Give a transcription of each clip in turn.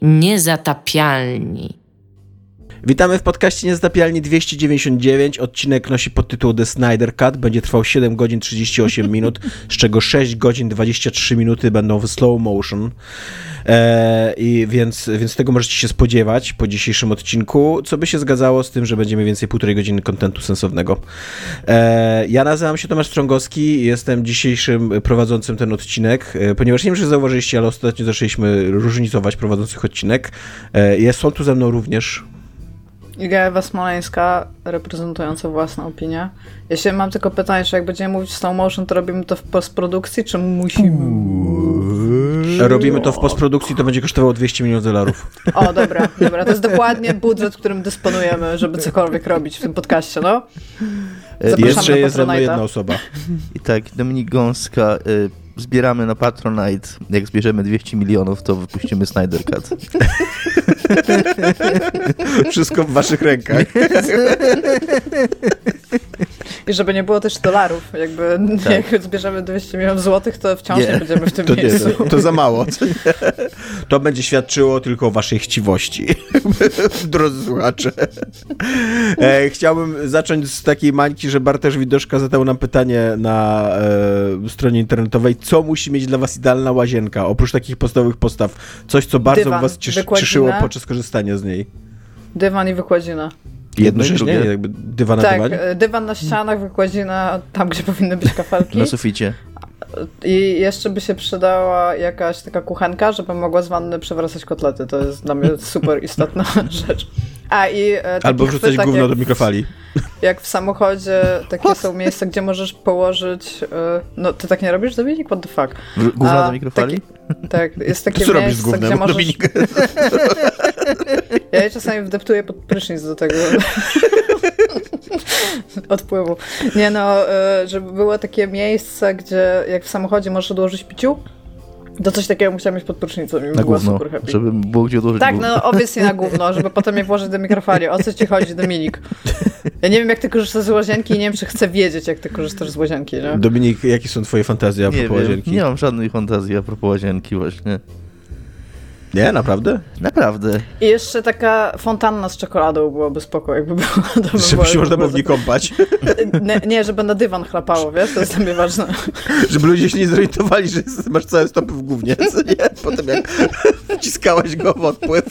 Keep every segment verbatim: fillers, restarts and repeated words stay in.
Niezatapialni. Witamy w podcaście Niezatapialni dwieście dziewięćdziesiąt dziewięć. Odcinek nosi podtytuł The Snyder Cut. Będzie trwał siedem godzin trzydzieści osiem minut, z czego sześć godzin dwadzieścia trzy minuty będą w slow motion. E, i więc, więc tego możecie się spodziewać po dzisiejszym odcinku, co by się zgadzało z tym, że będzie mniej więcej półtorej godziny kontentu sensownego. E, ja nazywam się Tomasz Strągowski, jestem dzisiejszym prowadzącym ten odcinek, e, ponieważ nie wiem, czy zauważyliście, ale ostatnio zaczęliśmy różnicować prowadzących odcinek. E, jest, są tu ze mną również Iga Ewa Smoleńska, reprezentująca własną opinię. Jeśli mam tylko pytanie, czy jak będziemy mówić slow motion, to robimy to w postprodukcji, czy musimy... Robimy to w postprodukcji, to będzie kosztowało dwieście milionów dolarów. O, dobra, dobra. To jest dokładnie budżet, którym dysponujemy, żeby cokolwiek robić w tym podcaście, no. Zapraszamy Jeszcze jest ze mną jedna osoba. I tak, Dominik Gąska, y, zbieramy na Patronite. Jak zbierzemy dwieście milionów, to wypuścimy Snyder Cut. Wszystko w waszych rękach. I żeby nie było też dolarów. Jakby tak. Jak zbierzemy dwieście milionów złotych, to wciąż nie, nie będziemy w tym to miejscu. Nie, to, to za mało. To będzie świadczyło tylko o waszej chciwości. Drodzy słuchacze. E, chciałbym zacząć z takiej mańki, że Bartosz Widoszka zadał nam pytanie na e, stronie internetowej, co musi mieć dla was idealna łazienka, oprócz takich podstawowych postaw. Coś, co bardzo Dywan, was ciesz, cieszyło podczas korzystania z niej. Dywan i wykładzina. Jednocześnie? Jakby dywan na tak, dywanie? Tak, dywan na ścianach, wykładzina tam, gdzie powinny być kafelki. Na suficie. I jeszcze by się przydała jakaś taka kuchenka, żeby mogła z wanny przewracać kotlety. To jest dla mnie super istotna rzecz. A, i, e, Albo wrzucać gówno do mikrofali. Jak w samochodzie takie są miejsca, gdzie możesz położyć... E, no, ty tak nie robisz, Dominik? What the fuck? Gówno do mikrofali? Taki, tak, jest takie co miejsce, robisz z gównem, gdzie możesz... Dominik? Ja je czasami wdeptuję pod prysznic do tego odpływu. Nie no, żeby było takie miejsce, gdzie jak w samochodzie możesz odłożyć piciu, to coś takiego musiałam mieć pod prysznicą i na była gówno, super happy. żeby było gdzie odłożyć Tak, gówno. no obviously na gówno, żeby potem je włożyć do mikrofali. O co ci chodzi, Dominik? Ja nie wiem, jak ty korzystasz z łazienki i nie wiem, czy chcę wiedzieć, jak ty korzystasz z łazienki, nie? Dominik, jakie są twoje fantazje a propos nie łazienki? Nie mam żadnej fantazji a propos łazienki właśnie. Nie, naprawdę? Naprawdę. I jeszcze taka fontanna z czekoladą byłoby spoko, jakby była. To by żeby było, się można było w za... niej kąpać. Nie, nie, żeby na dywan chlapało, wiesz? To jest dla mnie ważne. Żeby ludzie się nie zorientowali, że masz całe stopy w gównie, co nie? Potem jak wciskałeś go w odpływ.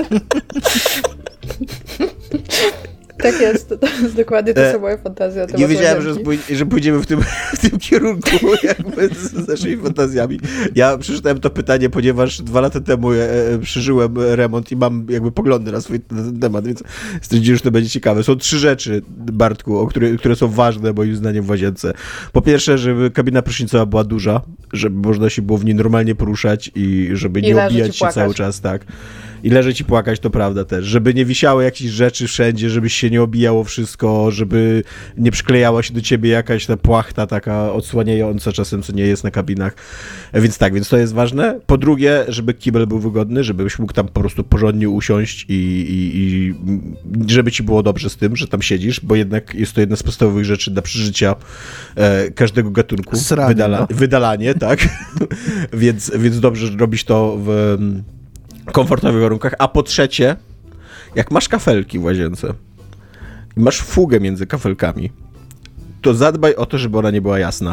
Tak jest, to, to jest dokładnie to są moje fantazje. Nie wiedziałem, że, spój- że pójdziemy w tym, w tym kierunku jakby z, z naszymi fantazjami. Ja przeczytałem to pytanie, ponieważ dwa lata temu e, przeżyłem remont i mam jakby poglądy na swój na ten temat, więc stwierdziłem, że to będzie ciekawe. Są trzy rzeczy, Bartku, o które, które są ważne moim zdaniem w łazience. Po pierwsze, żeby kabina prysznicowa była duża, żeby można się było w niej normalnie poruszać i żeby nie I obijać się cały czas, tak. I leżeć i płakać, to prawda też. Żeby nie wisiały jakieś rzeczy wszędzie, żebyś się nie obijało wszystko, żeby nie przyklejała się do ciebie jakaś ta płachta taka odsłaniająca czasem, co nie jest na kabinach. Więc tak, więc to jest ważne. Po drugie, żeby kibel był wygodny, żebyś mógł tam po prostu porządnie usiąść i, i, i żeby ci było dobrze z tym, że tam siedzisz, bo jednak jest to jedna z podstawowych rzeczy dla przeżycia e, każdego gatunku. Sranie, Wydala- no. Wydalanie, tak. więc, więc dobrze robić to w komfortowych warunkach, a po trzecie, jak masz kafelki w łazience i masz fugę między kafelkami, to zadbaj o to, żeby ona nie była jasna.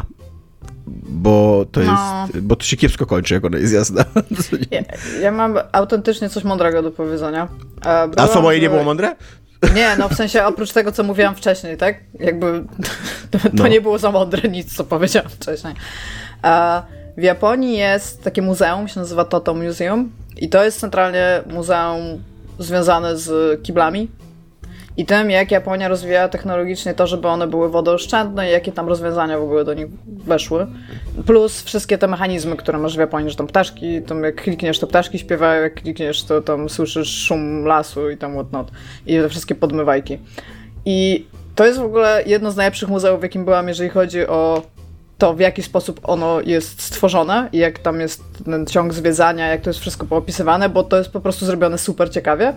Bo to jest, no. bo to się kiepsko kończy, jak ona jest jasna. Ja, ja mam autentycznie coś mądrego do powiedzenia. Byłam, a co, moje w... nie było mądre? Nie, no w sensie oprócz tego, co mówiłam wcześniej, tak? Jakby to, to no. nie było za mądre nic, co powiedziałam wcześniej. A w Japonii jest takie muzeum, się nazywa Toto Museum. I to jest centralnie muzeum związane z kiblami i tym, jak Japonia rozwijała technologicznie to, żeby one były wodooszczędne i jakie tam rozwiązania w ogóle do nich weszły. Plus wszystkie te mechanizmy, które masz w Japonii, że tam ptaszki, tam jak klikniesz, to ptaszki śpiewają, jak klikniesz, to tam słyszysz szum lasu i tam whatnot. I te wszystkie podmywajki. I to jest w ogóle jedno z najlepszych muzeów, w jakim byłam, jeżeli chodzi o to, w jaki sposób ono jest stworzone i jak tam jest ten ciąg zwiedzania, jak to jest wszystko poopisywane, bo to jest po prostu zrobione super ciekawie.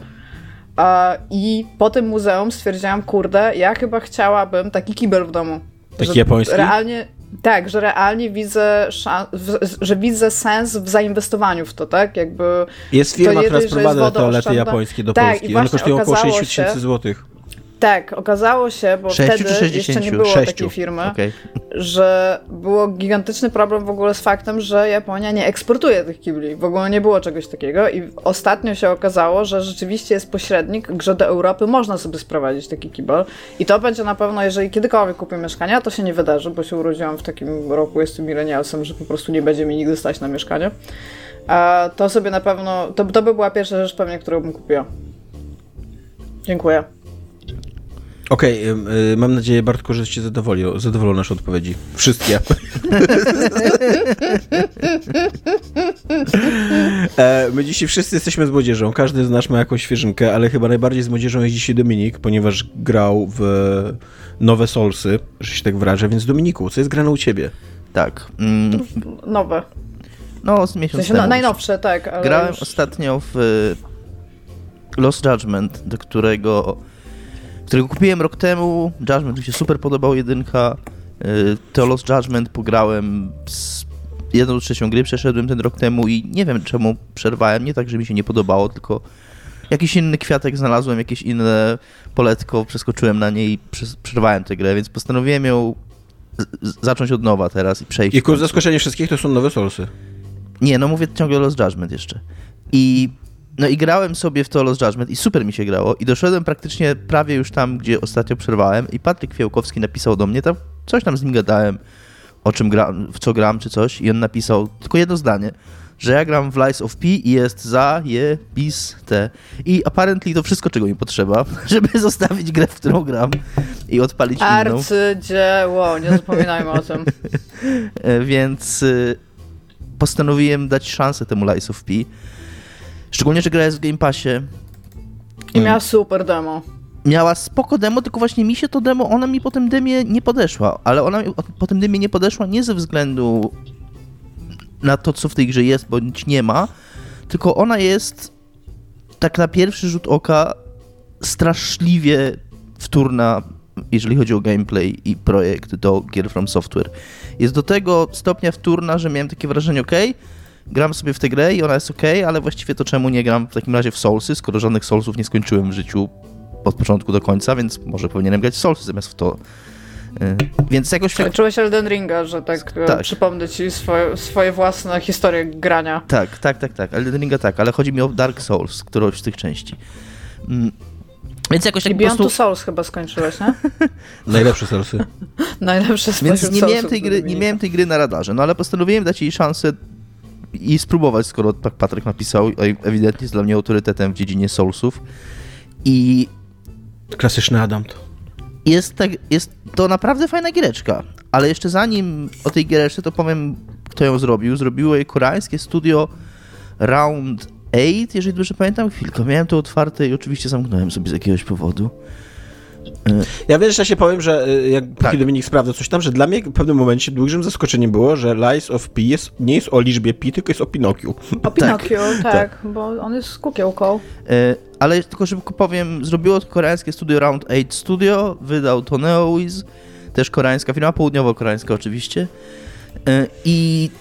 I po tym muzeum stwierdziłam, kurde, ja chyba chciałabym taki kibel w domu. Taki japoński? Realnie, Tak, że realnie widzę, szan- w, że widzę sens w zainwestowaniu w to, tak? Jakby jest firma, która jedyń, sprowadza toalety japońskie do tak, Polski. One kosztują około sześćdziesiąt tysięcy się... złotych. Tak, okazało się, bo sześciu wtedy jeszcze nie było Sześciu. takiej firmy, Okay. że było gigantyczny problem w ogóle z faktem, że Japonia nie eksportuje tych kibli. W ogóle nie było czegoś takiego i ostatnio się okazało, że rzeczywiście jest pośrednik, że do Europy można sobie sprowadzić taki kibel i to będzie na pewno, jeżeli kiedykolwiek kupię mieszkanie, to się nie wydarzy, bo się urodziłam w takim roku, jestem milenialsem, że po prostu nie będzie mi nigdy stać na mieszkanie. A to sobie na pewno, to, to by była pierwsza rzecz pewnie, którą bym kupiła. Dziękuję. Okej, okay, y, mam nadzieję, Bartku, że cię zadowolił, zadowolą nasze odpowiedzi. Wszystkie. e, my dzisiaj wszyscy jesteśmy z młodzieżą, każdy z nas ma jakąś świeżynkę, ale chyba najbardziej z młodzieżą jest dzisiaj Dominik, ponieważ grał w nowe Soulsy, że się tak wyrażę, więc Dominiku, co jest grane u ciebie? Tak. Mm. Nowe. No, z miesiąc w sensie, temu. No, najnowsze, tak. Ale grałem już... ostatnio w Lost Judgment, do którego którego kupiłem rok temu. Judgment mi się super podobał, jedynka. To Lost Judgment pograłem z jedną trzecią gry, przeszedłem ten rok temu i nie wiem czemu przerwałem, nie tak, że mi się nie podobało, tylko jakiś inny kwiatek znalazłem, jakieś inne poletko, przeskoczyłem na nie i przerwałem tę grę, więc postanowiłem ją z- zacząć od nowa teraz i przejść. I ku zaskoczeniu wszystkich to są nowe Soulsy. Nie, no mówię ciągle Lost Judgment jeszcze. I no i grałem sobie w to Lost Judgment i super mi się grało i doszedłem praktycznie prawie już tam, gdzie ostatnio przerwałem i Patryk Fiałkowski napisał do mnie, tam coś tam z nim gadałem, o czym gram, w co gram czy coś i on napisał tylko jedno zdanie, że ja gram w Lies of P i jest zajebiste. I apparently to wszystko, czego mi potrzeba, żeby zostawić grę, w którą gram i odpalić inną. Arcydzieło, nie zapominajmy o tym. Więc postanowiłem dać szansę temu Lies of P. Szczególnie, że gra jest w Game Passie. I miała super demo. Miała spoko demo, tylko właśnie mi się to demo, ona mi po tym demie nie podeszła. Ale ona mi po tym demie nie podeszła nie ze względu na to, co w tej grze jest, bądź nie ma, tylko ona jest tak na pierwszy rzut oka straszliwie wtórna, jeżeli chodzi o gameplay i projekt do gier From Software. Jest do tego stopnia wtórna, że miałem takie wrażenie, okej, okay, gram sobie w tę grę i ona jest okej, okay, ale właściwie to czemu nie gram w takim razie w Soulsy, skoro żadnych Soulsów nie skończyłem w życiu od początku do końca, więc może powinienem grać w Soulsy zamiast w to. Yy, więc jakoś... Czułeś Elden Ringa, że tak, tak. przypomnę ci swoje, swoje własne historie grania. Tak, tak, tak, tak. Elden Ringa tak, ale chodzi mi o Dark Souls, którąś z tych części. Yy, więc jakoś tak I po Beyond prostu... Two Souls chyba skończyłeś, nie? Najlepsze Soulsy. Najlepsze Więc nie miałem, tej gry, nie miałem tej gry na radarze, no ale postanowiłem dać jej szansę i spróbować, skoro tak Patryk napisał, ewidentnie jest dla mnie autorytetem w dziedzinie Soulsów. I klasyczny Adam to. Jest, tak, jest to naprawdę fajna giereczka, ale jeszcze zanim o tej giereczce, to powiem, kto ją zrobił. Zrobiło jej koreańskie studio Round osiem, jeżeli dobrze pamiętam. Chwilkę, miałem to otwarte i oczywiście zamknąłem sobie z jakiegoś powodu. Ja wiesz, ja się powiem, że jak tak. Dominik sprawdza coś tam, że dla mnie w pewnym momencie dużym zaskoczeniem było, że Lies of P jest, nie jest o liczbie pi, tylko jest o Pinokiu. O Pinokiu, tak, tak, bo on jest kukiełką. Ale tylko szybko powiem, zrobiło to koreańskie studio Round osiem Studio, wydał to NeoWiz, też koreańska firma, południowo-koreańska oczywiście. I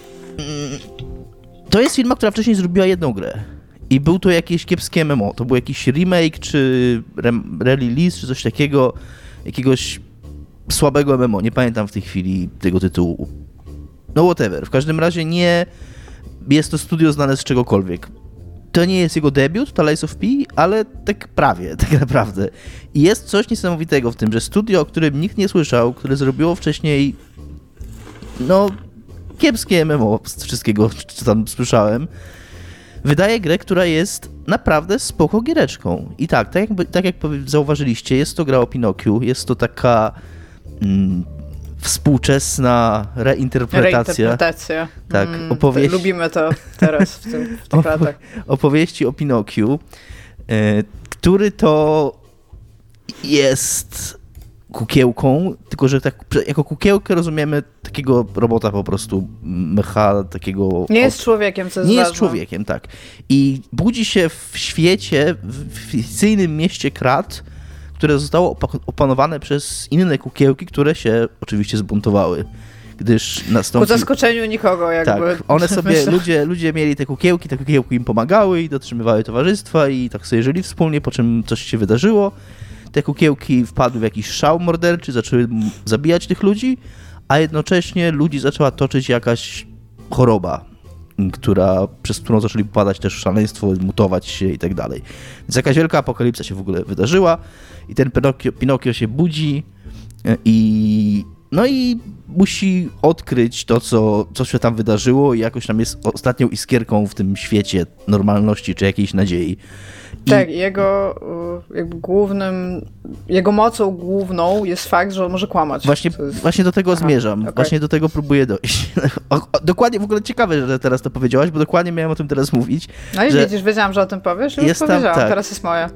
to jest firma, która wcześniej zrobiła jedną grę. I był to jakieś kiepskie M M O. To był jakiś remake, czy re-release, czy coś takiego, jakiegoś słabego M M O. Nie pamiętam w tej chwili tego tytułu. No whatever. W każdym razie nie jest to studio znane z czegokolwiek. To nie jest jego debiut, to Lies of P, ale tak prawie, tak naprawdę. I jest coś niesamowitego w tym, że studio, o którym nikt nie słyszał, które zrobiło wcześniej, no, kiepskie M M O z wszystkiego, co tam słyszałem, wydaje grę, która jest naprawdę spoko giereczką. I tak, tak jak, tak jak zauważyliście, jest to gra o Pinokiu, jest to taka mm, współczesna reinterpretacja. Reinterpretacja. Tak, mm, opowieść... Lubimy to teraz w, tym, w tych latach. Opowieści o Pinokiu, y, który to jest kukiełką, tylko że tak, jako kukiełkę rozumiemy takiego robota po prostu, mecha, takiego... Nie jest człowiekiem, co jest Nie ważne. jest człowiekiem, tak. I budzi się w świecie, w fikcyjnym mieście Krat, które zostało opanowane przez inne kukiełki, które się oczywiście zbuntowały. gdyż nastąpił... Ku zaskoczeniu nikogo jakby. Tak, one sobie, ludzie, ludzie mieli te kukiełki, te kukiełki im pomagały i dotrzymywały towarzystwa i tak sobie żyli wspólnie, po czym coś się wydarzyło. Te kukiełki wpadły w jakiś szał morderczy, zaczęły zabijać tych ludzi, a jednocześnie ludzi zaczęła toczyć jakaś choroba, która, przez którą zaczęli popadać też w szaleństwo, mutować się i tak dalej. Więc jakaś wielka apokalipsa się w ogóle wydarzyła i ten Pinokio, Pinokio się budzi i no i musi odkryć to, co, co się tam wydarzyło i jakoś tam jest ostatnią iskierką w tym świecie normalności czy jakiejś nadziei. I... Tak, jego jakby głównym, jego mocą główną jest fakt, że on może kłamać. Właśnie, jest... właśnie do tego Aha, zmierzam, okay. właśnie do tego próbuję dojść. O, o, dokładnie, w ogóle ciekawe, że teraz to powiedziałaś, bo dokładnie miałem o tym teraz mówić. No i że widzisz, wiedziałam, że o tym powiesz i już tam, powiedziałam, tak. teraz jest moje.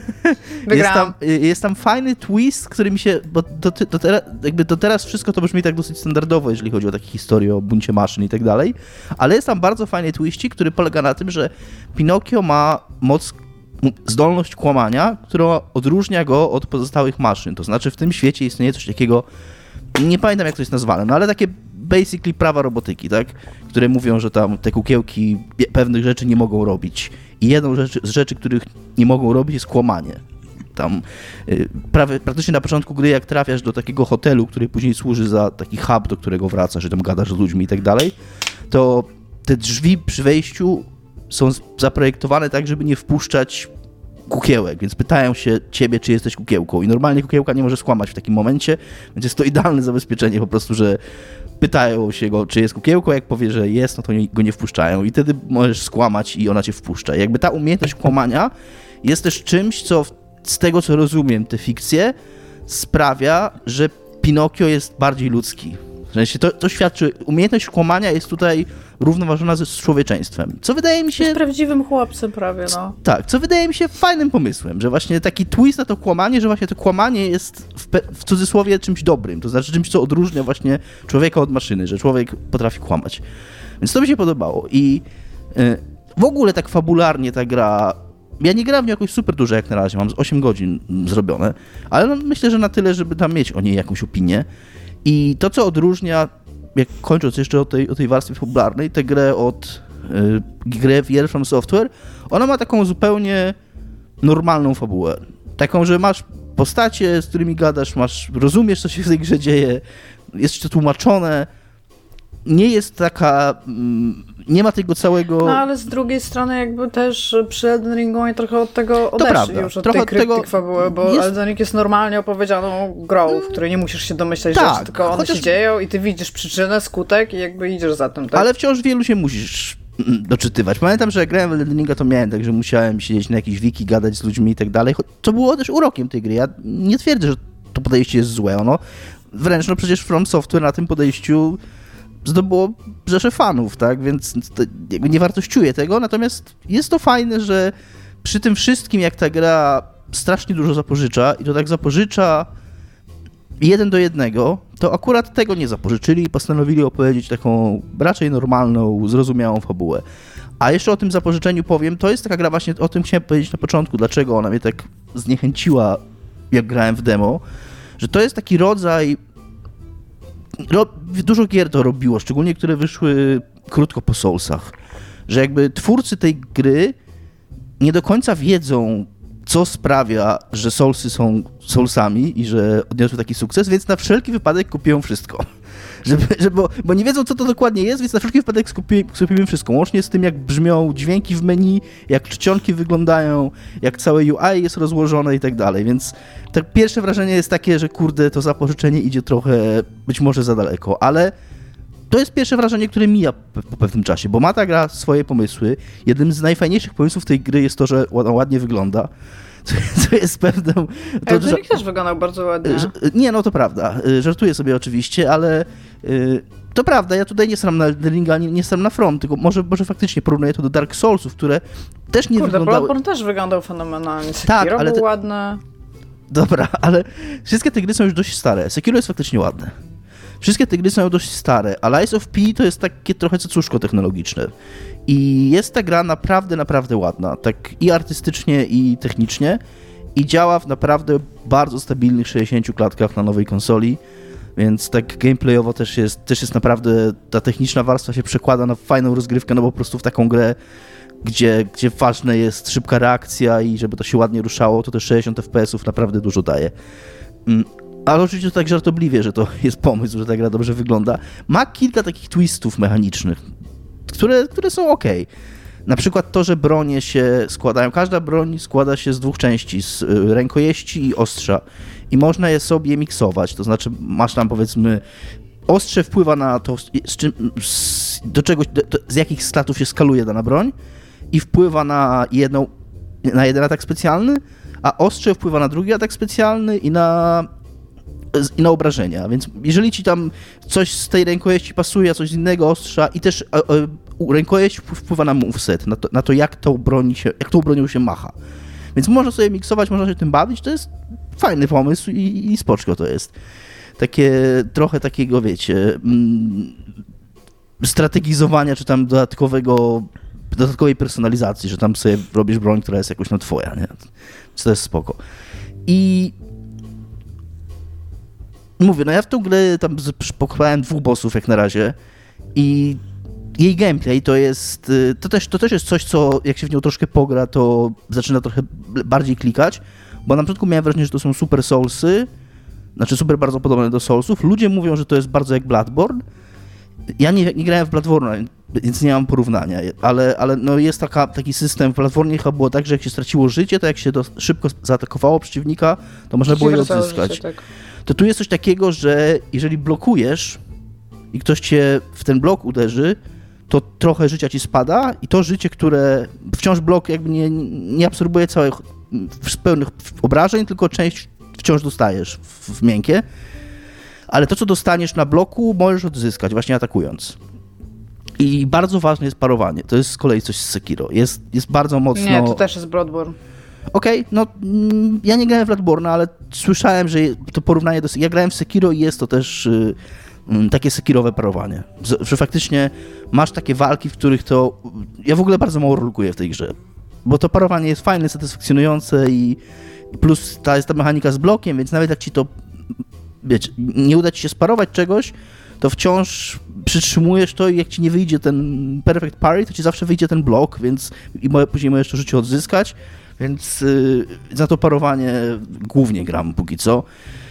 Jest tam, jest tam fajny twist, który mi się, bo do, do, teraz, jakby do teraz wszystko to brzmi tak dosyć standardowo, jeżeli chodzi o takie historie o buncie maszyn i tak dalej, ale jest tam bardzo fajny twistik, który polega na tym, że Pinokio ma moc, zdolność kłamania, która odróżnia go od pozostałych maszyn. To znaczy w tym świecie istnieje coś takiego, nie pamiętam jak to jest nazwane, no ale takie basically prawa robotyki, tak? Które mówią, że tam te kukiełki pewnych rzeczy nie mogą robić. I jedną rzecz, z rzeczy, których nie mogą robić, jest kłamanie. Tam yy, prawie, praktycznie na początku gry, jak trafiasz do takiego hotelu, który później służy za taki hub, do którego wracasz, że tam gadasz z ludźmi i tak dalej, to te drzwi przy wejściu są zaprojektowane tak, żeby nie wpuszczać kukiełek, więc pytają się ciebie, czy jesteś kukiełką i normalnie kukiełka nie może skłamać w takim momencie, więc jest to idealne zabezpieczenie po prostu, że pytają się go, czy jest kukiełką, jak powie, że jest, no to go nie wpuszczają i wtedy możesz skłamać i ona cię wpuszcza. Jakby ta umiejętność kłamania jest też czymś, co z tego, co rozumiem, te fikcje sprawia, że Pinokio jest bardziej ludzki. W sensie to, to świadczy, umiejętność kłamania jest tutaj równoważona ze człowieczeństwem, co wydaje mi się... Jest prawdziwym chłopcem prawie, no. Tak, co wydaje mi się fajnym pomysłem, że właśnie taki twist na to kłamanie, że właśnie to kłamanie jest w, pe- w cudzysłowie czymś dobrym, to znaczy czymś, co odróżnia właśnie człowieka od maszyny, że człowiek potrafi kłamać. Więc to mi się podobało i yy, w ogóle tak fabularnie ta gra... Ja nie grałem w nią jakoś super dużo jak na razie, mam z osiem godzin zrobione, ale no myślę, że na tyle, żeby tam mieć o niej jakąś opinię. I to, co odróżnia, jak kończąc jeszcze o tej, o tej warstwie fabularnej, tę grę od y, gry Fear From Software, ona ma taką zupełnie normalną fabułę. Taką, że masz postacie, z którymi gadasz, masz, rozumiesz, co się w tej grze dzieje, jest to tłumaczone, nie jest taka, nie ma tego całego... No ale z drugiej strony jakby też przy Elden Ringu oni trochę od tego odeszli już od trochę tej kryptyk tego... fabuły, bo jest... Elden Ring jest normalnie opowiedzianą grą, w której nie musisz się domyślać tak, rzeczy, tylko one chociaż... się dzieją i ty widzisz przyczynę, skutek i jakby idziesz za tym, tak? Ale wciąż wielu się musisz doczytywać. Pamiętam, że jak grałem w Elden Ringa, to miałem tak, że musiałem siedzieć na jakiejś wiki, gadać z ludźmi i tak dalej, co było też urokiem tej gry. Ja nie twierdzę, że to podejście jest złe, ono wręcz, no przecież From Software na tym podejściu zdobyło rzesze fanów, tak, więc jakby nie wartościuję tego, natomiast jest to fajne, że przy tym wszystkim, jak ta gra strasznie dużo zapożycza i to tak zapożycza jeden do jednego, to akurat tego nie zapożyczyli i postanowili opowiedzieć taką raczej normalną, zrozumiałą fabułę. A jeszcze o tym zapożyczeniu powiem, to jest taka gra właśnie, o tym chciałem powiedzieć na początku, dlaczego ona mnie tak zniechęciła, jak grałem w demo, że to jest taki rodzaj... Ro... Dużo gier to robiło, szczególnie które wyszły krótko po Soulsach, że jakby twórcy tej gry nie do końca wiedzą, co sprawia, że Soulsy są Soulsami i że odniosły taki sukces, więc na wszelki wypadek kupią wszystko. Żeby, żeby, bo, bo nie wiedzą, co to dokładnie jest, więc na wszelki wypadek skupi, skupimy wszystko. Łącznie z tym, jak brzmią dźwięki w menu, jak czcionki wyglądają, jak całe U I jest rozłożone i tak dalej. Więc to pierwsze wrażenie jest takie, że kurde, to zapożyczenie idzie trochę być może za daleko, ale to jest pierwsze wrażenie, które mija po pewnym czasie, bo ma ta gra swoje pomysły. Jednym z najfajniejszych pomysłów tej gry jest to, że ona ładnie wygląda. Co jest pewną... To, Elden Ring też wyglądał bardzo ładnie. Że, nie, no to prawda. Żartuję sobie oczywiście, ale y, to prawda, ja tutaj nie staram na Elden Ringa, nie, nie staram na From, tylko może, może faktycznie porównuję to do Dark Soulsów, które też nie Kurde, wyglądały... Bloodborne też wyglądał fenomenalnie. Sekiro tak, ale był te... ładne. Dobra, ale wszystkie te gry są już dość stare. Sekiro jest faktycznie ładne. Wszystkie te gry są dość stare, a Lies of P to jest takie trochę cacuszko technologiczne. I jest ta gra naprawdę, naprawdę ładna, tak i artystycznie, i technicznie, i działa w naprawdę bardzo stabilnych sześćdziesięciu klatkach na nowej konsoli. Więc tak gameplayowo też jest, też jest naprawdę, ta techniczna warstwa się przekłada na fajną rozgrywkę, no bo po prostu w taką grę, gdzie, gdzie ważna jest szybka reakcja i żeby to się ładnie ruszało, to te sześćdziesiąt F P S-ów naprawdę dużo daje. Ale oczywiście to tak żartobliwie, że to jest pomysł, że ta gra dobrze wygląda. Ma kilka takich twistów mechanicznych, które, które są okej. Na przykład to, że bronie się składają. Każda broń składa się z dwóch części, z rękojeści i ostrza. I można je sobie miksować, to znaczy masz tam powiedzmy, ostrze wpływa na to, z, czym, z, do czegoś, do, do, z jakich statów się skaluje dana broń i wpływa na, jedną, na jeden atak specjalny, a ostrze wpływa na drugi atak specjalny i na, i na obrażenia. Więc jeżeli ci tam coś z tej rękojeści pasuje, a coś z innego ostrza i też a, a, rękojeść wpływa na moveset, na to, na to jak, tą broń się, jak tą bronią się macha. Więc można sobie miksować, można się tym bawić, to jest fajny pomysł i, i spoczko to jest. Takie, trochę takiego, wiecie, mm, strategizowania, czy tam dodatkowego, dodatkowej personalizacji, że tam sobie robisz broń, która jest jakoś no twoja, nie? Więc to jest spoko. I mówię, no ja w tą grę tam pokonałem dwóch bossów jak na razie i jej gameplay to jest, to też, to też jest coś, co jak się w nią troszkę pogra, to zaczyna trochę bardziej klikać, bo na początku miałem wrażenie, że to są super Soulsy, znaczy super bardzo podobne do Soulsów. Ludzie mówią, że to jest bardzo jak Bloodborne. Ja nie, nie grałem w Bloodborne, więc nie mam porównania, ale, ale no jest taka, taki system w Bloodborne chyba było tak, że jak się straciło życie, to jak się do, szybko zaatakowało przeciwnika, to można było je odzyskać. Życie, tak. To tu jest coś takiego, że jeżeli blokujesz i ktoś cię w ten blok uderzy, to trochę życia ci spada i to życie, które wciąż blok jakby nie, nie absorbuje całych pełnych obrażeń, tylko część wciąż dostajesz w, w miękkie, ale to, co dostaniesz na bloku, możesz odzyskać właśnie atakując. I bardzo ważne jest parowanie. To jest z kolei coś z Sekiro. Jest, jest bardzo mocno... Nie, to też jest Bloodborne. Okej, okay, no mm, ja nie grałem w Bloodborne, ale słyszałem, że to porównanie do... Ja grałem w Sekiro i jest to też y, y, takie sekirowe parowanie. Z, że faktycznie masz takie walki, w których to... Ja w ogóle bardzo mało rolukuję w tej grze, bo to parowanie jest fajne, satysfakcjonujące i plus ta jest ta mechanika z blokiem, więc nawet jak ci to, wiecie, nie uda ci się sparować czegoś, to wciąż przytrzymujesz to i jak ci nie wyjdzie ten perfect parry, to ci zawsze wyjdzie ten blok, więc i później możesz to życie odzyskać, więc yy, za to parowanie głównie gram póki co.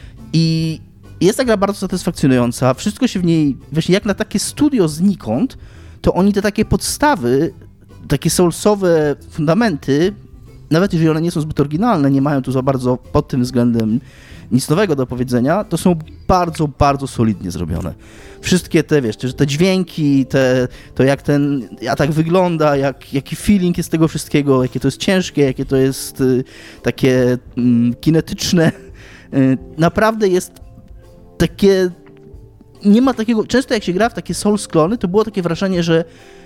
I jest ta gra bardzo satysfakcjonująca, wszystko się w niej, właśnie jak na takie studio znikąd, to oni te takie podstawy, takie soulsowe fundamenty, nawet jeżeli one nie są zbyt oryginalne, nie mają tu za bardzo pod tym względem nic nowego do powiedzenia, to są bardzo, bardzo solidnie zrobione. Wszystkie te, wiesz, te dźwięki, te, to jak ten atak wygląda, jak, jaki feeling jest tego wszystkiego, jakie to jest ciężkie, jakie to jest y, takie y, kinetyczne. Y, naprawdę jest takie... Nie ma takiego... Często jak się gra w takie Souls klony, to było takie wrażenie, że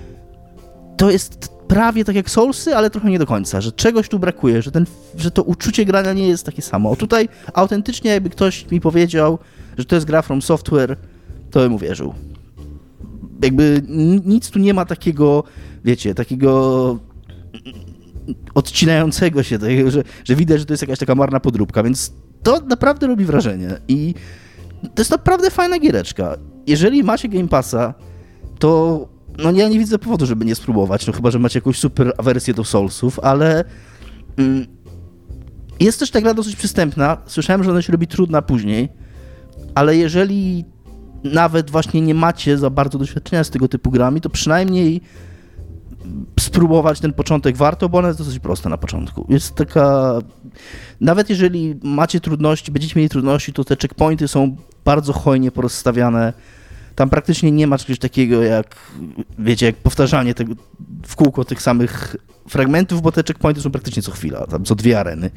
to jest prawie tak jak Soulsy, ale trochę nie do końca, że czegoś tu brakuje, że, ten, że to uczucie grania nie jest takie samo. O tutaj autentycznie jakby ktoś mi powiedział, że to jest gra From Software, to bym uwierzył. Jakby nic tu nie ma takiego, wiecie, takiego odcinającego się, takiego, że, że widać, że to jest jakaś taka marna podróbka, więc to naprawdę robi wrażenie i to jest naprawdę fajna giereczka. Jeżeli macie Game Passa, to no ja nie widzę powodu, żeby nie spróbować, no chyba, że macie jakąś super awersję do Soulsów, ale mm, jest też ta gra dosyć przystępna. Słyszałem, że ona się robi trudna później, ale jeżeli nawet właśnie nie macie za bardzo doświadczenia z tego typu grami, to przynajmniej spróbować ten początek warto, bo ona jest dosyć prosta na początku. Jest taka... Nawet jeżeli macie trudności, będziecie mieli trudności, to te checkpointy są bardzo hojnie porozstawiane. Tam praktycznie nie ma czegoś takiego jak, wiecie, jak powtarzanie tego w kółko tych samych fragmentów, bo te checkpointy są praktycznie co chwila, tam co dwie areny.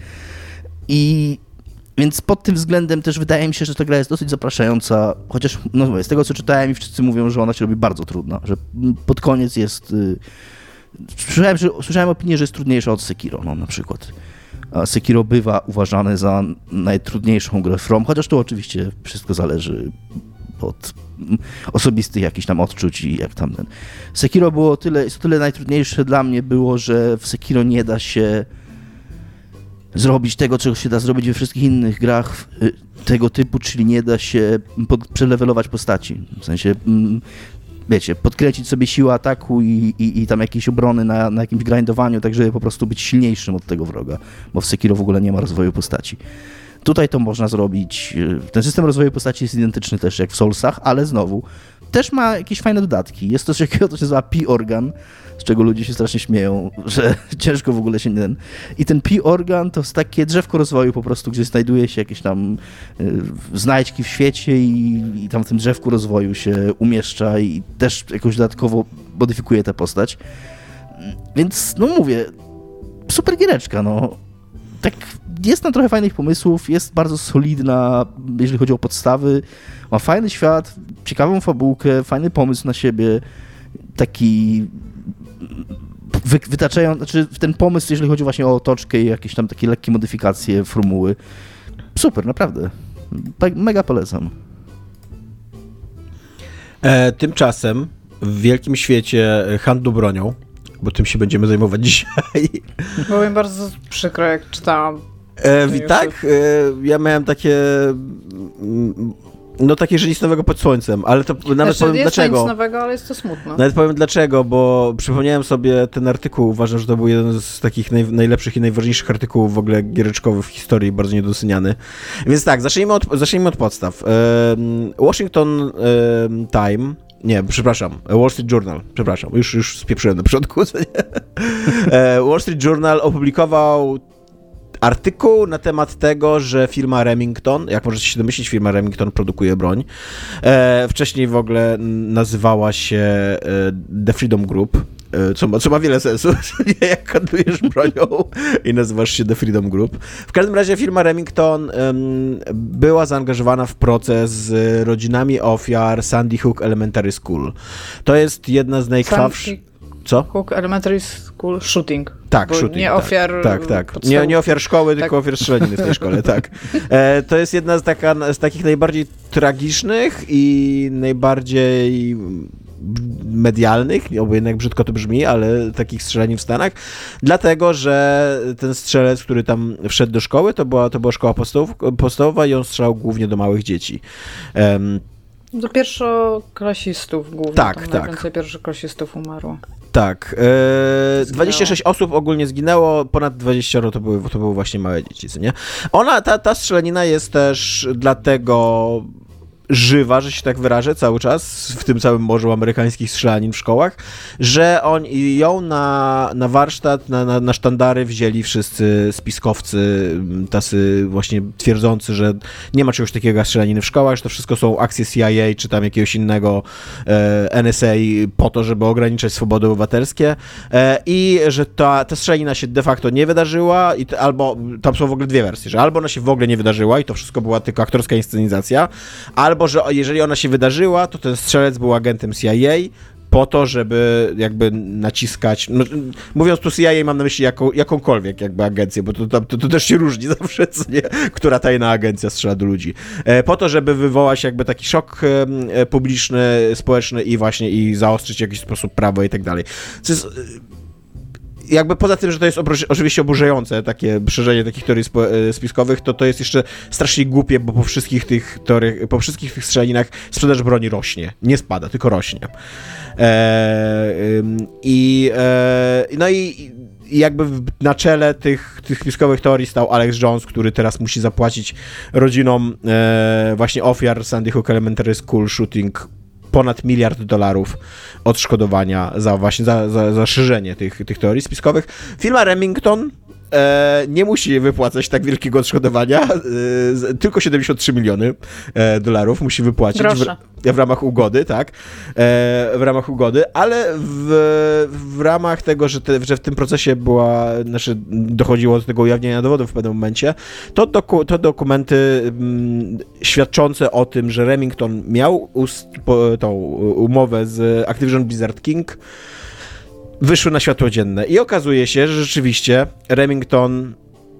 I więc pod tym względem też wydaje mi się, że ta gra jest dosyć zapraszająca, chociaż no, z tego co czytałem i wszyscy mówią, że ona się robi bardzo trudna, że pod koniec jest... Słyszałem, że, słyszałem opinię, że jest trudniejsza od Sekiro, no na przykład. A Sekiro bywa uważane za najtrudniejszą grę From, chociaż tu oczywiście wszystko zależy od osobistych jakichś tam odczuć i jak tam ten... Sekiro było tyle, jest o tyle najtrudniejsze dla mnie było, że w Sekiro nie da się zrobić tego, czego się da zrobić we wszystkich innych grach y, tego typu, czyli nie da się pod, przelewelować postaci. W sensie, mm, wiecie, podkręcić sobie siłę ataku i, i, i tam jakieś obrony na, na jakimś grindowaniu, tak żeby po prostu być silniejszym od tego wroga, bo w Sekiro w ogóle nie ma rozwoju postaci. Tutaj to można zrobić. Ten system rozwoju postaci jest identyczny też jak w Soulsach, ale znowu też ma jakieś fajne dodatki. Jest coś takiego, co się nazywa P-Organ, z czego ludzie się strasznie śmieją, że ciężko w ogóle się nie... I ten P-Organ to jest takie drzewko rozwoju po prostu, gdzie znajduje się jakieś tam y, znajdźki w świecie i, i tam w tym drzewku rozwoju się umieszcza i też jakoś dodatkowo modyfikuje tę postać. Więc, no mówię, super giereczka, no. Tak, jest tam trochę fajnych pomysłów, jest bardzo solidna, jeżeli chodzi o podstawy, ma fajny świat, ciekawą fabułkę, fajny pomysł na siebie, taki wy, wytaczający, znaczy ten pomysł, jeżeli chodzi właśnie o otoczkę i jakieś tam takie lekkie modyfikacje formuły. Super, naprawdę. Mega polecam. E, tymczasem w wielkim świecie handlu bronią, bo tym się będziemy zajmować dzisiaj. Było mi bardzo przykro, jak czytałam. E, tak, e, ja miałem takie... No takie, że nic nowego pod słońcem, ale to nawet znaczy, powiem jest dlaczego. Jest nic nowego, ale jest to smutno. Nawet powiem dlaczego, bo przypomniałem sobie ten artykuł, uważam, że to był jeden z takich naj, najlepszych i najważniejszych artykułów w ogóle giereczkowych w historii, bardzo niedoceniany. Więc tak, zacznijmy od, zacznijmy od podstaw. Washington Time, nie, przepraszam, Wall Street Journal, przepraszam, już, już spieprzyłem na początku. Wall Street Journal opublikował artykuł na temat tego, że firma Remington, jak możecie się domyślić, firma Remington produkuje broń. E, wcześniej w ogóle nazywała się e, The Freedom Group, e, co, ma, co ma wiele sensu, jak handlujesz bronią i nazywasz się The Freedom Group. W każdym razie firma Remington e, była zaangażowana w proces z rodzinami ofiar Sandy Hook Elementary School. To jest jedna z najkrwawszych... Co? Hook Elementary School Shooting. Tak, bo shooting. Nie tak, ofiar Tak, tak. Nie, nie ofiar szkoły, tak. Tylko ofiar strzelaniny w tej szkole, tak. E, to jest jedna z, taka, z takich najbardziej tragicznych i najbardziej medialnych, obojętnie jak brzydko to brzmi, ale takich strzelanin w Stanach, dlatego, że ten strzelec, który tam wszedł do szkoły, to była, to była szkoła podstawowa, podstawowa i on strzelał głównie do małych dzieci. Um, Do pierwszoklasistów głównie. Tak, tam tak. Najwięcej pierwszoklasistów umarło. Tak. E, dwadzieścia sześć osób ogólnie zginęło, ponad dwadzieścia to były, to były właśnie małe dzieci, co nie? Ona, ta, ta strzelanina jest też dlatego żywa, że się tak wyrażę, cały czas w tym całym morzu amerykańskich strzelanin w szkołach, że oni ją na, na warsztat, na, na, na sztandary wzięli wszyscy spiskowcy, tacy właśnie twierdzący, że nie ma czegoś takiego jak strzelaniny w szkołach, że to wszystko są akcje C I A czy tam jakiegoś innego e, N S A po to, żeby ograniczać swobody obywatelskie e, i że ta, ta strzelanina się de facto nie wydarzyła i to, albo tam są w ogóle dwie wersje, że albo ona się w ogóle nie wydarzyła i to wszystko była tylko aktorska inscenizacja, albo Albo, że jeżeli ona się wydarzyła, to ten strzelec był agentem C I A po to, żeby jakby naciskać, no, mówiąc tu C I A mam na myśli jaką, jakąkolwiek jakby agencję, bo to, to, to też się różni zawsze, nie? Która tajna agencja strzela do ludzi. E, po to, żeby wywołać jakby taki szok e, publiczny, społeczny i właśnie i zaostrzyć w jakiś sposób prawo i tak dalej. Co jest, jakby poza tym, że to jest oczywiście oburzające, takie szerzenie takich teorii spiskowych, to to jest jeszcze strasznie głupie, bo po wszystkich tych teoriach, po wszystkich tych strzelaninach sprzedaż broni rośnie. Nie spada, tylko rośnie. Eee, i, e, no i jakby na czele tych, tych spiskowych teorii stał Alex Jones, który teraz musi zapłacić rodzinom e, właśnie ofiar Sandy Hook Elementary School Shooting ponad miliard dolarów odszkodowania za właśnie za, za, za szerzenie tych, tych teorii spiskowych. Firma Remington e, nie musi wypłacać tak wielkiego odszkodowania, e, tylko siedemdziesiąt trzy miliony e, dolarów musi wypłacić w, w ramach ugody, tak, e, w ramach ugody, ale w, w ramach tego, że, te, że w tym procesie była, znaczy dochodziło do tego ujawnienia dowodów w pewnym momencie, to, doku, to dokumenty m, świadczące o tym, że Remington miał ust, po, tą umowę z Activision Blizzard King, wyszły na światło dzienne i okazuje się, że rzeczywiście Remington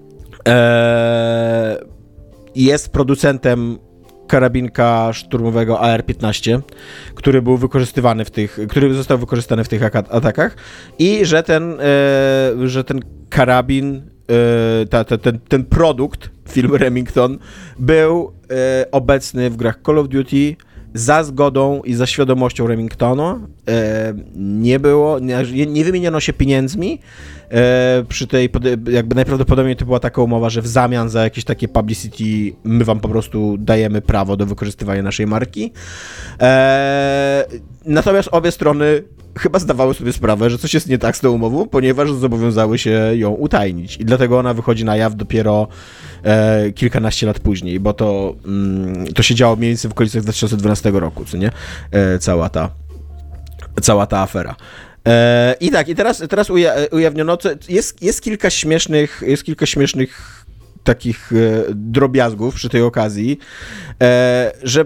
e, jest producentem karabinka szturmowego A R piętnaście, który był wykorzystywany w tych, który został wykorzystany w tych atakach i że ten, e, że ten karabin yy, ta, ta, ten, ten produkt, film Remington, był yy, obecny w grach Call of Duty za zgodą i za świadomością Remingtonu. Yy, nie było, nie, nie wymieniono się pieniędzmi. Yy, przy tej, jakby najprawdopodobniej to była taka umowa, że w zamian za jakieś takie publicity my wam po prostu dajemy prawo do wykorzystywania naszej marki. Yy, natomiast obie strony chyba zdawały sobie sprawę, że coś jest nie tak z tą umową, ponieważ zobowiązały się ją utajnić. I dlatego ona wychodzi na jaw dopiero e, kilkanaście lat później, bo to, mm, to się działo mniej więcej w okolicach dwa tysiące dwunastego roku, co nie? E, cała ta, cała ta afera. E, I tak, i teraz, teraz uja, ujawniono, co, jest, jest kilka śmiesznych, jest kilka śmiesznych takich e, drobiazgów przy tej okazji, e, że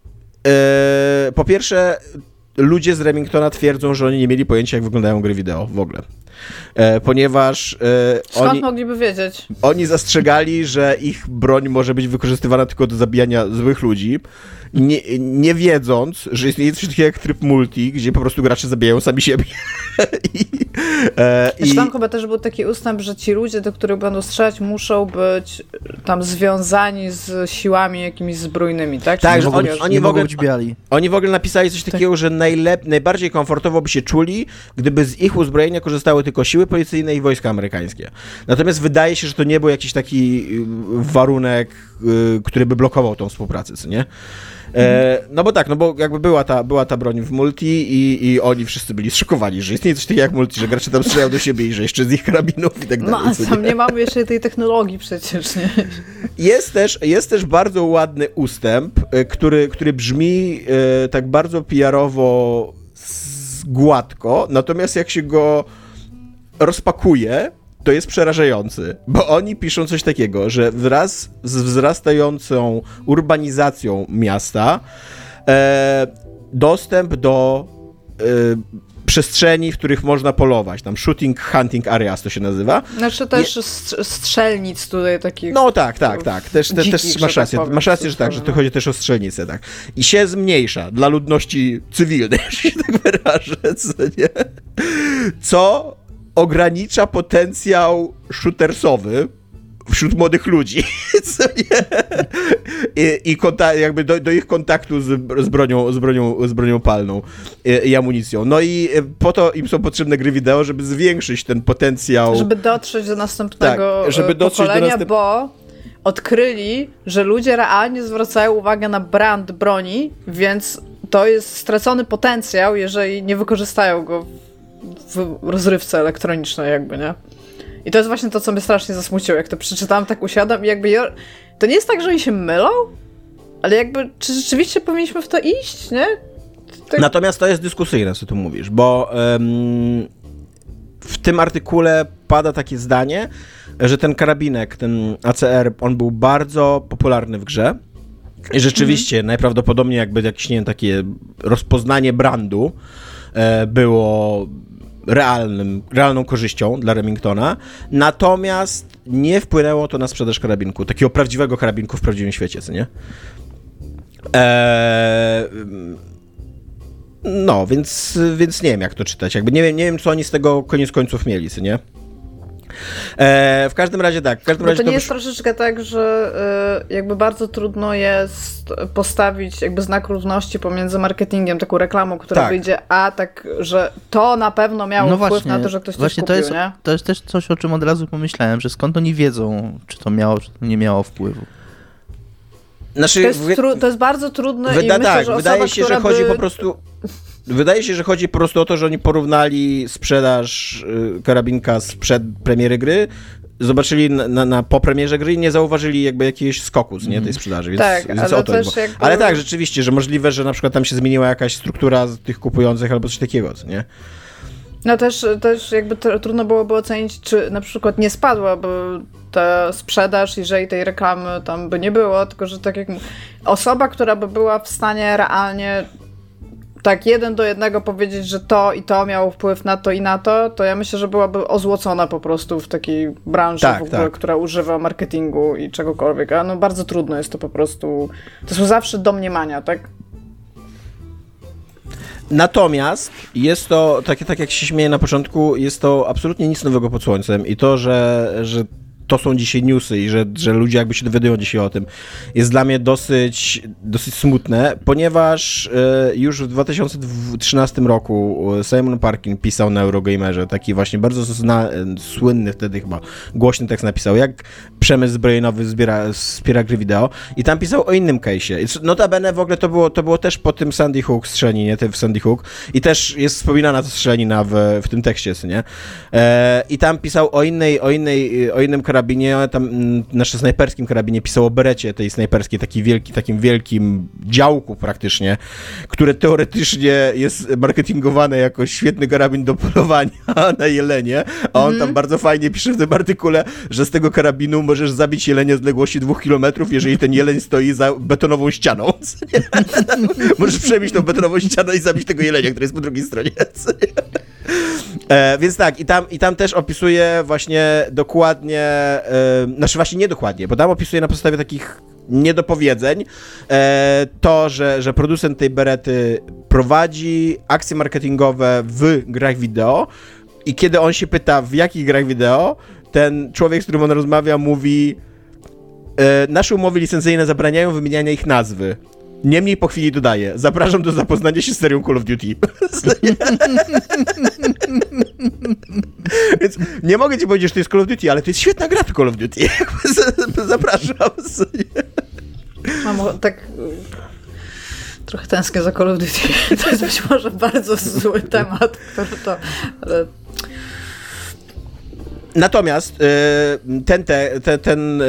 e, po pierwsze ludzie z Remingtona twierdzą, że oni nie mieli pojęcia, jak wyglądają gry wideo w ogóle. E, ponieważ e, Skąd oni, mogliby wiedzieć? Oni zastrzegali, że ich broń może być wykorzystywana tylko do zabijania złych ludzi, nie, nie wiedząc, że istnieje coś takiego jak tryb multi, gdzie po prostu gracze zabijają sami siebie. I, e, Znaczy, i... tam chyba też był taki ustęp, że ci ludzie, do których będą strzelać, muszą być tam związani z siłami jakimiś zbrojnymi, tak? Tak, Czy że nie oni, mogą- oni, nie w mogą ogóle, być biali. oni w ogóle napisali coś takiego, że najlep, najbardziej komfortowo by się czuli, gdyby z ich uzbrojenia korzystały tylko siły policyjne i wojska amerykańskie. Natomiast wydaje się, że to nie był jakiś taki y, warunek, y, który by blokował tą współpracę, co nie? E, no bo tak, no bo jakby była ta, była ta broń w multi i, i oni wszyscy byli zszokowani, że istnieje coś takiego jak multi, że gracze tam strzelają do siebie i że jeszcze z ich karabinów i tak dalej. No, co tam nie mamy jeszcze tej technologii przecież, nie? Jest też, jest też bardzo ładny ustęp, e, który, który brzmi e, tak bardzo P R-owo s- gładko, natomiast jak się go rozpakuje, to jest przerażający, bo oni piszą coś takiego, że wraz z wzrastającą urbanizacją miasta e, dostęp do e, przestrzeni, w których można polować, tam shooting, hunting areas to się nazywa. Znaczy też strz- strzelnic tutaj takich. No tak, tak, tak. Też, te, dzikich, też że masz tak rację, powiem, masz rację, że tak, że to chodzi też o strzelnicę, tak. I się zmniejsza dla ludności cywilnej, że się tak wyrażę, co nie? Co ogranicza potencjał shootersowy wśród młodych ludzi, co nie? I, i konta- jakby do, do ich kontaktu z, z, bronią, z, bronią, z bronią palną i, i amunicją. No i po to im są potrzebne gry wideo, żeby zwiększyć ten potencjał. Żeby dotrzeć do następnego Tak, żeby dotrzeć do pokolenia, następ- bo odkryli, że ludzie realnie zwracają uwagę na brand broni, więc to jest stracony potencjał, jeżeli nie wykorzystają go w rozrywce elektronicznej jakby, nie? I to jest właśnie to, co mnie strasznie zasmuciło. Jak to przeczytałam, tak usiadam i jakby ja... To nie jest tak, że oni się mylą, ale jakby czy rzeczywiście powinniśmy w to iść, nie? Tak... Natomiast to jest dyskusyjne, co tu mówisz, bo um, w tym artykule pada takie zdanie, że ten karabinek, ten A C R, on był bardzo popularny w grze i rzeczywiście mhm. najprawdopodobniej jakby jakieś, nie wiem, takie rozpoznanie brandu e, było realnym, realną korzyścią dla Remingtona, natomiast nie wpłynęło to na sprzedaż karabinku, takiego prawdziwego karabinku w prawdziwym świecie, co nie? Eee, no, więc, więc nie wiem, jak to czytać. Jakby nie wiem, nie wiem, co oni z tego koniec końców mieli, co nie? E, w każdym razie tak. W każdym Bo razie to nie to jest wysz... troszeczkę tak, że y, jakby bardzo trudno jest postawić jakby znak równości pomiędzy marketingiem, taką reklamą, która tak. wyjdzie, a tak, że to na pewno miało no wpływ właśnie, na to, że ktoś coś właśnie kupił, to jest, nie? to jest też coś, o czym od razu pomyślałem, że skąd oni wiedzą, czy to miało, czy to nie miało wpływu. Znaczy, To jest, wy... tru- to jest bardzo trudne Wyda- i myślę, tak, że wydaje osoba, się, która że chodzi by... po prostu... Wydaje się, że chodzi po prostu o to, że oni porównali sprzedaż y, karabinka sprzed premiery gry, zobaczyli na, na, na po premierze gry i nie zauważyli jakby jakiegoś skoku z nie, tej sprzedaży, więc, Tak, więc ale o to też było. jakby- Ale tak, rzeczywiście, że możliwe, że na przykład tam się zmieniła jakaś struktura z tych kupujących albo coś takiego, co nie? No też, też jakby tr- trudno byłoby ocenić, czy na przykład nie spadłaby ta sprzedaż, jeżeli tej reklamy tam by nie było, tylko że tak jak m- osoba, która by była w stanie realnie tak jeden do jednego powiedzieć, że to i to miało wpływ na to i na to, to ja myślę, że byłaby ozłocona po prostu w takiej branży Tak, w ogóle, tak. która używa marketingu i czegokolwiek, a no bardzo trudno jest to po prostu, to są zawsze domniemania, tak? Natomiast jest to, tak, tak jak się śmieję na początku, jest to absolutnie nic nowego pod słońcem i to, że, że to są dzisiaj newsy i że, że ludzie jakby się dowiadują dzisiaj o tym, jest dla mnie dosyć, dosyć smutne, ponieważ e, już w dwa tysiące trzynastym roku Simon Parkin pisał na Eurogamerze, taki właśnie bardzo zna, słynny wtedy chyba, głośny tekst napisał, jak przemysł zbrojeniowy zbiera, wspiera gry wideo i tam pisał o innym case'ie. Notabene w ogóle to było, to było też po tym Sandy Hook strzelaninie, w Sandy Hook i też jest wspominana ta strzelanina w, w tym tekście, nie? E, I tam pisał o innej, o innej, o innym karabinie, tam naszym snajperskim karabinie pisał o berecie tej snajperskiej, taki wielki, takim wielkim działku praktycznie, które teoretycznie jest marketingowane jako świetny karabin do polowania na jelenie, a on mm. tam bardzo fajnie pisze w tym artykule, że z tego karabinu możesz zabić jelenia z odległości dwóch kilometrów, jeżeli ten jeleń stoi za betonową ścianą. Możesz przebić tą betonową ścianę i zabić tego jelenia, który jest po drugiej stronie. E, więc tak, i tam, i tam też opisuje właśnie dokładnie, e, znaczy właśnie nie dokładnie, bo tam opisuje na podstawie takich niedopowiedzeń e, to, że, że producent tej berety prowadzi akcje marketingowe w grach wideo i kiedy on się pyta, w jakich grach wideo, ten człowiek, z którym on rozmawia, mówi e, nasze umowy licencyjne zabraniają wymieniania ich nazwy. Niemniej po chwili dodaję, zapraszam do zapoznania się z serią Call of Duty. Więc nie mogę ci powiedzieć, że to jest Call of Duty, ale to jest świetna gra w Call of Duty. Zapraszam. Mam tak trochę tęsknię za Call of Duty. To jest być może bardzo zły temat, który to... Ale... Natomiast ten, te, te, ten,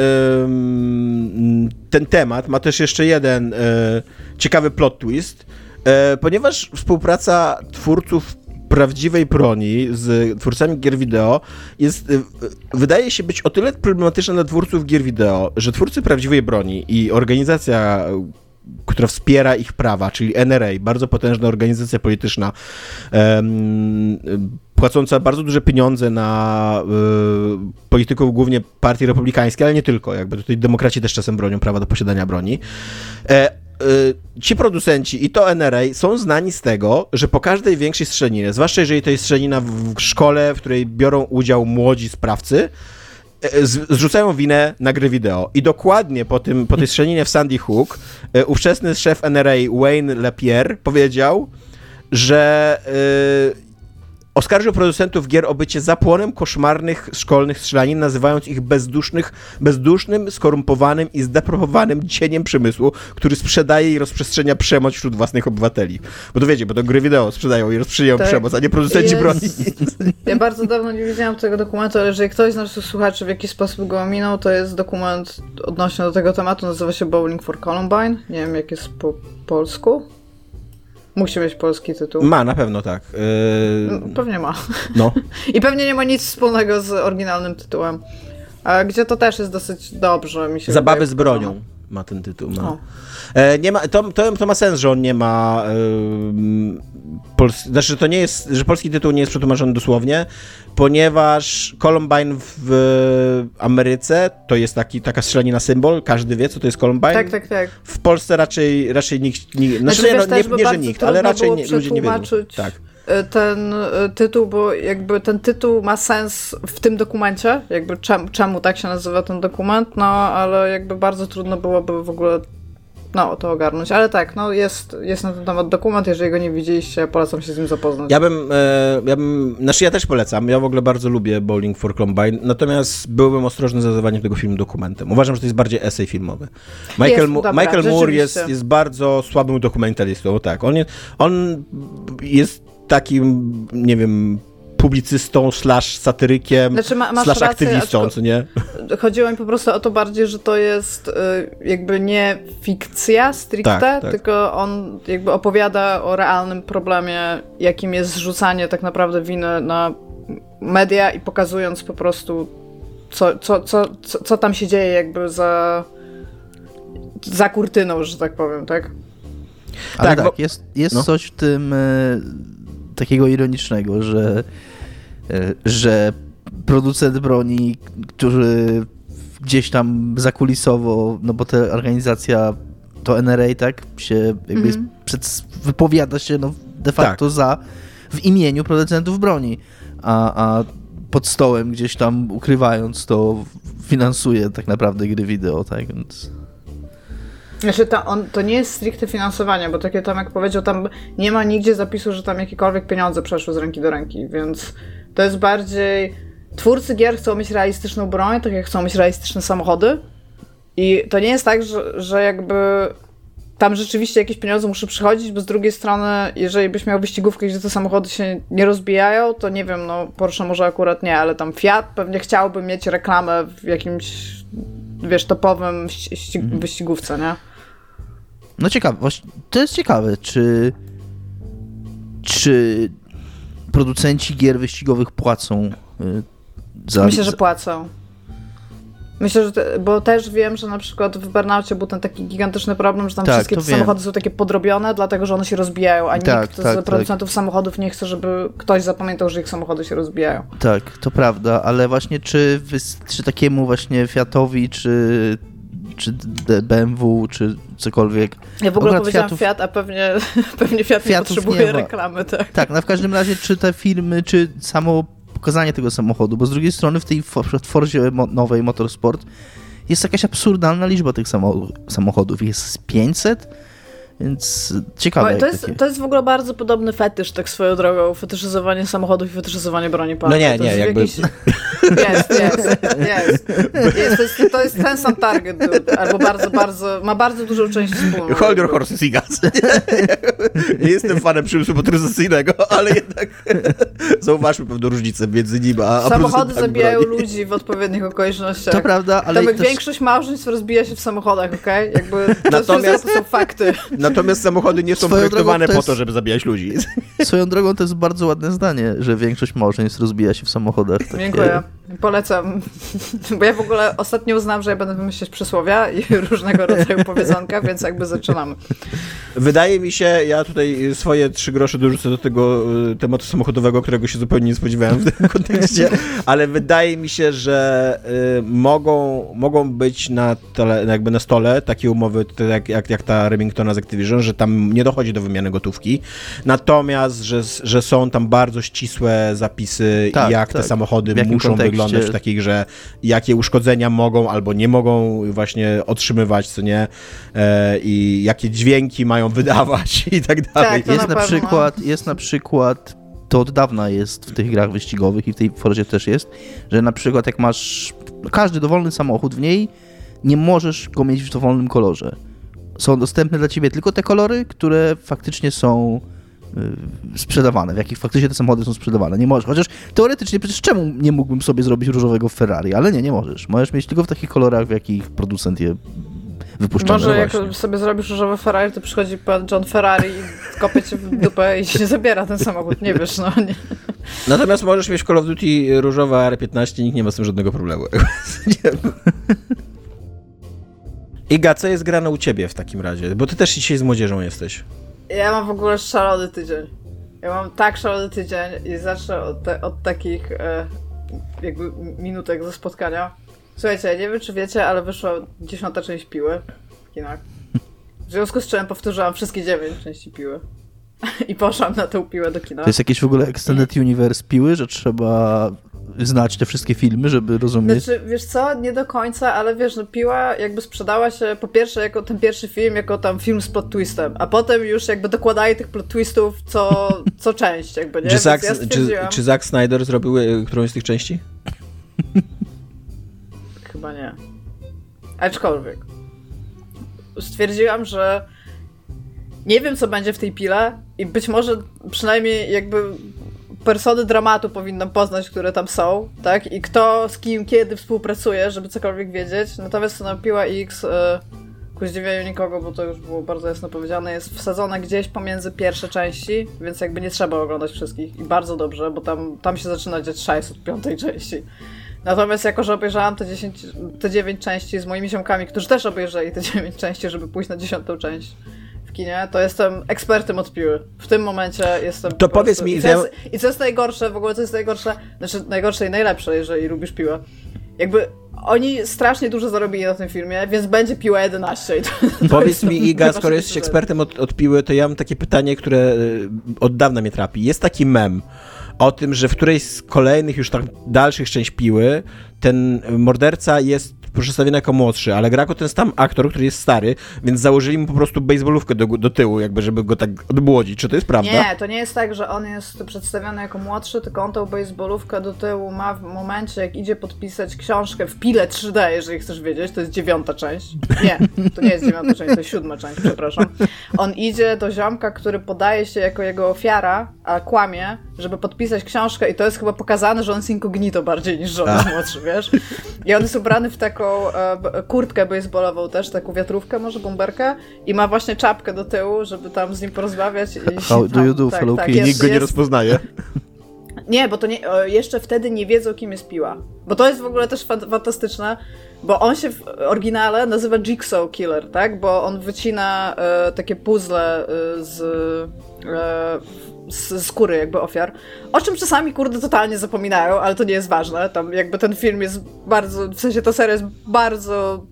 ten temat ma też jeszcze jeden ciekawy plot twist, ponieważ współpraca twórców prawdziwej broni z twórcami gier wideo jest, wydaje się być o tyle problematyczna dla twórców gier wideo, że twórcy prawdziwej broni i organizacja, która wspiera ich prawa, czyli N R A, bardzo potężna organizacja polityczna, um, płacąca bardzo duże pieniądze na y, polityków głównie partii republikańskiej, ale nie tylko, jakby tutaj demokraci też czasem bronią prawa do posiadania broni. E, y, ci producenci i to N R A są znani z tego, że po każdej większej strzelaninie, zwłaszcza jeżeli to jest strzelanina w szkole, w której biorą udział młodzi sprawcy, zrzucają winę na gry wideo. I dokładnie po, tym, po tej strzelaninie w Sandy Hook y, ówczesny szef N R A Wayne LaPierre powiedział, że y, oskarżył producentów gier o bycie zapłonem koszmarnych szkolnych strzelanin, nazywając ich bezdusznych, bezdusznym, skorumpowanym i zdeprawowanym cieniem przemysłu, który sprzedaje i rozprzestrzenia przemoc wśród własnych obywateli. Bo to wiecie, bo to gry wideo sprzedają i rozprzestrzeniają tak, przemoc, a nie producenci jest... broni. Ja bardzo dawno nie widziałam tego dokumentu, ale jeżeli ktoś z naszych słuchaczy w jakiś sposób go ominął, to jest dokument odnośnie do tego tematu, nazywa się Bowling for Columbine. Nie wiem, jak jest po polsku. Musi mieć polski tytuł. Ma, na pewno tak. Yy... Pewnie ma. No. I pewnie nie ma nic wspólnego z oryginalnym tytułem. A gdzie to też jest dosyć dobrze, mi się Zabawy wydaje, z bronią pokazane. Ma ten tytuł. No. E, nie ma, to, to, to ma sens, że on nie ma... Yy, pols- znaczy, to nie jest, że polski tytuł nie jest przetłumaczony dosłownie, ponieważ Columbine w Ameryce to jest taki, taka strzelanina symbol, każdy wie, co to jest Columbine. Tak, tak, tak. W Polsce raczej, raczej nikt... nikt znaczy, znaczy, nie, no, nie, nie, że nikt, ale raczej nie, ludzie nie wiedzą. Tak. Ten tytuł, bo jakby ten tytuł ma sens w tym dokumencie, jakby czemu, czemu tak się nazywa ten dokument, no ale jakby bardzo trudno byłoby w ogóle no, to ogarnąć, ale tak, no jest, jest na ten temat dokument, jeżeli go nie widzieliście, polecam się z nim zapoznać. Ja bym, e, ja bym, znaczy ja też polecam, ja w ogóle bardzo lubię Bowling for Columbine, natomiast byłbym ostrożny z nazywaniem tego filmu dokumentem. Uważam, że to jest bardziej esej filmowy. Michael, jest, Mu- dobra, Michael Moore jest, jest bardzo słabym dokumentalistą, tak, on jest, on jest takim, nie wiem, publicystą, slash satyrykiem, znaczy, ma, slash rację, aktywistą, co nie? Chodziło mi po prostu o to bardziej, że to jest y, jakby nie fikcja stricte, tak, tak. tylko on jakby opowiada o realnym problemie, jakim jest zrzucanie tak naprawdę winy na media i pokazując po prostu co, co, co, co, co tam się dzieje jakby za za kurtyną, że tak powiem, tak? Ale tak, tak bo... jest, jest no. coś w tym y, takiego ironicznego, że że producent broni, który gdzieś tam zakulisowo, no bo ta organizacja, to N R A, tak, się jakby mm-hmm. jest, przed, wypowiada się no de facto tak. za, w imieniu producentów broni, a, a pod stołem gdzieś tam ukrywając, to finansuje tak naprawdę gry wideo, tak, więc... Znaczy to, on, to nie jest stricte finansowanie, bo tak jak Tomek powiedział, tam nie ma nigdzie zapisu, że tam jakiekolwiek pieniądze przeszły z ręki do ręki, więc to jest bardziej... Twórcy gier chcą mieć realistyczną broń, tak jak chcą mieć realistyczne samochody i to nie jest tak, że, że jakby tam rzeczywiście jakieś pieniądze muszą przychodzić, bo z drugiej strony, jeżeli byś miał wyścigówkę, gdzie te samochody się nie rozbijają, to nie wiem, no Porsche może akurat nie, ale tam Fiat pewnie chciałby mieć reklamę w jakimś, wiesz, topowym ści- mhm. wyścigówce, nie? No ciekawe, właśnie to jest ciekawe, czy czy producenci gier wyścigowych płacą y, za... Myślę, że płacą. Myślę, że te, bo też wiem, że na przykład w Burnoutie był ten taki gigantyczny problem, że tam tak, wszystkie te wiem. samochody są takie podrobione, dlatego że one się rozbijają, a tak, nikt tak, z producentów tak. samochodów nie chce, żeby ktoś zapamiętał, że ich samochody się rozbijają. Tak, to prawda, ale właśnie czy, czy takiemu właśnie Fiatowi, czy, czy B M W, czy cokolwiek... Ja w ogóle Akurat powiedziałam Fiatów, Fiat, a pewnie, pewnie Fiat nie potrzebuje nie reklamy. Tak. tak, no w każdym razie czy te filmy, czy samo pokazanie tego samochodu, bo z drugiej strony w tej Forzie nowej Motorsport jest jakaś absurdalna liczba tych samochodów. Jest pięćset, więc ciekawe. To jest, to jest w ogóle bardzo podobny fetysz, tak swoją drogą, fetyszyzowanie samochodów i fetyszyzowanie broni palnej. No nie, to nie, jest jakby... Jakiś... Jest, jest, jest. jest to, jest, to jest ten sam target, dude. Albo bardzo, bardzo, ma bardzo dużą część wspólną. Hold your horses, Igas. Nie jestem fanem przemysłu motoryzacyjnego, ale jednak zauważmy pewną różnicę między nim a, a samochody zabijają broni. ludzi w odpowiednich okolicznościach. To prawda, ale... Tomek, też... większość małżeństw rozbija się w samochodach, okej? Okay? Jakby to Natomiast... to są fakty. Natomiast samochody nie są Swoją projektowane drogą to po to, jest... żeby zabijać ludzi. Swoją drogą to jest bardzo ładne zdanie, że większość małżeństw rozbija się w samochodach. Takie... Dziękuję. Polecam. Bo ja w ogóle ostatnio uznałam, że ja będę wymyślać przysłowia i różnego rodzaju powiedzonka, więc jakby zaczynamy. Wydaje mi się, ja tutaj swoje trzy grosze dorzucę do tego tematu samochodowego, którego się zupełnie nie spodziewałem w tym kontekście, ale wydaje mi się, że y, mogą, mogą być na, tele, jakby na stole takie umowy, jak, jak, jak ta Remingtona z Activision, że tam nie dochodzi do wymiany gotówki, natomiast, że, że są tam bardzo ścisłe zapisy, tak, jak tak. te samochody muszą kontekście? wyglądać w takiej grze, jakie uszkodzenia mogą albo nie mogą właśnie otrzymywać, co nie, e, i jakie dźwięki mają wydawać i tak dalej. Tak, jest, na na przykład, jest na przykład, to od dawna jest w tych grach wyścigowych i w tej Forzie też jest, że na przykład jak masz każdy dowolny samochód w niej, nie możesz go mieć w dowolnym kolorze. Są dostępne dla ciebie tylko te kolory, które faktycznie są sprzedawane, w jakich faktycznie te samochody są sprzedawane. Nie możesz, chociaż teoretycznie przecież czemu nie mógłbym sobie zrobić różowego Ferrari, ale nie, nie możesz. Możesz mieć tylko w takich kolorach, w jakich producent je wypuszcza. Może no jak sobie zrobisz różowe Ferrari, to przychodzi pan John Ferrari i kopie cię w dupę i się zabiera ten samochód, nie wiesz, no nie. Natomiast możesz mieć w Call of Duty różowe A R piętnaście, nikt nie ma z tym żadnego problemu. Iga, co jest grane u ciebie w takim razie? Bo ty też dzisiaj z młodzieżą jesteś. Ja mam w ogóle szalony tydzień. Ja mam tak szalony tydzień i zacznę od, te, od takich e, jakby minutek ze spotkania. Słuchajcie, ja nie wiem, czy wiecie, ale wyszła dziesiąta część Piły w kinach. W związku z czym powtórzyłam wszystkie dziewięć części Piły. I poszłam na tę Piłę do kina. To jest jakieś w ogóle Extended I... Universe Piły, że trzeba znać te wszystkie filmy, żeby rozumieć? Znaczy, wiesz co, nie do końca, ale wiesz, no Piła jakby sprzedała się po pierwsze jako ten pierwszy film, jako tam film z plot twistem, a potem już jakby dokładali tych plot twistów co, co część, jakby, nie? Czy Zack, ja czy, czy Zack Snyder zrobił którąś z tych części? Chyba nie. Aczkolwiek stwierdziłam, że nie wiem, co będzie w tej Pile i być może przynajmniej jakby persony dramatu powinnam poznać, które tam są, tak? I kto z kim, kiedy współpracuje, żeby cokolwiek wiedzieć. Natomiast na Piła X, e, ku zdziwieniu nikogo, bo to już było bardzo jasno powiedziane, jest wsadzone gdzieś pomiędzy pierwsze części, więc jakby nie trzeba oglądać wszystkich. I bardzo dobrze, bo tam, tam się zaczyna dziać szajs od piątej części. Natomiast jako, że obejrzałam te, dziesięć, te dziewięć części z moimi ziomkami, którzy też obejrzeli te dziewięć części, żeby pójść na dziesiątą część w kinie, to jestem ekspertem od Piły. W tym momencie jestem... To powiedz mi... I co, jest, I co jest najgorsze, w ogóle co jest najgorsze, znaczy najgorsze i najlepsze, jeżeli lubisz Piłę. Jakby oni strasznie dużo zarobili na tym filmie, więc będzie Piła jedenaście. To, to powiedz mi, Iga, skoro jesteś ekspertem od, od Piły, to ja mam takie pytanie, które od dawna mnie trapi. Jest taki mem, o tym, że w którejś z kolejnych już tak dalszych część Piły ten morderca jest przedstawiony jako młodszy, ale gra jako ten sam aktor, który jest stary, więc założyli mu po prostu bejsbolówkę do, do tyłu, jakby, żeby go tak odmłodzić. Czy to jest prawda? Nie, to nie jest tak, że on jest przedstawiony jako młodszy, tylko on tą bejsbolówkę do tyłu ma w momencie, jak idzie podpisać książkę w Pile trzy D, jeżeli chcesz wiedzieć, to jest dziewiąta część. Nie, to nie jest dziewiąta część, to jest siódma część, przepraszam. On idzie do ziomka, który podaje się jako jego ofiara, a kłamie, żeby podpisać książkę i to jest chyba pokazane, że on jest incognito bardziej niż, że on jest młodszy, wiesz? I on jest ubrany w taką e, kurtkę baseballową też, taką wiatrówkę, może bomberkę i ma właśnie czapkę do tyłu, żeby tam z nim porozmawiać. I How do you do, tak, fellow tak, kids? jest, Nikt go nie jest... rozpoznaje. Nie, bo to nie, jeszcze wtedy nie wiedzą, kim jest Piła. Bo to jest w ogóle też fantastyczne, bo on się w oryginale nazywa Jigsaw Killer, tak? Bo on wycina e, takie puzzle e, z, e, z skóry jakby ofiar. O czym czasami, kurde, totalnie zapominają, ale to nie jest ważne. Tam jakby ten film jest bardzo, w sensie ta seria jest bardzo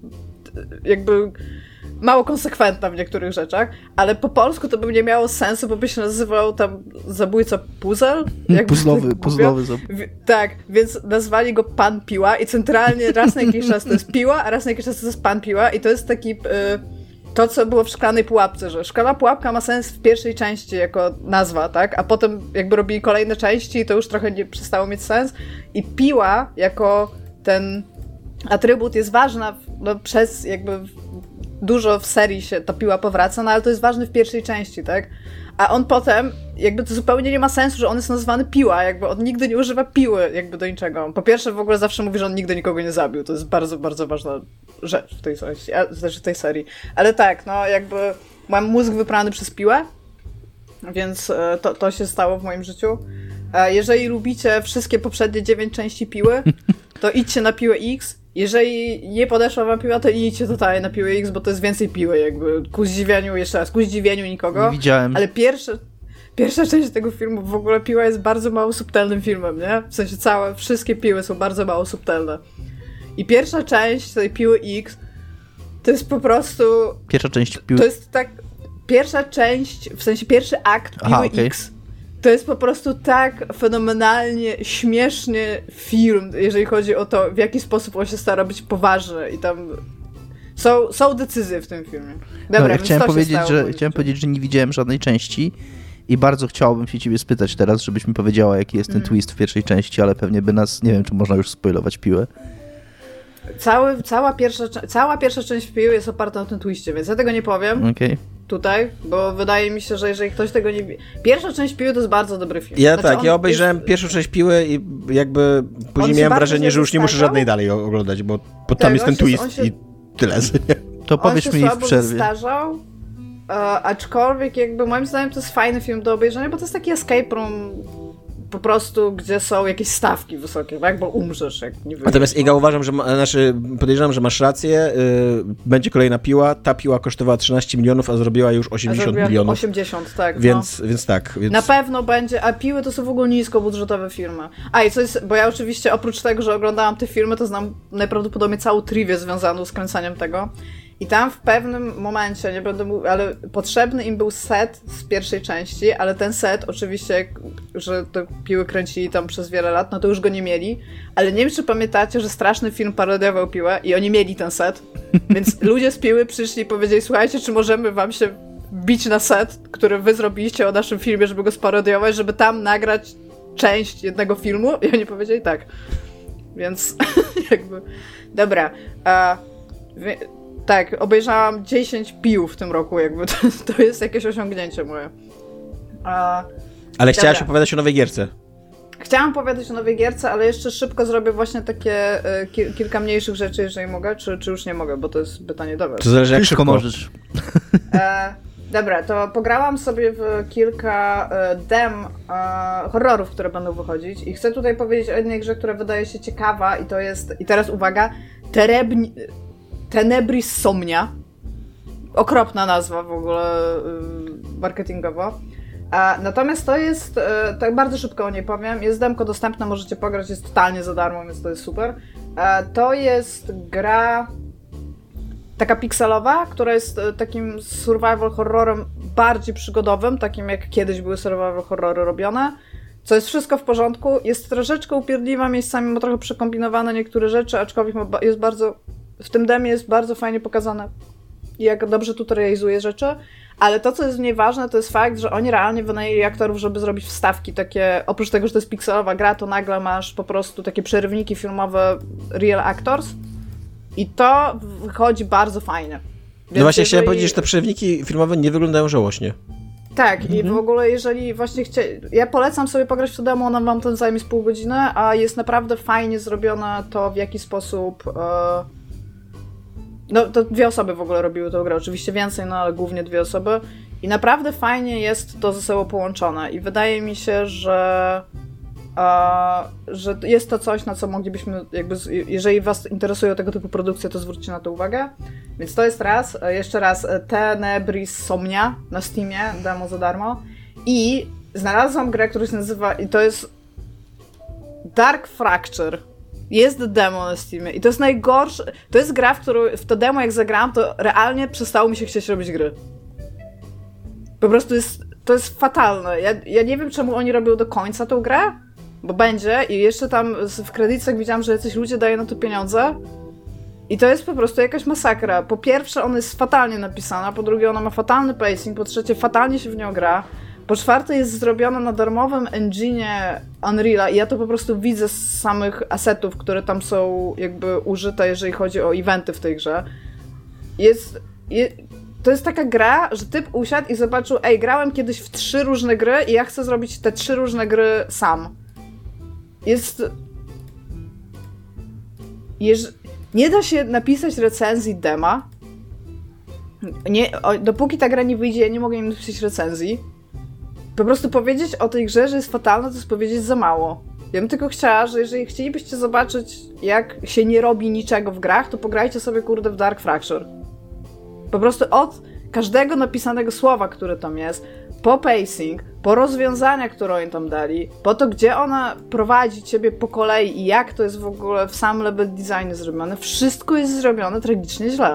jakby mało konsekwentna w niektórych rzeczach, ale po polsku to by nie miało sensu, bo by się nazywał tam zabójca puzzle. Puzzlowy, puzzlowy zabójca. Tak, więc nazwali go Pan Piła i centralnie raz na jakiś czas to jest Piła, a raz na jakiś czas to jest Pan Piła i to jest taki y, to, co było w Szklanej Pułapce, że Szklana Pułapka ma sens w pierwszej części jako nazwa, tak, a potem jakby robili kolejne części i to już trochę nie przestało mieć sens i Piła jako ten atrybut jest ważna no, przez jakby dużo w serii się ta piła powraca, no ale to jest ważne w pierwszej części, tak? A on potem, jakby to zupełnie nie ma sensu, że on jest nazwany Piła, jakby on nigdy nie używa piły jakby do niczego. Po pierwsze w ogóle zawsze mówi, że on nigdy nikogo nie zabił, to jest bardzo, bardzo ważna rzecz w tej części, a, znaczy w tej serii. Ale tak, no jakby mam mózg wyprany przez piłę, więc to, to się stało w moim życiu. Jeżeli lubicie wszystkie poprzednie dziewięć części Piły, to idźcie na Piłę X. Jeżeli nie podeszła wam piła, to idźcie totalnie na Piłę X, bo to jest więcej piły, jakby ku zdziwieniu, jeszcze raz, ku zdziwieniu nikogo. Nie widziałem. Ale pierwsze, pierwsza część tego filmu, w ogóle Piła jest bardzo mało subtelnym filmem, nie? W sensie całe, wszystkie piły są bardzo mało subtelne. I pierwsza część tej Piły X to jest po prostu... Pierwsza część Piły... To jest tak... Pierwsza część, w sensie pierwszy akt Piły Aha, okay. X to jest po prostu tak fenomenalnie śmieszny film, jeżeli chodzi o to, w jaki sposób on się stara być poważny i tam są, są decyzje w tym filmie. Dobra, no, ja więc chciałem to powiedzieć, się że chciałem powiedzieć, że nie widziałem żadnej części i bardzo chciałbym się ciebie spytać teraz, żebyś mi powiedziała, jaki jest ten mm. twist w pierwszej części, ale pewnie by nas, nie wiem, czy można już spoilować Piłę. Cały, cała, pierwsza, cała pierwsza część Piły jest oparta na tym twiście, więc ja tego nie powiem. Okay. Tutaj, bo wydaje mi się, że jeżeli ktoś tego nie... Pierwsza część Piły to jest bardzo dobry film. Ja znaczy, tak, ja obejrzałem jest... pierwszą część Piły i jakby później miałem wrażenie, że już nie muszę żadnej dalej oglądać, bo, bo tam tak, jest ten się, twist się... i tyle. To powiedz mi w przerwie. Zestarzał, uh, aczkolwiek jakby moim zdaniem to jest fajny film do obejrzenia, bo to jest taki escape room po prostu, gdzie są jakieś stawki wysokie, tak? Bo umrzesz, jak nie wyjdziesz. Natomiast Iga, uważam, że ma, znaczy, podejrzewam, że masz rację. Yy, będzie kolejna piła. Ta piła kosztowała trzynaście milionów, a zrobiła już osiemdziesiąt zrobiła milionów. osiemdziesiąt, tak. Więc, no. więc tak. Więc... Na pewno będzie, a Piły to są w ogóle niskobudżetowe filmy. A i co jest, bo ja oczywiście oprócz tego, że oglądałam te filmy, to znam najprawdopodobniej całą triwię związaną z kręcaniem tego. I tam w pewnym momencie, nie będę mówił, ale potrzebny im był set z pierwszej części, ale ten set oczywiście, że te Piły kręcili tam przez wiele lat, no to już go nie mieli. Ale nie wiem, czy pamiętacie, że straszny film parodiował Piłę i oni mieli ten set. Więc ludzie z Piły przyszli i powiedzieli, słuchajcie, czy możemy wam się bić na set, który wy zrobiliście o naszym filmie, żeby go sparodiować, żeby tam nagrać część jednego filmu? I oni powiedzieli tak. Więc jakby... Dobra. A... Tak, obejrzałam dziesięć pił w tym roku, jakby to, to jest jakieś osiągnięcie moje. A, ale chciałaś dobra. opowiadać o nowej gierce. Chciałam opowiadać o nowej gierce, ale jeszcze szybko zrobię właśnie takie y, ki- kilka mniejszych rzeczy, jeżeli mogę, czy, czy już nie mogę, bo to jest pytanie dobre. To zależy, jak szybko możesz. E, dobra, to pograłam sobie w kilka e, dem e, horrorów, które będą wychodzić i chcę tutaj powiedzieć o jednej grze, która wydaje się ciekawa i to jest, i teraz uwaga, Terebni... Tenebris Somnia. Okropna nazwa w ogóle yy, marketingowo. A, natomiast to jest, yy, tak bardzo szybko o niej powiem, jest demko dostępna, możecie pograć, jest totalnie za darmo, więc to jest super. A, to jest gra taka pikselowa, która jest yy, takim survival horrorem bardziej przygodowym, takim jak kiedyś były survival horrory robione. co jest wszystko w porządku. Jest troszeczkę upierdliwa, miejscami ma trochę przekombinowane niektóre rzeczy, aczkolwiek ma, jest bardzo, w tym demie jest bardzo fajnie pokazane, jak dobrze tutaj realizuje rzeczy. Ale to, co jest w niej ważne, to jest fakt, że oni realnie wynajęli aktorów, żeby zrobić wstawki takie, oprócz tego, że to jest pikselowa gra, to nagle masz po prostu takie przerywniki filmowe real actors i to wychodzi bardzo fajnie. Więc no właśnie jeżeli... chciałem powiedzieć, że te przerywniki filmowe nie wyglądają żałośnie. Tak, mhm. i w ogóle jeżeli właśnie chcie... Ja polecam sobie pograć w to demo, ona wam to zajmie z pół godziny, a jest naprawdę fajnie zrobione to, w jaki sposób... E... No, to dwie osoby w ogóle robiły tę grę, oczywiście więcej, no ale głównie dwie osoby. I naprawdę fajnie jest to ze sobą połączone. I wydaje mi się, że, e, że jest to coś, na co moglibyśmy, jakby, jeżeli was interesują tego typu produkcje, to zwróćcie na to uwagę. Więc to jest raz. Jeszcze raz, Tenebris Somnia na Steamie, demo za darmo. I znalazłam grę, która się nazywa, i to jest Dark Fracture. Jest demo na Steamie i to jest najgorsze, to jest gra, w którą w to demo jak zagrałam, to realnie przestało mi się chcieć robić gry. Po prostu jest, to jest fatalne. Ja, ja nie wiem, czemu oni robią do końca tą grę, bo będzie i jeszcze tam w kredytach widziałam, że jacyś ludzie dają na to pieniądze i to jest po prostu jakaś masakra. Po pierwsze, ona jest fatalnie napisana, po drugie, ona ma fatalny pacing, po trzecie, fatalnie się w nią gra. Po czwarte, jest zrobiona na darmowym engine'ie Unreal'a i ja to po prostu widzę z samych asetów, które tam są jakby użyte, jeżeli chodzi o eventy w tej grze. Jest, je, to jest taka gra, że typ usiadł i zobaczył, ej, grałem kiedyś w trzy różne gry i ja chcę zrobić te trzy różne gry sam. Jest... Jeż... Nie da się napisać recenzji dema. Nie, o, dopóki ta gra nie wyjdzie, ja nie mogę im napisać recenzji. Po prostu powiedzieć o tej grze, że jest fatalna, to jest powiedzieć za mało. Ja bym tylko chciała, że jeżeli chcielibyście zobaczyć, jak się nie robi niczego w grach, to pograjcie sobie, kurde, w Dark Fracture. Po prostu od każdego napisanego słowa, które tam jest, po pacing, po rozwiązania, które oni tam dali, po to, gdzie ona prowadzi ciebie po kolei i jak to jest w ogóle w sam level designie zrobione, wszystko jest zrobione tragicznie źle.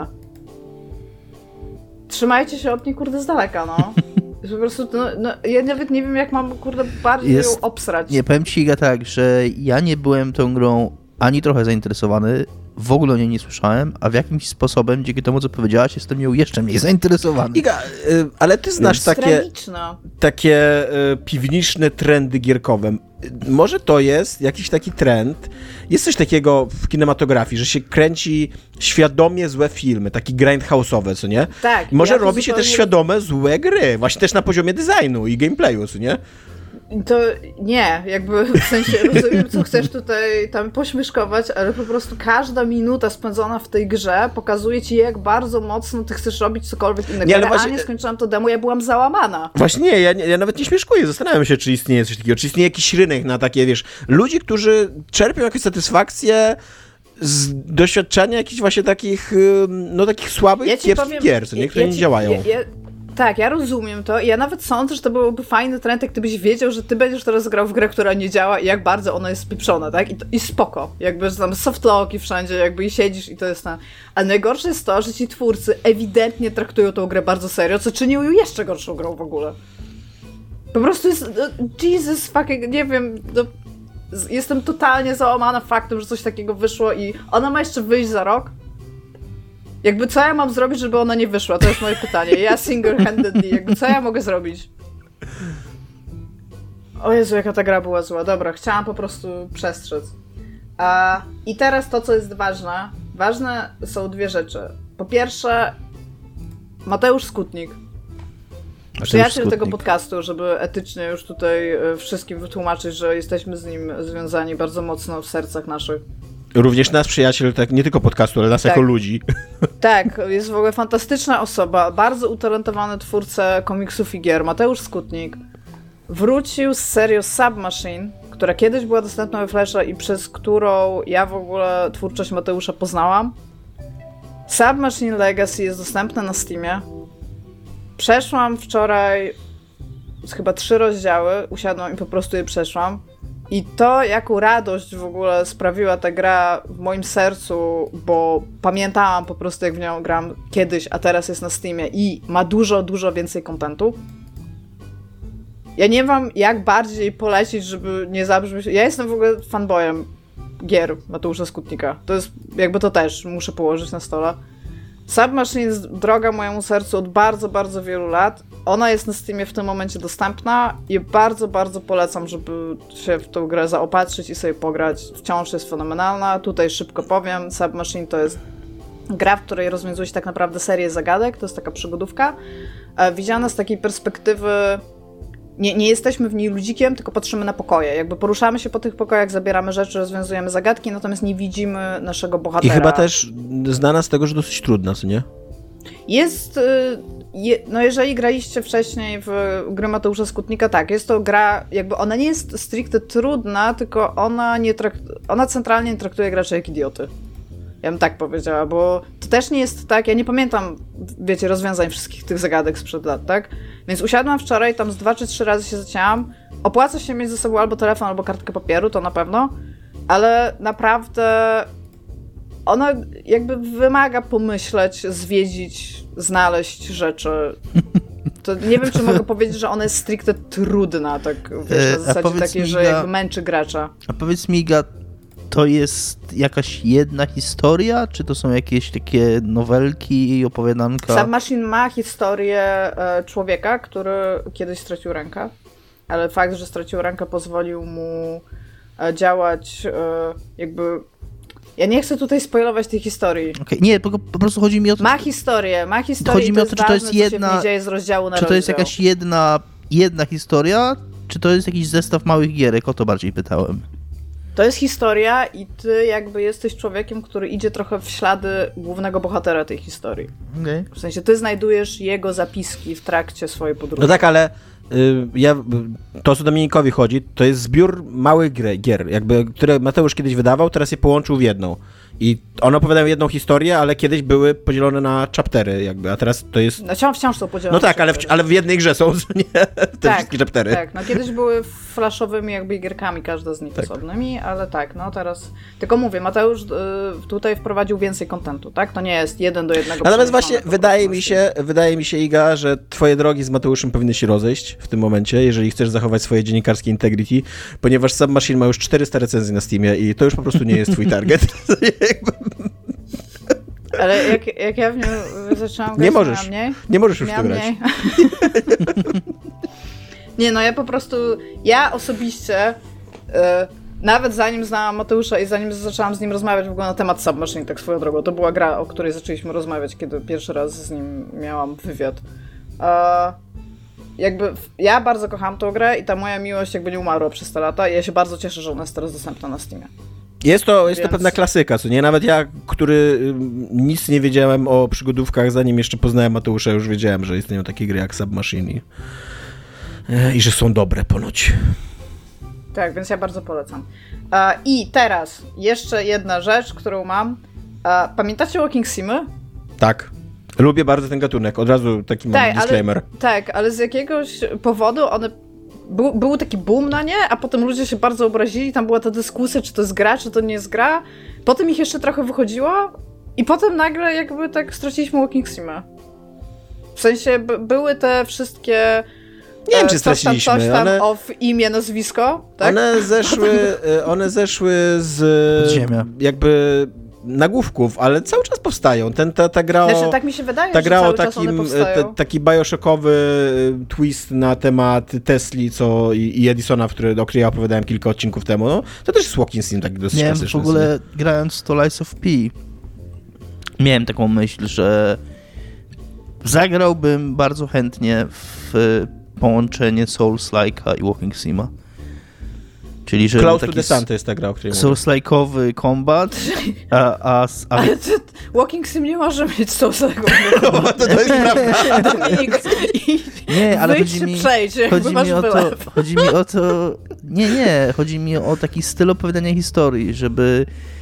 Trzymajcie się od niej, kurde, z daleka, no. Po prostu, no, no, ja nawet nie wiem, jak mam, kurde, bardziej jest, ją obsrać. Nie, powiem ci, Iga, tak, że ja nie byłem tą grą ani trochę zainteresowany, w ogóle o niej nie słyszałem, a w jakimś sposobem, dzięki temu, co powiedziałaś, jestem nią jeszcze mniej zainteresowany. Iga, y, ale ty znasz takie, takie y, piwniczne trendy gierkowe. Może to jest jakiś taki trend, jest coś takiego w kinematografii, że się kręci świadomie złe filmy, takie grindhouse'owe, co nie? Tak. I może ja robi się też świadome złe gry, właśnie też na poziomie designu i gameplayu, co nie? To nie, jakby w sensie rozumiem, co chcesz tutaj tam pośmieszkować, ale po prostu każda minuta spędzona w tej grze pokazuje ci, jak bardzo mocno ty chcesz robić cokolwiek innego. Nie, ale ja realnie właśnie... skończyłam to demo, ja byłam załamana. Właśnie nie, ja, ja nawet nie śmieszkuję, zastanawiam się, czy istnieje coś takiego, czy istnieje jakiś rynek na takie, wiesz, ludzi, którzy czerpią jakąś satysfakcję z doświadczenia jakichś właśnie takich, no takich słabych, ja kiepskich powiem, gier, co nie, które ja nie ci, działają. Ja, ja... Tak, ja rozumiem to i ja nawet sądzę, że to byłoby fajny trend, jak gdybyś wiedział, że ty będziesz teraz grał w grę, która nie działa i jak bardzo ona jest spieprzona, tak? I, to, i spoko. Jakby, że tam softlocki wszędzie, jakby i siedzisz i to jest na... Ale najgorsze jest to, że ci twórcy ewidentnie traktują tą grę bardzo serio, co czyni ją jeszcze gorszą grą w ogóle. Po prostu jest... Jesus fucking... Nie wiem... No, jestem totalnie załamana faktem, że coś takiego wyszło i ona ma jeszcze wyjść za rok. Jakby co ja mam zrobić, żeby ona nie wyszła? To jest moje pytanie. Ja single-handedly, jakby co ja mogę zrobić? O Jezu, jaka ta gra była zła. Dobra, chciałam po prostu przestrzec. A, I teraz to, co jest ważne. Ważne są dwie rzeczy. Po pierwsze, Mateusz Skutnik. Przyjaciel tego podcastu, żeby etycznie już tutaj wszystkim wytłumaczyć, że jesteśmy z nim związani bardzo mocno w sercach naszych. Również nasz przyjaciel, tak nie tylko podcastu, ale nas tak. jako ludzi. Tak, jest w ogóle fantastyczna osoba, bardzo utalentowany twórca komiksów i gier, Mateusz Skutnik. Wrócił z serią Submachine, która kiedyś była dostępna we Flasha i przez którą ja w ogóle twórczość Mateusza poznałam. Submachine Legacy jest dostępna na Steamie. Przeszłam wczoraj chyba trzy rozdziały, usiadłam i po prostu je przeszłam. I to, jaką radość w ogóle sprawiła ta gra w moim sercu, bo pamiętałam po prostu, jak w nią gram kiedyś, a teraz jest na Steamie i ma dużo, dużo więcej kontentu. ja nie wiem jak bardziej polecić, żeby nie zabrzmieć... Ja jestem w ogóle fanboyem gier Mateusza Skutnika. To jest, jakby to też muszę położyć na stole. Submachine jest droga mojemu sercu od bardzo, bardzo wielu lat. Ona jest na Steamie w tym momencie dostępna i bardzo, bardzo polecam, żeby się w tą grę zaopatrzyć i sobie pograć. Wciąż jest fenomenalna. Tutaj szybko powiem, Submachine to jest gra, w której rozwiązuje się tak naprawdę serię zagadek. To jest taka przygodówka. Widziana z takiej perspektywy... Nie, nie jesteśmy w niej ludzikiem, tylko patrzymy na pokoje. Jakby poruszamy się po tych pokojach, zabieramy rzeczy, rozwiązujemy zagadki, natomiast nie widzimy naszego bohatera. I chyba też znana z tego, że dosyć trudna, co nie? Jest, je, no jeżeli graliście wcześniej w gry Mateusza Skutnika, tak, jest to gra, jakby ona nie jest stricte trudna, tylko ona nie trakt, ona centralnie nie traktuje graczy jak idioty. Ja bym tak powiedziała, bo to też nie jest tak, ja nie pamiętam, wiecie, rozwiązań wszystkich tych zagadek sprzed lat, tak? Więc usiadłam wczoraj, tam z dwa czy trzy razy się zacięłam. Opłaca się mieć ze sobą albo telefon, albo kartkę papieru, to na pewno, ale naprawdę ona jakby wymaga pomyśleć, zwiedzić, znaleźć rzeczy. To nie wiem, czy mogę powiedzieć, że ona jest stricte trudna, tak wiesz, na zasadzie takiej, że jakby męczy gracza. A powiedz mi, Iga, to jest jakaś jedna historia, czy to są jakieś takie nowelki, opowiadanka? Submachine ma historię e, człowieka, który kiedyś stracił rękę, ale fakt, że stracił rękę, pozwolił mu e, działać e, jakby... Ja nie chcę tutaj spoilować tej historii. Okay. Nie, po, po prostu chodzi mi o to... Ma historię, ma historię chodzi mi o to, czy to jest jedna... co się w niej dzieje z rozdziału na Czy to jest rozdział. jakaś jedna, jedna historia, czy to jest jakiś zestaw małych gierek? O to bardziej pytałem. To jest historia i ty jakby jesteś człowiekiem, który idzie trochę w ślady głównego bohatera tej historii. Okay. W sensie ty znajdujesz jego zapiski w trakcie swojej podróży. No tak, ale y, ja, to, co Dominikowi chodzi, to jest zbiór małych gry, gier, jakby, które Mateusz kiedyś wydawał, teraz je połączył w jedną. I one opowiadają jedną historię, ale kiedyś były podzielone na chaptery, jakby, a teraz to jest... No wciąż, wciąż są podzielone. No tak, ale w, ale w jednej grze są, nie? Te tak, wszystkie chaptery. Tak, no kiedyś były flashowymi jakby gierkami, każda z nich tak. osobnymi, ale tak, no teraz... Tylko mówię, Mateusz y, tutaj wprowadził więcej kontentu, tak? To nie jest jeden do jednego. Natomiast właśnie wydaje mi się, wydaje mi się, Iga, że twoje drogi z Mateuszem powinny się rozejść w tym momencie, jeżeli chcesz zachować swoje dziennikarskie integrity, ponieważ Submachine ma już czterysta recenzji na Steamie i to już po prostu nie jest twój target. Ale jak, jak ja w nią zaczęłam grać, nie możesz, mniej, nie możesz już w to grać. Nie, no ja po prostu, ja osobiście, y, nawet zanim znałam Mateusza i zanim zaczęłam z nim rozmawiać w ogóle na temat Submachine, tak swoją drogą, to była gra, o której zaczęliśmy rozmawiać, kiedy pierwszy raz z nim miałam wywiad. E, jakby ja bardzo kocham tą grę i ta moja miłość jakby nie umarła przez te lata i ja się bardzo cieszę, że ona jest teraz dostępna na Steamie. Jest to, jest Więc... to pewna klasyka, co nie? Nawet ja, który nic nie wiedziałem o przygodówkach, zanim jeszcze poznałem Mateusza, już wiedziałem, że istnieją takie gry jak Submachine i, i że są dobre ponoć. Tak, więc ja bardzo polecam. E, I teraz jeszcze jedna rzecz, którą mam. E, pamiętacie Walking Simy? Tak. Lubię bardzo ten gatunek. Od razu taki mam tak, disclaimer. Ale, tak, ale z jakiegoś powodu one... Był, był taki boom na nie, a potem ludzie się bardzo obrazili. Tam była ta dyskusja, czy to jest gra, czy to nie jest gra. Potem ich jeszcze trochę wychodziło i potem nagle jakby tak straciliśmy Walking Simę. W sensie b- były te wszystkie... Nie wiem, czy coś tam, straciliśmy. coś tam one, of imię, nazwisko. Tak? One zeszły, one zeszły z ziemia. jakby nagłówków, ale cały czas powstają. Ten, ta, ta gra o, Znaczy, tak mi się wydaje, ta że gra cały o czas one takim, powstają. t, taki bioshockowy twist na temat Tesli co, i, i Edisona, w który, o której ja opowiadałem kilka odcinków temu. No, to też jest Walking Sim taki dosyć nie, klasyczny. w ogóle grając to Lies of P miałem taką myśl, że zagrałbym bardzo chętnie w połączenie Souls-like'a i Walking Sima. Czyli, że Close to taki the Sun to jest ta gra, o której mówię. Souls-like'owy combat, a... a, a, a... Ale ty, Walking Sim nie może mieć Souls-like'owego No, to, to jest prawda. Dominik, i Nie, ale wyjdź chodzi czy mi, przejdź, chodzi masz mi o to, wylew. chodzi mi o to, nie, nie, chodzi mi o taki styl opowiadania historii, żeby,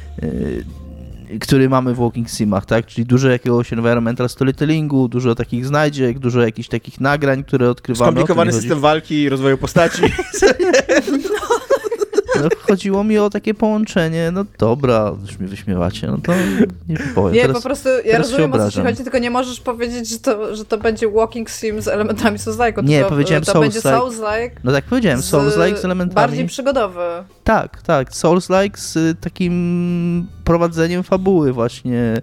yy, który mamy w Walking Simach, tak, czyli dużo jakiegoś environmental storytellingu, dużo takich znajdziek, dużo jakichś takich nagrań, które odkrywamy. Skomplikowany system walki i rozwoju postaci. No, chodziło mi o takie połączenie, no dobra, już mnie wyśmiewacie, no to nie powiem. Nie, teraz, po prostu ja rozumiem, o co ci chodzi, tylko nie możesz powiedzieć, że to, że to będzie walking sim z elementami Souls-like'u. Nie, to, powiedziałem to Souls-like. będzie Souls-like. No tak powiedziałem, Souls-like z elementami. Bardziej przygodowy. Tak, tak, Souls-like z takim prowadzeniem fabuły właśnie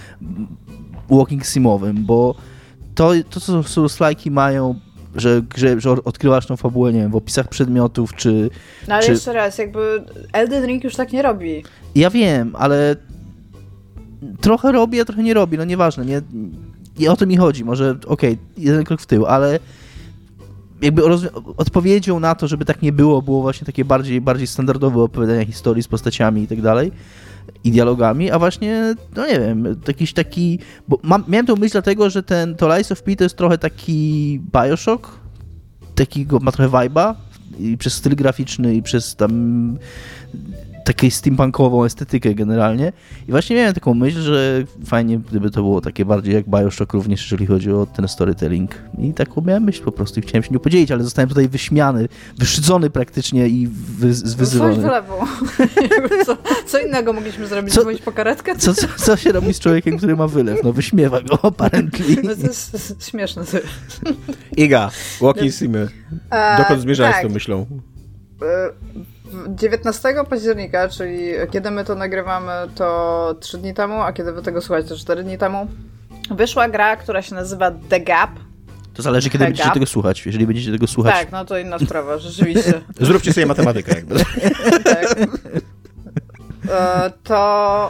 walking simowym, bo to, to co Souls-like'i mają, że, że, że odkrywasz tą fabułę, nie wiem, w opisach przedmiotów, czy... No ale czy... jeszcze raz, jakby Elden Ring już tak nie robi. Ja wiem, ale trochę robi, a trochę nie robi, no nieważne, nie, nie o to mi chodzi, może okej, okay, jeden krok w tył, ale jakby rozwi- odpowiedzią na to, żeby tak nie było, było właśnie takie bardziej, bardziej standardowe opowiadania historii z postaciami i tak dalej, i dialogami, a właśnie, no nie wiem, jakiś taki, bo mam, miałem tę myśl dlatego, że ten, to Lies of P to jest trochę taki Bioshock, takiego ma trochę vibe'a, i przez styl graficzny, i przez tam taką steampunkową estetykę generalnie. I właśnie miałem taką myśl, że fajnie, gdyby to było takie bardziej jak Bioshock również, jeżeli chodzi o ten storytelling. I taką miałem myśl po prostu i chciałem się nie podzielić, ale zostałem tutaj wyśmiany, wyszydzony praktycznie i wy, zwyzywany. Coś wylewu. co, co innego mogliśmy zrobić? Co, Dzwonić po karetkę? Co, co, co się robi z człowiekiem, który ma wylew? No wyśmiewa go, apparently. No to jest śmieszne. Iga, walking simy. Dokąd zmierzałeś tak. z tą myślą? dziewiętnastego października, czyli kiedy my to nagrywamy, to trzy dni temu, a kiedy wy tego słuchacie, to cztery dni temu, wyszła gra, która się nazywa The Gap. To zależy, kiedy The będziecie Gap. tego słuchać. Jeżeli będziecie tego słuchać... Tak, no to inna sprawa, rzeczywiście. Zróbcie sobie matematykę jakby. Tak. E, to...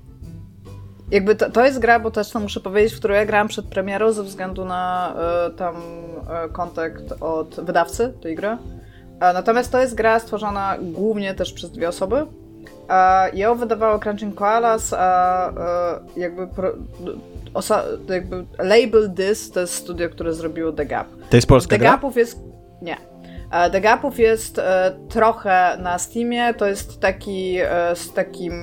Jakby to, to jest gra, bo też to muszę powiedzieć, w którą ja grałam przed premierą ze względu na e, tam e, kontakt od wydawcy tej gry. Natomiast to jest gra stworzona głównie też przez dwie osoby. Ją wydawało Crunching Koalas, a jakby, pro, osa, jakby Label This to jest studio, które zrobiło The Gap. To jest polska The gra? Gapów jest... Nie. The Gapów jest trochę na Steamie. To jest taki z takim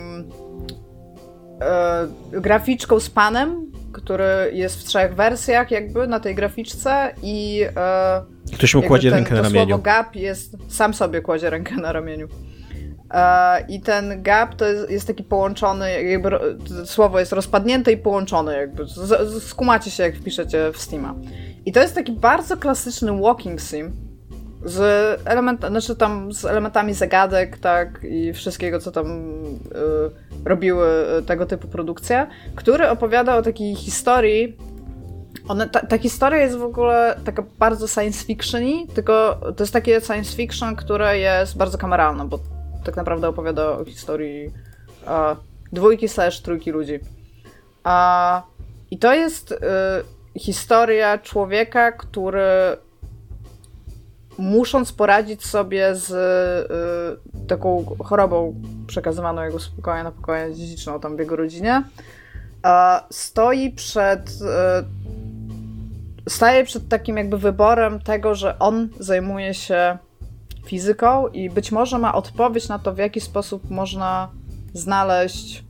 graficzką z panem, który jest w trzech wersjach jakby na tej graficzce i ktoś mu kładzie ten, rękę na ramieniu. To słowo gap jest, sam sobie kładzie rękę na ramieniu. E, I ten gap to jest, jest taki połączony, jakby ro, słowo jest rozpadnięte i połączone, jakby z, skumacie się, jak wpiszecie w Steama. I to jest taki bardzo klasyczny walking sim z, element, znaczy tam z elementami zagadek, tak, i wszystkiego, co tam y, robiły tego typu produkcje, który opowiada o takiej historii. One, ta, ta historia jest w ogóle taka bardzo science fiction-y, tylko to jest takie science fiction, które jest bardzo kameralne, bo tak naprawdę opowiada o historii a, dwójki slash trójki ludzi. A, I to jest y, historia człowieka, który musząc poradzić sobie z y, taką chorobą przekazywaną jego z pokolenia na pokolenie dziedziczną tam w jego rodzinie, a, stoi przed y, staje przed takim jakby wyborem tego, że on zajmuje się fizyką i być może ma odpowiedź na to, w jaki sposób można znaleźć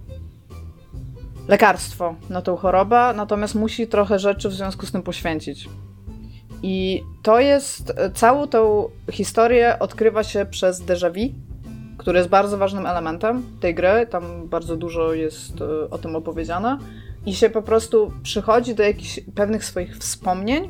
lekarstwo na tą chorobę, natomiast musi trochę rzeczy w związku z tym poświęcić. I to jest, całą tą historię odkrywa się przez déjà vu, który jest bardzo ważnym elementem tej gry, tam bardzo dużo jest o tym opowiedziane. I się po prostu przychodzi do jakichś pewnych swoich wspomnień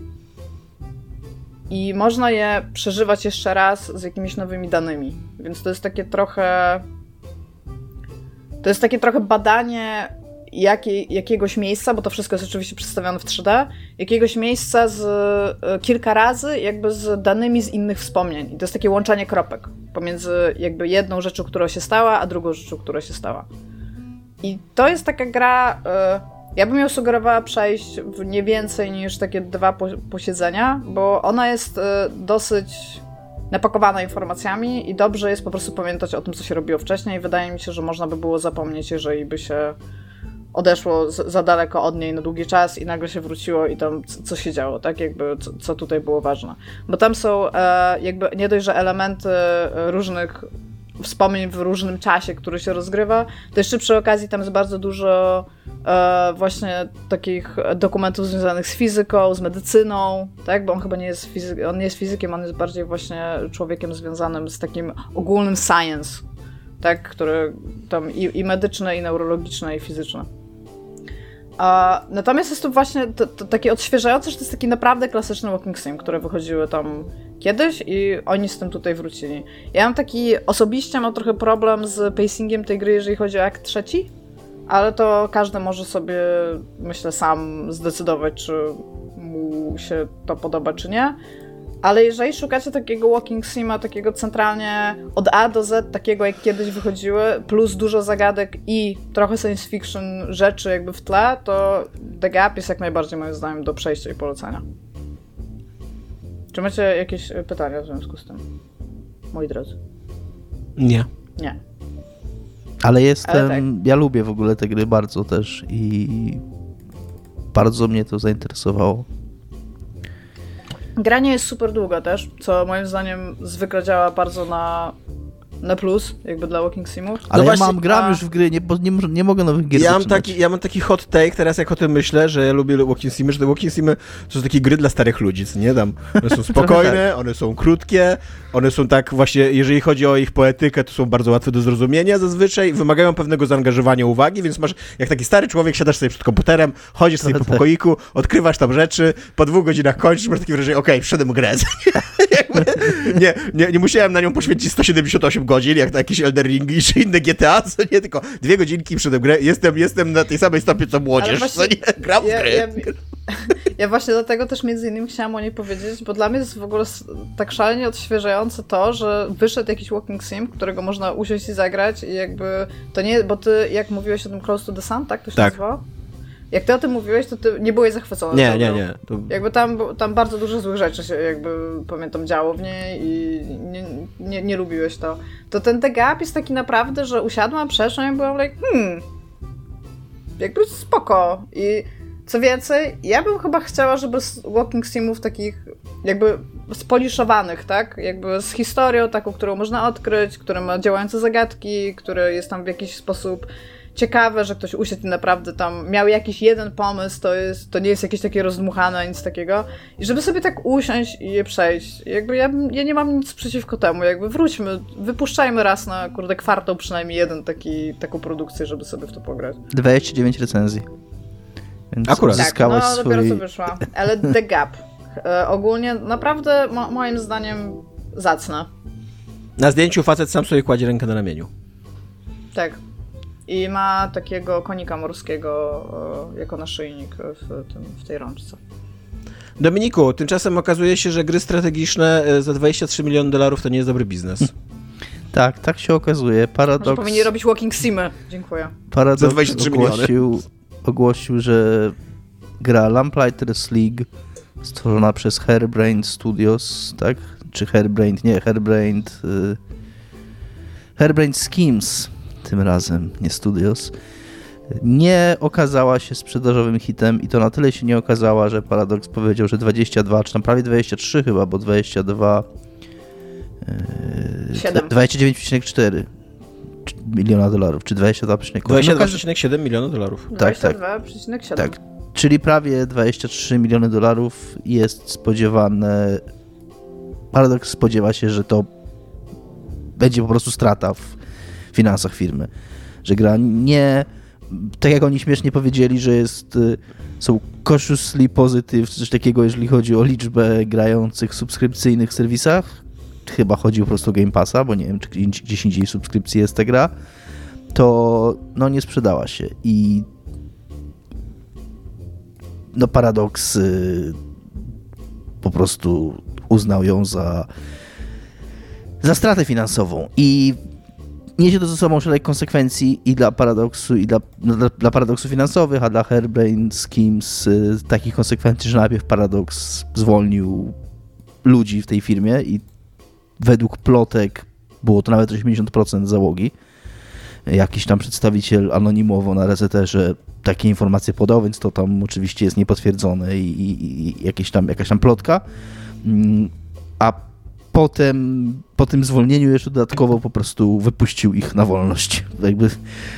i można je przeżywać jeszcze raz z jakimiś nowymi danymi. Więc to jest takie trochę... To jest takie trochę badanie jakiej, jakiegoś miejsca, bo to wszystko jest oczywiście przedstawione w trzy D, jakiegoś miejsca z kilka razy jakby z danymi z innych wspomnień. I to jest takie łączenie kropek pomiędzy jakby jedną rzeczą, która się stała, a drugą rzeczą, która się stała. I to jest taka gra... Ja bym ją sugerowała przejść w nie więcej niż takie dwa posiedzenia, bo ona jest dosyć napakowana informacjami i dobrze jest po prostu pamiętać o tym, co się robiło wcześniej. Wydaje mi się, że można by było zapomnieć, jeżeli by się odeszło z, za daleko od niej na długi czas i nagle się wróciło i tam co, co się działo, tak? Jakby co, co tutaj było ważne. Bo tam są e, jakby nie dość, że elementy różnych wspomnień w różnym czasie, który się rozgrywa, to jeszcze przy okazji tam jest bardzo dużo e, właśnie takich dokumentów związanych z fizyką, z medycyną, tak? Bo on chyba nie jest, fizy- on nie jest fizykiem, on jest bardziej właśnie człowiekiem związanym z takim ogólnym science, tak? Który tam i, i medyczne, i neurologiczne, i fizyczne. A, natomiast jest to właśnie to, to takie odświeżające, że to jest taki naprawdę klasyczny walking sim, które wychodziły tam kiedyś i oni z tym tutaj wrócili. Ja mam taki, osobiście mam trochę problem z pacingiem tej gry, jeżeli chodzi o akt trzeci, ale to każdy może sobie, myślę, sam zdecydować, czy mu się to podoba, czy nie. Ale jeżeli szukacie takiego walking sima, takiego centralnie od A do Z, takiego jak kiedyś wychodziły, plus dużo zagadek i trochę science fiction rzeczy jakby w tle, to The Gap jest jak najbardziej moim zdaniem do przejścia i polecenia. Czy macie jakieś pytania w związku z tym, moi drodzy? Nie. Nie. Ale jestem, Ale tak. ja lubię w ogóle te gry bardzo też i bardzo mnie to zainteresowało. Granie jest super długa też, co moim zdaniem zwykle działa bardzo na, na plus, jakby dla walking simów. Ale no ja właśnie, mam, gram a... już w gry, nie, nie, nie mogę nowych gier Ja mam, zaczynać. taki, ja mam taki hot take teraz, jak o tym myślę, że ja lubię walking simy, że te walking simy to są takie gry dla starych ludzi, co nie? Tam one są spokojne, one są krótkie, one są tak właśnie, jeżeli chodzi o ich poetykę, to są bardzo łatwe do zrozumienia zazwyczaj, wymagają pewnego zaangażowania uwagi, więc masz, jak taki stary człowiek, siadasz sobie przed komputerem, chodzisz sobie po pokoiku, odkrywasz tam rzeczy, po dwóch godzinach kończysz, masz takie wrażenie, okej, okay, wszedłem grę. nie, nie, nie musiałem na nią poświęcić sto siedemdziesiąt osiem godzin, jak na jakieś Elden Ringi czy inne G T A, co nie, tylko dwie godzinki przed grę, jestem, jestem na tej samej stopie co młodzież, właśnie, co nie, gram w ja, grę. ja, ja właśnie dlatego też między innymi chciałam o niej powiedzieć, bo dla mnie jest w ogóle tak szalenie odświeżające to, że wyszedł jakiś walking sim, którego można usiąść i zagrać i jakby to nie, bo ty jak mówiłeś o tym Close to the Sun, tak to się tak. nazywało? Jak ty o tym mówiłeś, to ty nie byłeś zachwycony. Nie, nie, nie. To... Jakby tam, tam bardzo dużo złych rzeczy się jakby, pamiętam, działo w niej i nie, nie, nie lubiłeś to. To ten The Gap jest taki naprawdę, że usiadłam, przeszłam i byłam like, hmm, jakby spoko. I co więcej, ja bym chyba chciała, żeby z walking simów takich jakby spoliszowanych, tak? Jakby z historią taką, którą można odkryć, która ma działające zagadki, które jest tam w jakiś sposób ciekawe, że ktoś usiadł i naprawdę tam miał jakiś jeden pomysł, to, jest, to nie jest jakieś takie rozdmuchane, nic takiego. I żeby sobie tak usiąść i je przejść. Jakby ja, ja nie mam nic przeciwko temu, jakby wróćmy, wypuszczajmy raz na, kurde, kwartał przynajmniej jeden taki, taką produkcję, żeby sobie w to pograć. dwadzieścia dziewięć recenzji. Więc akurat. Tak, no swój... dopiero co wyszła. Ale The Gap. E, ogólnie naprawdę mo- moim zdaniem zacne. Na zdjęciu facet sam sobie kładzie rękę na ramieniu. Tak. I ma takiego konika morskiego e, jako naszyjnik w, tym, w tej rączce. Dominiku, tymczasem okazuje się, że gry strategiczne za dwadzieścia trzy miliony dolarów to nie jest dobry biznes. Tak, tak się okazuje. Paradox... Może powinni robić walking simy. Dziękuję. Paradox za dwadzieścia trzy ogłosił, ogłosił, że gra Lamplighters League stworzona przez Harebrained Studios, tak? Czy Harebrained? Nie, Harebrained... Y... Harebrained Schemes tym razem, nie Studios, nie okazała się sprzedażowym hitem i to na tyle się nie okazała, że Paradox powiedział, że dwadzieścia dwa, czy tam prawie dwadzieścia trzy chyba, bo dwadzieścia dwa... siedem. dwadzieścia dziewięć przecinek cztery miliona dolarów, czy dwadzieścia dwa przecinek osiem. dwadzieścia dwa przecinek siedem miliona dolarów. dwadzieścia dwa przecinek siedem. Tak, czyli prawie dwadzieścia trzy miliony dolarów jest spodziewane. Paradox spodziewa się, że to będzie po prostu strata w finansach firmy. Że gra nie, tak jak oni śmiesznie powiedzieli, że jest, są cautiously positive, coś takiego, jeżeli chodzi o liczbę grających w subskrypcyjnych serwisach. Chyba chodzi po prostu o Game Passa, bo nie wiem, czy gdzieś indziej subskrypcji jest ta gra. To no nie sprzedała się i no Paradox y, po prostu uznał ją za za stratę finansową i niesie to ze sobą szereg konsekwencji i dla Paradoxu, i dla, dla, dla Paradoxu finansowych, a dla Harebrained Schemes y, takich konsekwencji, że najpierw Paradox zwolnił ludzi w tej firmie i według plotek było to nawet osiemdziesiąt procent załogi. Jakiś tam przedstawiciel anonimowo na Reseterze takie informacje podał, więc to tam oczywiście jest niepotwierdzone i, i, i jakieś tam, jakaś tam plotka. A potem po tym zwolnieniu jeszcze dodatkowo po prostu wypuścił ich na wolność. Jakby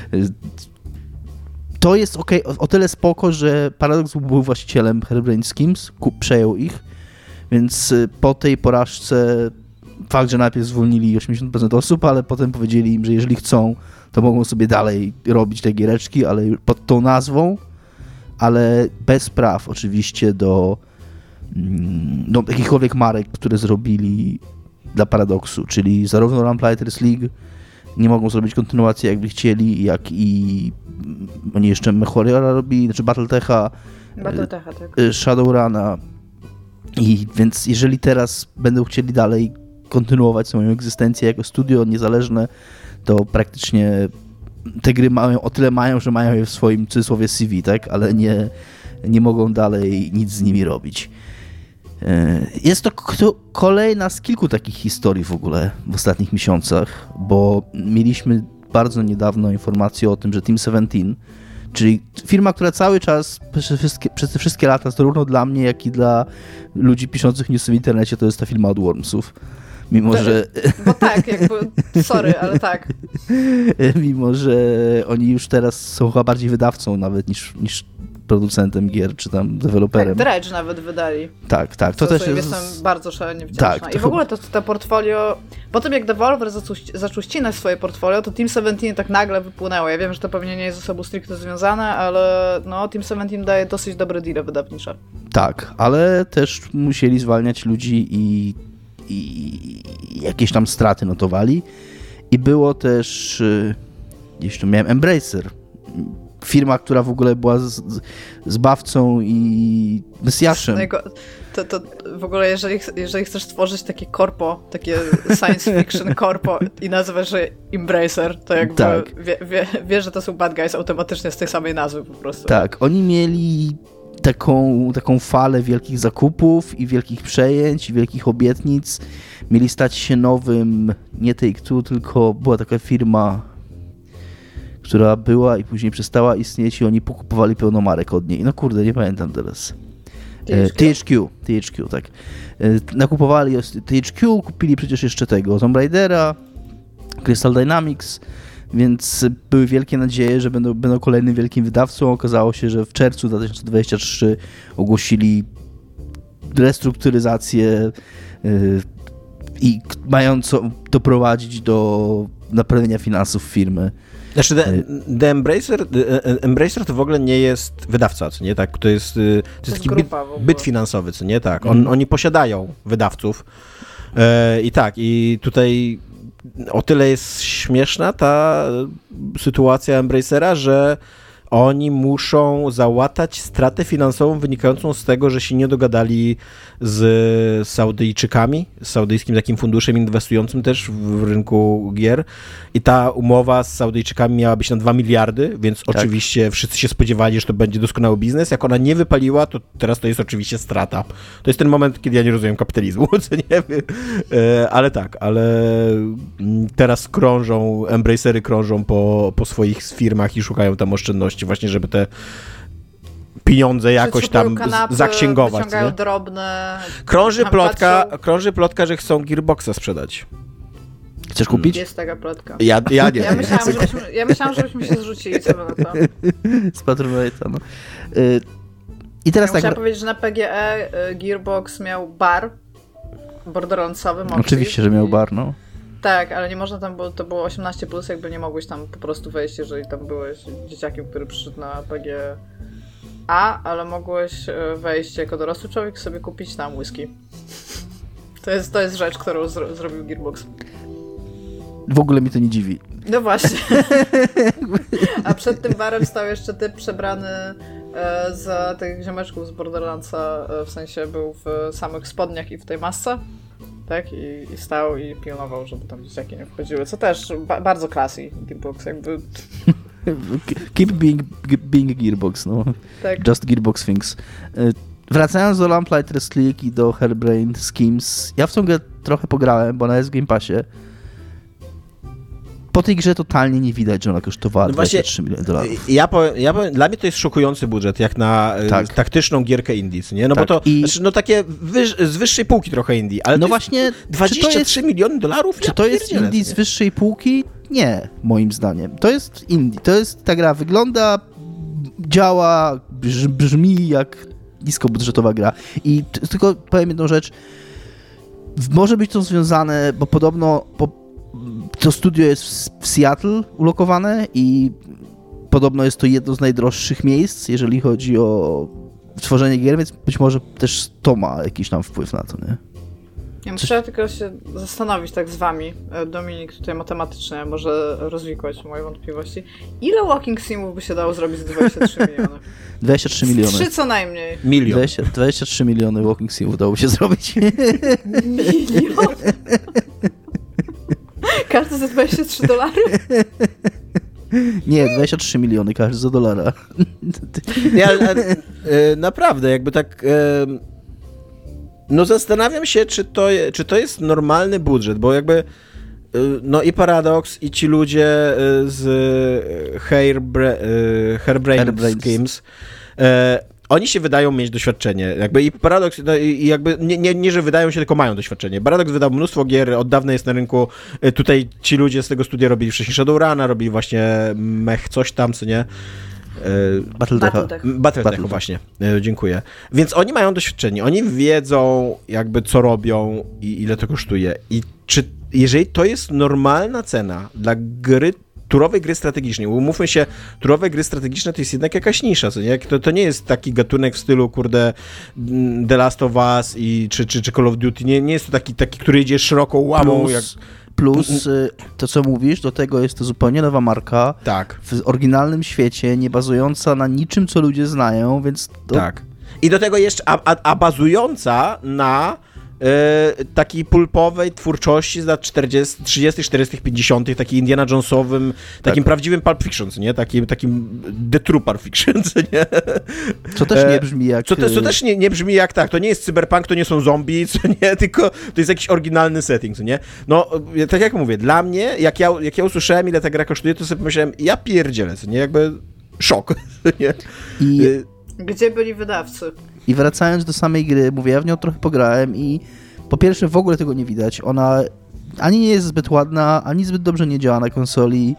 to jest okej, okay, o, o tyle spoko, że Paradox był właścicielem Harebrained Schemes, kup, przejął ich, więc po tej porażce fakt, że najpierw zwolnili osiemdziesiąt procent osób, ale potem powiedzieli im, że jeżeli chcą, to mogą sobie dalej robić te giereczki, ale pod tą nazwą, ale bez praw oczywiście do, do jakichkolwiek marek, które zrobili dla Paradoxu, czyli zarówno Lamplighters League nie mogą zrobić kontynuacji jakby chcieli, jak i oni jeszcze MechWarriora robili, znaczy Battletecha, Battletecha, tak. Shadowruna. I więc jeżeli teraz będą chcieli dalej kontynuować swoją egzystencję jako studio niezależne, to praktycznie te gry mają, o tyle mają, że mają je w swoim cudzysłowie C V, tak? Ale nie, nie mogą dalej nic z nimi robić. Jest to kolejna z kilku takich historii w ogóle w ostatnich miesiącach, bo mieliśmy bardzo niedawno informację o tym, że Team siedemnaście, czyli firma, która cały czas przez, wszystkie, przez te wszystkie lata, zarówno dla mnie, jak i dla ludzi piszących newsy w internecie, to jest ta firma od Wormsów. Mimo, to, że... Bo tak, jakby, sorry, ale tak. Mimo, że oni już teraz są chyba bardziej wydawcą nawet niż, niż producentem gier, czy tam deweloperem. Tak, Dredge nawet wydali. Tak, tak. To Co też jest... Jestem bardzo szalenie wdzięczna. Tak, I w ogóle to, to portfolio... Po tym jak Devolver zaczął, zaczął ścinać swoje portfolio, to Team siedemnaście tak nagle wypłynęło. Ja wiem, że to pewnie nie jest ze sobą stricte związane, ale no, Team siedemnaście daje dosyć dobre deale wydawnicze. Tak, ale też musieli zwalniać ludzi i, i jakieś tam straty notowali. I było też... Gdzieś tu miałem Embracer. Firma, która w ogóle była z, z, zbawcą i mesjaszem. To, to w ogóle, jeżeli, jeżeli chcesz stworzyć takie korpo, takie science fiction korpo i nazwasz je Embracer, to jakby tak. wie, wie, wiesz, że to są bad guys automatycznie z tej samej nazwy po prostu. Tak, oni mieli taką, taką falę wielkich zakupów i wielkich przejęć i wielkich obietnic. Mieli stać się nowym, nie Take-Two, tylko była taka firma, która była i później przestała istnieć i oni pokupowali pełno marek od niej. No kurde, nie pamiętam teraz. T H Q, T H Q, tak. Nakupowali T H Q, kupili przecież jeszcze tego Tomb Raidera, Crystal Dynamics, więc były wielkie nadzieje, że będą, będą kolejnym wielkim wydawcą. Okazało się, że w czerwcu dwa tysiące dwudziestym trzecim ogłosili restrukturyzację yy, i mają co doprowadzić do naprawienia finansów firmy. Znaczy, The, the Embracer, the Embracer to w ogóle nie jest wydawca, co nie? Tak, to jest, to jest, to jest taki byt, byt finansowy, co nie? Tak, On, mm. oni posiadają wydawców e, i tak, i tutaj o tyle jest śmieszna ta sytuacja Embracera, że oni muszą załatać stratę finansową wynikającą z tego, że się nie dogadali z Saudyjczykami, z saudyjskim takim funduszem inwestującym też w rynku gier i ta umowa z Saudyjczykami miała być na dwa miliardy, więc tak. Oczywiście wszyscy się spodziewali, że to będzie doskonały biznes. Jak ona nie wypaliła, to teraz to jest oczywiście strata. To jest ten moment, kiedy ja nie rozumiem kapitalizmu, co nie wiem, ale tak, ale teraz krążą, Embracery krążą po, po swoich firmach i szukają tam oszczędności właśnie, żeby te pieniądze jakoś tam kanapy, zaksięgować. Wyciągają nie? drobne... Krąży plotka, krąży plotka, że chcą Gearboxa sprzedać. Chcesz kupić? Jest taka plotka. Ja, ja nie. Ja myślałam, żebyśmy, ja myślałam, żebyśmy się zrzucili co na to. Z Patronite'a, no. Yy, I teraz ja tak... Chciałam powiedzieć, że na P G E Gearbox miał bar borderlandsowy. Oczywiście, że miał bar, no. Tak, ale nie można tam, bo to było osiemnaście plus, jakby nie mogłeś tam po prostu wejść, jeżeli tam byłeś dzieciakiem, który przyszedł na P G A, ale mogłeś wejść jako dorosły człowiek i sobie kupić tam whisky. To jest, to jest rzecz, którą zro- zrobił Gearbox. W ogóle mi to nie dziwi. No właśnie. A przed tym barem stał jeszcze typ przebrany e, za tych ziomeczków z Borderlandsa, e, w sensie był w samych spodniach i w tej masce. Tak? I, i stał i pilnował, żeby tam dzieciaki nie wchodziły. Co też ba- bardzo classy Gearbox, jakby. Keep being, being Gearbox, no. Tak. Just Gearbox things. Wracając do Lamplighters League i do Harebrained Schemes, ja w tą grę trochę pograłem, bo ona jest w Game Passie. po tej grze totalnie nie widać, że ona kosztowała No dwadzieścia właśnie, trzy miliony dolarów. Ja powiem, ja powiem, dla mnie to jest szokujący budżet, jak na Tak. y, taktyczną gierkę indie, co nie? No Tak. bo to, I- znaczy, no takie wyż, z wyższej półki trochę indie, ale No to jest właśnie, dwadzieścia trzy czy to jest, miliony dolarów? czy Ja to jest pierdzielę, indie co z nie? wyższej półki? Nie, moim zdaniem. To jest indie, to jest ta gra, wygląda, działa, brz, brzmi jak niskobudżetowa gra. I t- tylko powiem jedną rzecz, W- może być to związane, bo podobno po, to studio jest w, w Seattle ulokowane i podobno jest to jedno z najdroższych miejsc, jeżeli chodzi o tworzenie gier, więc być może też to ma jakiś tam wpływ na to, nie? Ja muszę tylko się zastanowić tak z wami, Dominik tutaj matematycznie może rozwikłać moje wątpliwości. Ile walking simów by się dało zrobić za dwadzieścia trzy miliony? dwadzieścia trzy miliony. Trzy co najmniej. Milion. dwadzieścia, dwadzieścia trzy miliony walking simów udało się zrobić. Milion? Każdy za dwadzieścia trzy dolary? Nie, dwadzieścia trzy miliony każdy za dolara. Nie, ale, ale, e, naprawdę, jakby tak... E, no zastanawiam się, czy to, je- czy to jest normalny budżet, bo jakby e, no i Paradox, i ci ludzie e, z Hairbrain Hairbrain Hairbrains. Games, e, oni się wydają mieć doświadczenie. Jakby i Paradox, no, i jakby nie, nie, nie, że wydają się, tylko mają doświadczenie. Paradox wydał mnóstwo gier, od dawna jest na rynku. E, Tutaj ci ludzie z tego studia robili wcześniej Shadowruna, robili właśnie mech coś tam, co nie? E, Battletecha. Battletech. Battletech, Battletech. właśnie. E, Dziękuję. Więc oni mają doświadczenie, oni wiedzą jakby co robią i ile to kosztuje. I czy, jeżeli to jest normalna cena dla gry, turowej gry strategicznej, umówmy się, turowe gry strategiczne to jest jednak jakaś nisza, co nie? To, to nie jest taki gatunek w stylu, kurde, mm, The Last of Us i, czy, czy, czy Call of Duty, nie, nie jest to taki, taki, który idzie szeroką łamą, Plus, jak... plus y, to, co mówisz, do tego jest to zupełnie nowa marka. Tak. W oryginalnym świecie, nie bazująca na niczym, co ludzie znają, więc to... Tak. I do tego jeszcze, a, a, a bazująca na e, takiej pulpowej twórczości z lat czterdziestych, trzydziestych, czterdziestych, pięćdziesiątych, takim Indiana Jonesowym, takim prawdziwym Pulp Fiction, co nie? Takim, takim The True Pulp Fiction, co nie? Co też E, nie brzmi jak... Co, te, co też nie, nie brzmi jak tak, to nie jest cyberpunk, to nie są zombie, co nie, tylko to jest jakiś oryginalny setting, co nie? No, e, tak jak mówię, dla mnie, jak ja, jak ja usłyszałem, ile ta gra kosztuje, to sobie pomyślałem, ja pierdzielę, co nie? Jakby szok, co nie? I, E, Gdzie byli wydawcy? I wracając do samej gry, mówię, ja w nią trochę pograłem i po pierwsze w ogóle tego nie widać. Ona ani nie jest zbyt ładna, ani zbyt dobrze nie działa na konsoli.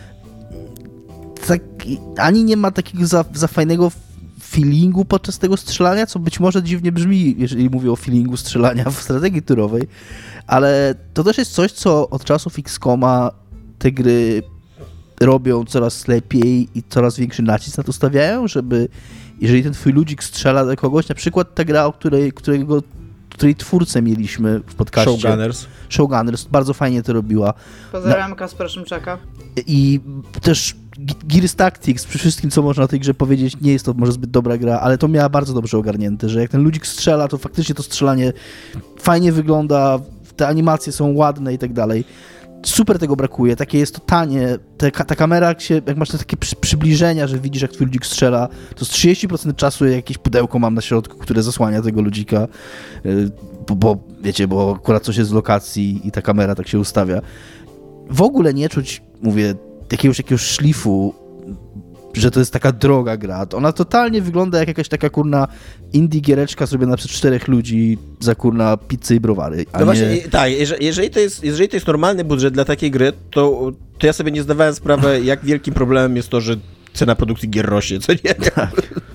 Tak, ani nie ma takiego za, za fajnego feelingu podczas tego strzelania, co być może dziwnie brzmi, jeżeli mówię o feelingu strzelania w strategii turowej, ale to też jest coś, co od czasów X COMa te gry robią coraz lepiej i coraz większy nacisk na to stawiają, żeby jeżeli ten twój ludzik strzela do kogoś, na przykład ta gra, o której, którego, której twórcę mieliśmy w podcaście. Showgunners. Showgunners bardzo fajnie to robiła. Pozdrawiam Kaspera Szymczaka. I też Gears Tactics, przy wszystkim, co można o tej grze powiedzieć, nie jest to może zbyt dobra gra, ale to miała bardzo dobrze ogarnięte, że jak ten ludzik strzela, to faktycznie to strzelanie fajnie wygląda, te animacje są ładne i tak dalej. Super tego brakuje, takie jest to tanie, te, ta kamera, jak, się, jak masz te takie przy, przybliżenia, że widzisz, jak twój ludzik strzela, to z trzydzieści procent czasu jakieś pudełko mam na środku, które zasłania tego ludzika, yy, bo, bo wiecie, bo akurat coś jest z lokacji i ta kamera tak się ustawia. W ogóle nie czuć, mówię, jakiegoś, jakiegoś szlifu, że to jest taka droga gra. Ona totalnie wygląda jak jakaś taka, kurna, indie giereczka zrobiona przez czterech ludzi za, kurna, pizzę i browary. A No nie... właśnie, i- tak, jeżeli, jeżeli, to jest, jeżeli to jest normalny budżet dla takiej gry, to, to ja sobie nie zdawałem sprawy, jak wielkim problemem jest to, że cena produkcji gier rośnie, co nie? Tak.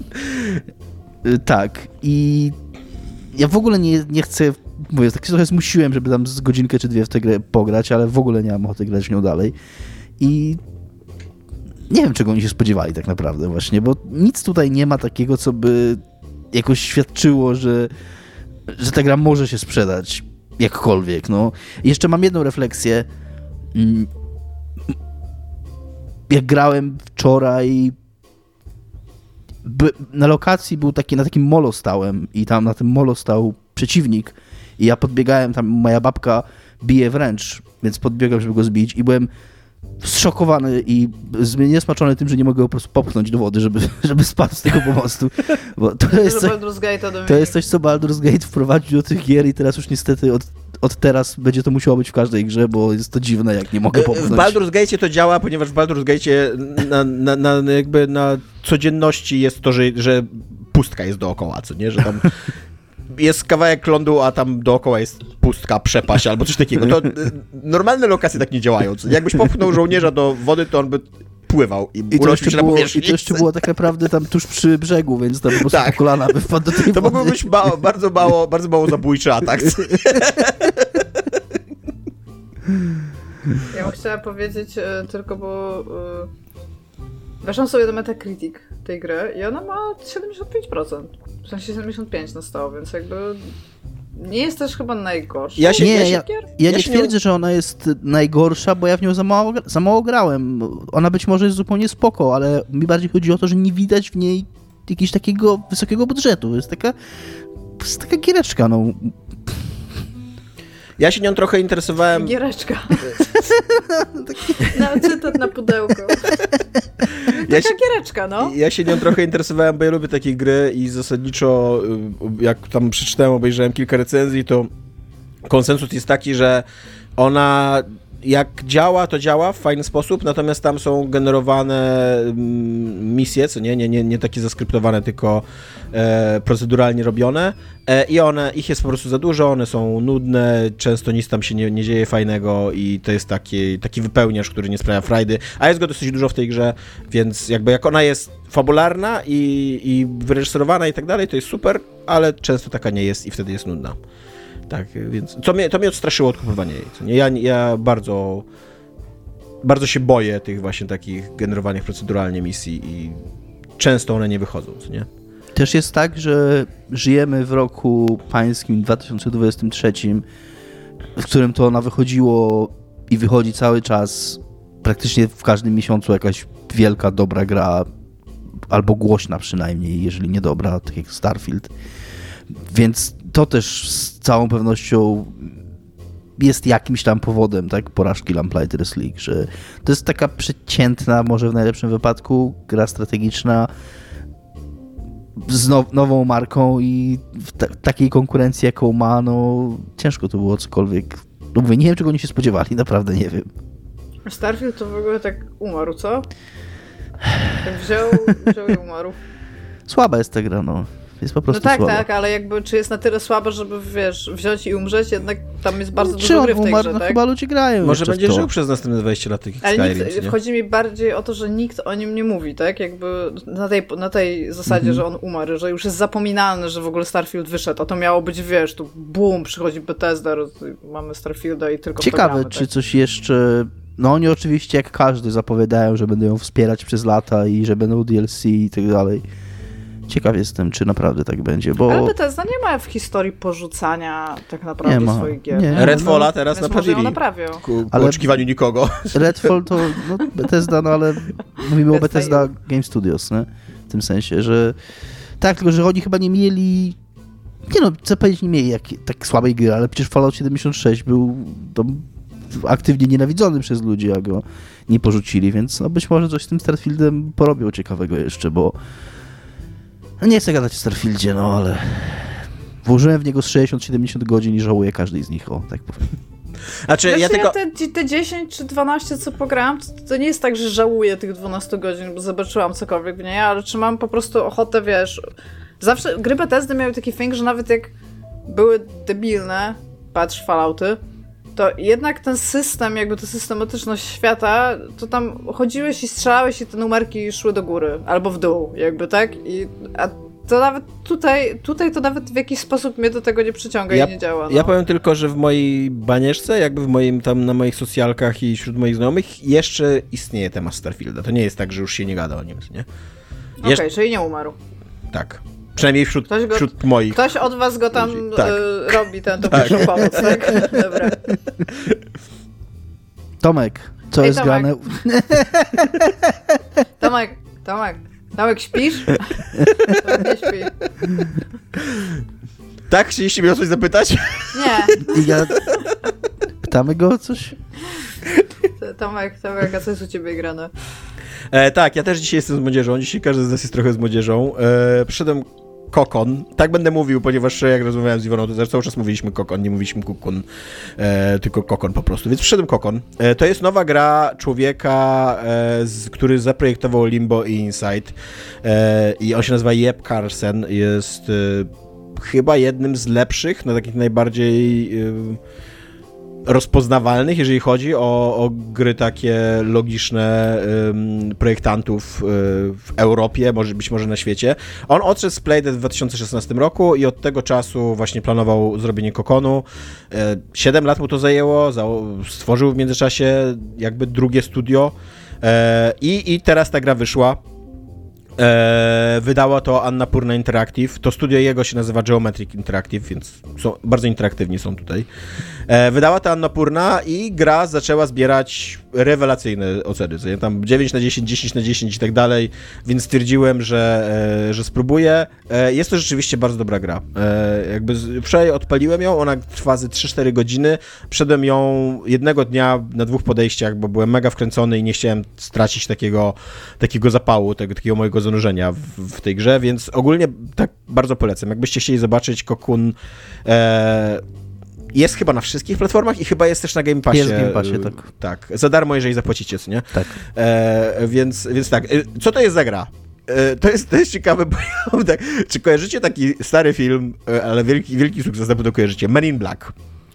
Y, tak. I ja w ogóle nie, nie chcę, mówię, tak się trochę zmusiłem, żeby tam z godzinkę czy dwie w tę grę pograć, ale w ogóle nie mam ochoty grać w nią dalej. I nie wiem, czego oni się spodziewali tak naprawdę właśnie, bo nic tutaj nie ma takiego, co by jakoś świadczyło, że, że ta gra może się sprzedać jakkolwiek, no. I jeszcze mam jedną refleksję. Mm, Jak grałem wczoraj, by, na lokacji był taki, na takim molo stałem i tam na tym molo stał przeciwnik i ja podbiegałem, tam moja babka bije wręcz, więc podbiegłem, żeby go zbić i byłem zszokowany i niesmaczony tym, że nie mogę go po prostu popchnąć do wody, żeby, żeby spadł z tego pomostu. Bo to jest, coś, Baldur's Gate'a do to jest coś, co Baldur's Gate wprowadził do tych gier i teraz już niestety od, od teraz będzie to musiało być w każdej grze, bo jest to dziwne, jak nie mogę popchnąć. W Baldur's Gate to działa, ponieważ w Baldur's Gate na, na, na, jakby na codzienności jest to, że, że pustka jest dookoła, co nie? Że tam jest kawałek lądu, a tam dookoła jest pustka, przepaść albo coś takiego. To normalne lokacje tak nie działają. Co? Jakbyś popchnął żołnierza do wody, to on by pływał i, I to jeszcze się na było, powierzchni. I to jeszcze było tak naprawdę tam tuż przy brzegu, więc tam po prostu Tak. po kolana by wpadł do tej To wody. mógłby być mało, bardzo mało, bardzo mało zabójczy atak. Ja bym chciała powiedzieć e, tylko, bo e, weszłam sobie do Metacritic tej gry i ona ma siedemdziesiąt pięć procent. W sensie siedemdziesiąt pięć na sto, więc jakby nie jest też chyba najgorsza. Ja się- Nie, ja się- ja, gier? ja ja nie się nie- twierdzę, że ona jest najgorsza, bo ja w nią za mało, gra- za mało grałem. Ona być może jest zupełnie spoko, ale mi bardziej chodzi o to, że nie widać w niej jakiegoś takiego wysokiego budżetu. Jest taka, jest taka giereczka, no. Ja się nią trochę interesowałem. Giereczka. No, cytat na pudełko. Taka Ja się- giereczka, no. Ja się nią trochę interesowałem, bo ja lubię takie gry i zasadniczo y, jak tam przeczytałem, obejrzałem kilka recenzji, to konsensus jest taki, że ona jak działa, to działa w fajny sposób, natomiast tam są generowane mm, misje, co nie, nie, nie, nie takie zaskryptowane, tylko e, proceduralnie robione e, i one, ich jest po prostu za dużo, one są nudne, często nic tam się nie, nie dzieje fajnego i to jest taki, taki wypełniacz, który nie sprawia frajdy, a jest go dosyć dużo w tej grze, więc jakby jak ona jest fabularna i, i wyreżyserowana i tak dalej, to jest super, ale często taka nie jest i wtedy jest nudna. Tak, więc to mnie, to mnie odstraszyło od kupowania jej. Co nie? Ja, ja bardzo, bardzo się boję tych właśnie takich generowanych proceduralnie misji i często one nie wychodzą, co nie? Też jest tak, że żyjemy w roku pańskim dwa tysiące dwudziestym trzecim, w którym to ona wychodziło i wychodzi cały czas, praktycznie w każdym miesiącu jakaś wielka, dobra gra, albo głośna przynajmniej, jeżeli nie dobra, tak jak Starfield. Więc to też z całą pewnością jest jakimś tam powodem, tak, porażki Lamplighters League, że to jest taka przeciętna, może w najlepszym wypadku, gra strategiczna z now- nową marką i w ta- takiej konkurencji, jaką ma, no ciężko to było cokolwiek. No mówię, nie wiem, czego oni się spodziewali, naprawdę nie wiem. Starfield to w ogóle tak umarł, co? Tak wziął, wziął i umarł. Słaba jest ta gra, no. Jest po No prostu tak, słaba. tak, ale jakby czy jest na tyle słaba, żeby wiesz, wziąć i umrzeć, jednak tam jest bardzo Czy dużo on gry w tej umarł? grze, No tak? chyba ludzie grają Może jeszcze w będzie to. żył przez następne dwadzieścia lat, tak jak Ale Skyrim, nikt, co nie? chodzi mi bardziej o to, że nikt o nim nie mówi, tak? Jakby na tej, na tej zasadzie, Mhm. że on umarł, że już jest zapominalny, że w ogóle Starfield wyszedł, a to miało być, wiesz, tu boom, przychodzi Bethesda, roz- mamy Starfielda i tylko w to Ciekawe, gramy, czy tak? coś jeszcze... No oni oczywiście, jak każdy, zapowiadają, że będą ją wspierać przez lata i że będą D L C i tak dalej. Ciekaw jestem, czy naprawdę tak będzie, bo... Ale Bethesda nie ma w historii porzucania tak naprawdę Nie ma. swoich gier. Nie. Redfalla no, teraz Więc może ją naprawili. naprawią. Ku, ku Ale- oczekiwaniu nikogo. Redfall to no, Bethesda, no ale mówimy o Bethesda Bethesda Game Studios, nie? W tym sensie, że tak, tylko że oni chyba nie mieli... Nie no, chcę powiedzieć, nie mieli jak, tak słabej gry, ale przecież Fallout siedemdziesiąt sześć był to aktywnie nienawidzony przez ludzi, a go nie porzucili, więc no być może coś z tym Starfieldem porobią ciekawego jeszcze, bo no nie chcę gadać o Starfieldzie, no ale włożyłem w niego z sześćdziesiąt siedemdziesiąt godzin i żałuję każdej z nich, o, tak powiem. Znaczy, Znaczy, ja ja tylko... te, te dziesięć czy dwanaście, co pograłam, to, to nie jest tak, że żałuję tych dwanaście godzin, bo zobaczyłam cokolwiek w niej, ale czy mam po prostu ochotę, wiesz... Zawsze gry Bethesdy miały taki thing, że nawet jak były debilne, patrz Fallouty, to jednak ten system, jakby ta systematyczność świata, to tam chodziłeś i strzelałeś i te numerki szły do góry, albo w dół, jakby, tak? I, a to nawet tutaj, tutaj to nawet w jakiś sposób mnie do tego nie przyciąga Ja, i nie działa. No. ja powiem tylko, że w mojej banieczce, jakby w moim tam na moich socjalkach i wśród moich znajomych jeszcze istnieje temat Starfielda. To nie jest tak, że już się nie gada o nim, nie? Okej, Jeszcze... czyli nie umarł. Tak. Przynajmniej wśród, Ktoś go- wśród moich. Ktoś od was go tam Tak. y, robi, ten, tą pierwszą pomoc, tak? Dobra. Tomek, co Ej, jest Tomek. grane? Tomek, Tomek, Tomek, śpisz? Tomek nie śpi. Tak? Chcieliście mnie o coś zapytać? Nie. I ja... Pytamy go o coś? Tomek, Tomek, a co jest u ciebie grane? E, tak, ja też dzisiaj jestem z młodzieżą. Dzisiaj każdy z nas jest trochę z młodzieżą. E, przyszedłem Kokon. Tak będę mówił, ponieważ jak rozmawiałem z Iwoną, to cały czas mówiliśmy Kokon, nie mówiliśmy Kukun, e, tylko Kokon po prostu. Więc przyszedłem Kokon. E, to jest nowa gra człowieka, e, z, który zaprojektował Limbo i Inside. E, I on się nazywa Jeb Carlsen. Jest e, chyba jednym z lepszych, no takich najbardziej... E, rozpoznawalnych, jeżeli chodzi o, o gry takie logiczne ym, projektantów y, w Europie, może być może na świecie. On odszedł z Playdead w dwa tysiące szesnastym roku i od tego czasu właśnie planował zrobienie Kokonu. Y, siedem lat mu to zajęło, za, stworzył w międzyczasie jakby drugie studio y, i, i teraz ta gra wyszła. E, wydała to Annapurna Interactive. To studio jego się nazywa Geometric Interactive, więc są, bardzo interaktywni są tutaj. E, wydała to Annapurna i gra zaczęła zbierać rewelacyjne oceny. Co nie? Tam dziewięć na dziesięć, dziesięć na dziesięć i tak dalej, więc stwierdziłem, że, e, że spróbuję. E, jest to rzeczywiście bardzo dobra gra. E, jakby z, wczoraj odpaliłem ją, ona trwa ze trzy cztery godziny. Przedem ją jednego dnia na dwóch podejściach, bo byłem mega wkręcony i nie chciałem stracić takiego, takiego zapału, tego, takiego mojego zanurzenia w, w tej grze, więc ogólnie tak bardzo polecam. Jakbyście chcieli zobaczyć Cocoon, e, jest chyba na wszystkich platformach i chyba jest też na Game Passie. Jest w Game Passie, tak. Tak, za darmo, jeżeli zapłacicie, co nie? Tak. E, więc, więc tak, co to jest za gra? E, to, jest, to jest ciekawe, bo ja mam tak, czy kojarzycie taki stary film, ale wielki, wielki sukces, na pewno kojarzycie, Men in Black.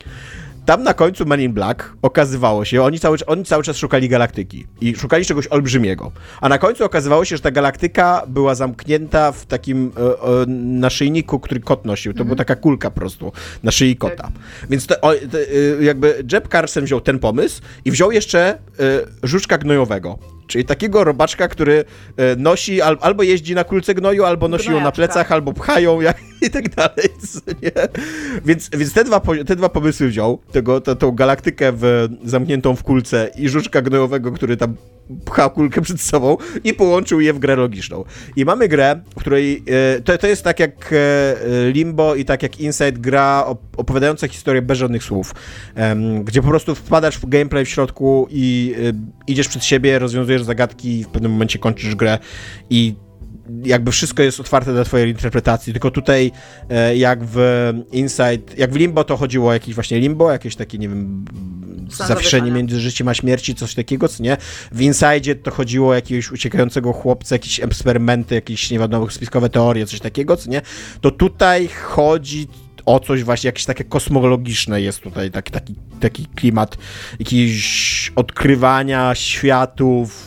Tam na końcu Men in Black okazywało się, oni cały, oni cały czas szukali galaktyki i szukali czegoś olbrzymiego, a na końcu okazywało się, że ta galaktyka była zamknięta w takim e, e, naszyjniku, który kot nosił. To mm-hmm. była taka kulka po prostu na szyi kota. Tak. Więc to, o, to, jakby Jeb Carlsen wziął ten pomysł i wziął jeszcze e, żuczka gnojowego. Czyli takiego robaczka, który nosi, albo jeździ na kulce gnoju, albo nosi ją na plecach, albo pchają jak, i tak dalej. Nie? Więc, więc te, dwa, te dwa pomysły wziął, tego, to, tą galaktykę w, zamkniętą w kulce i żuczka gnojowego, który tam pcha kulkę przed sobą i połączył je w grę logiczną. I mamy grę, w której to, to jest tak jak Limbo i tak jak Inside, gra opowiadająca historię bez żadnych słów, gdzie po prostu wpadasz w gameplay w środku i idziesz przed siebie, rozwiązujesz zagadki i w pewnym momencie kończysz grę i jakby wszystko jest otwarte dla twojej interpretacji, tylko tutaj jak w Inside, jak w Limbo to chodziło o jakieś właśnie Limbo, jakieś takie, nie wiem, zawieszenie między życiem a śmierci, coś takiego, co nie? W Inside to chodziło o jakiegoś uciekającego chłopca, jakieś eksperymenty, jakieś, nie wiadomo, spiskowe teorie, coś takiego, co nie? To tutaj chodzi o coś właśnie, jakieś takie kosmologiczne jest tutaj, taki, taki, taki klimat jakiegoś odkrywania światów,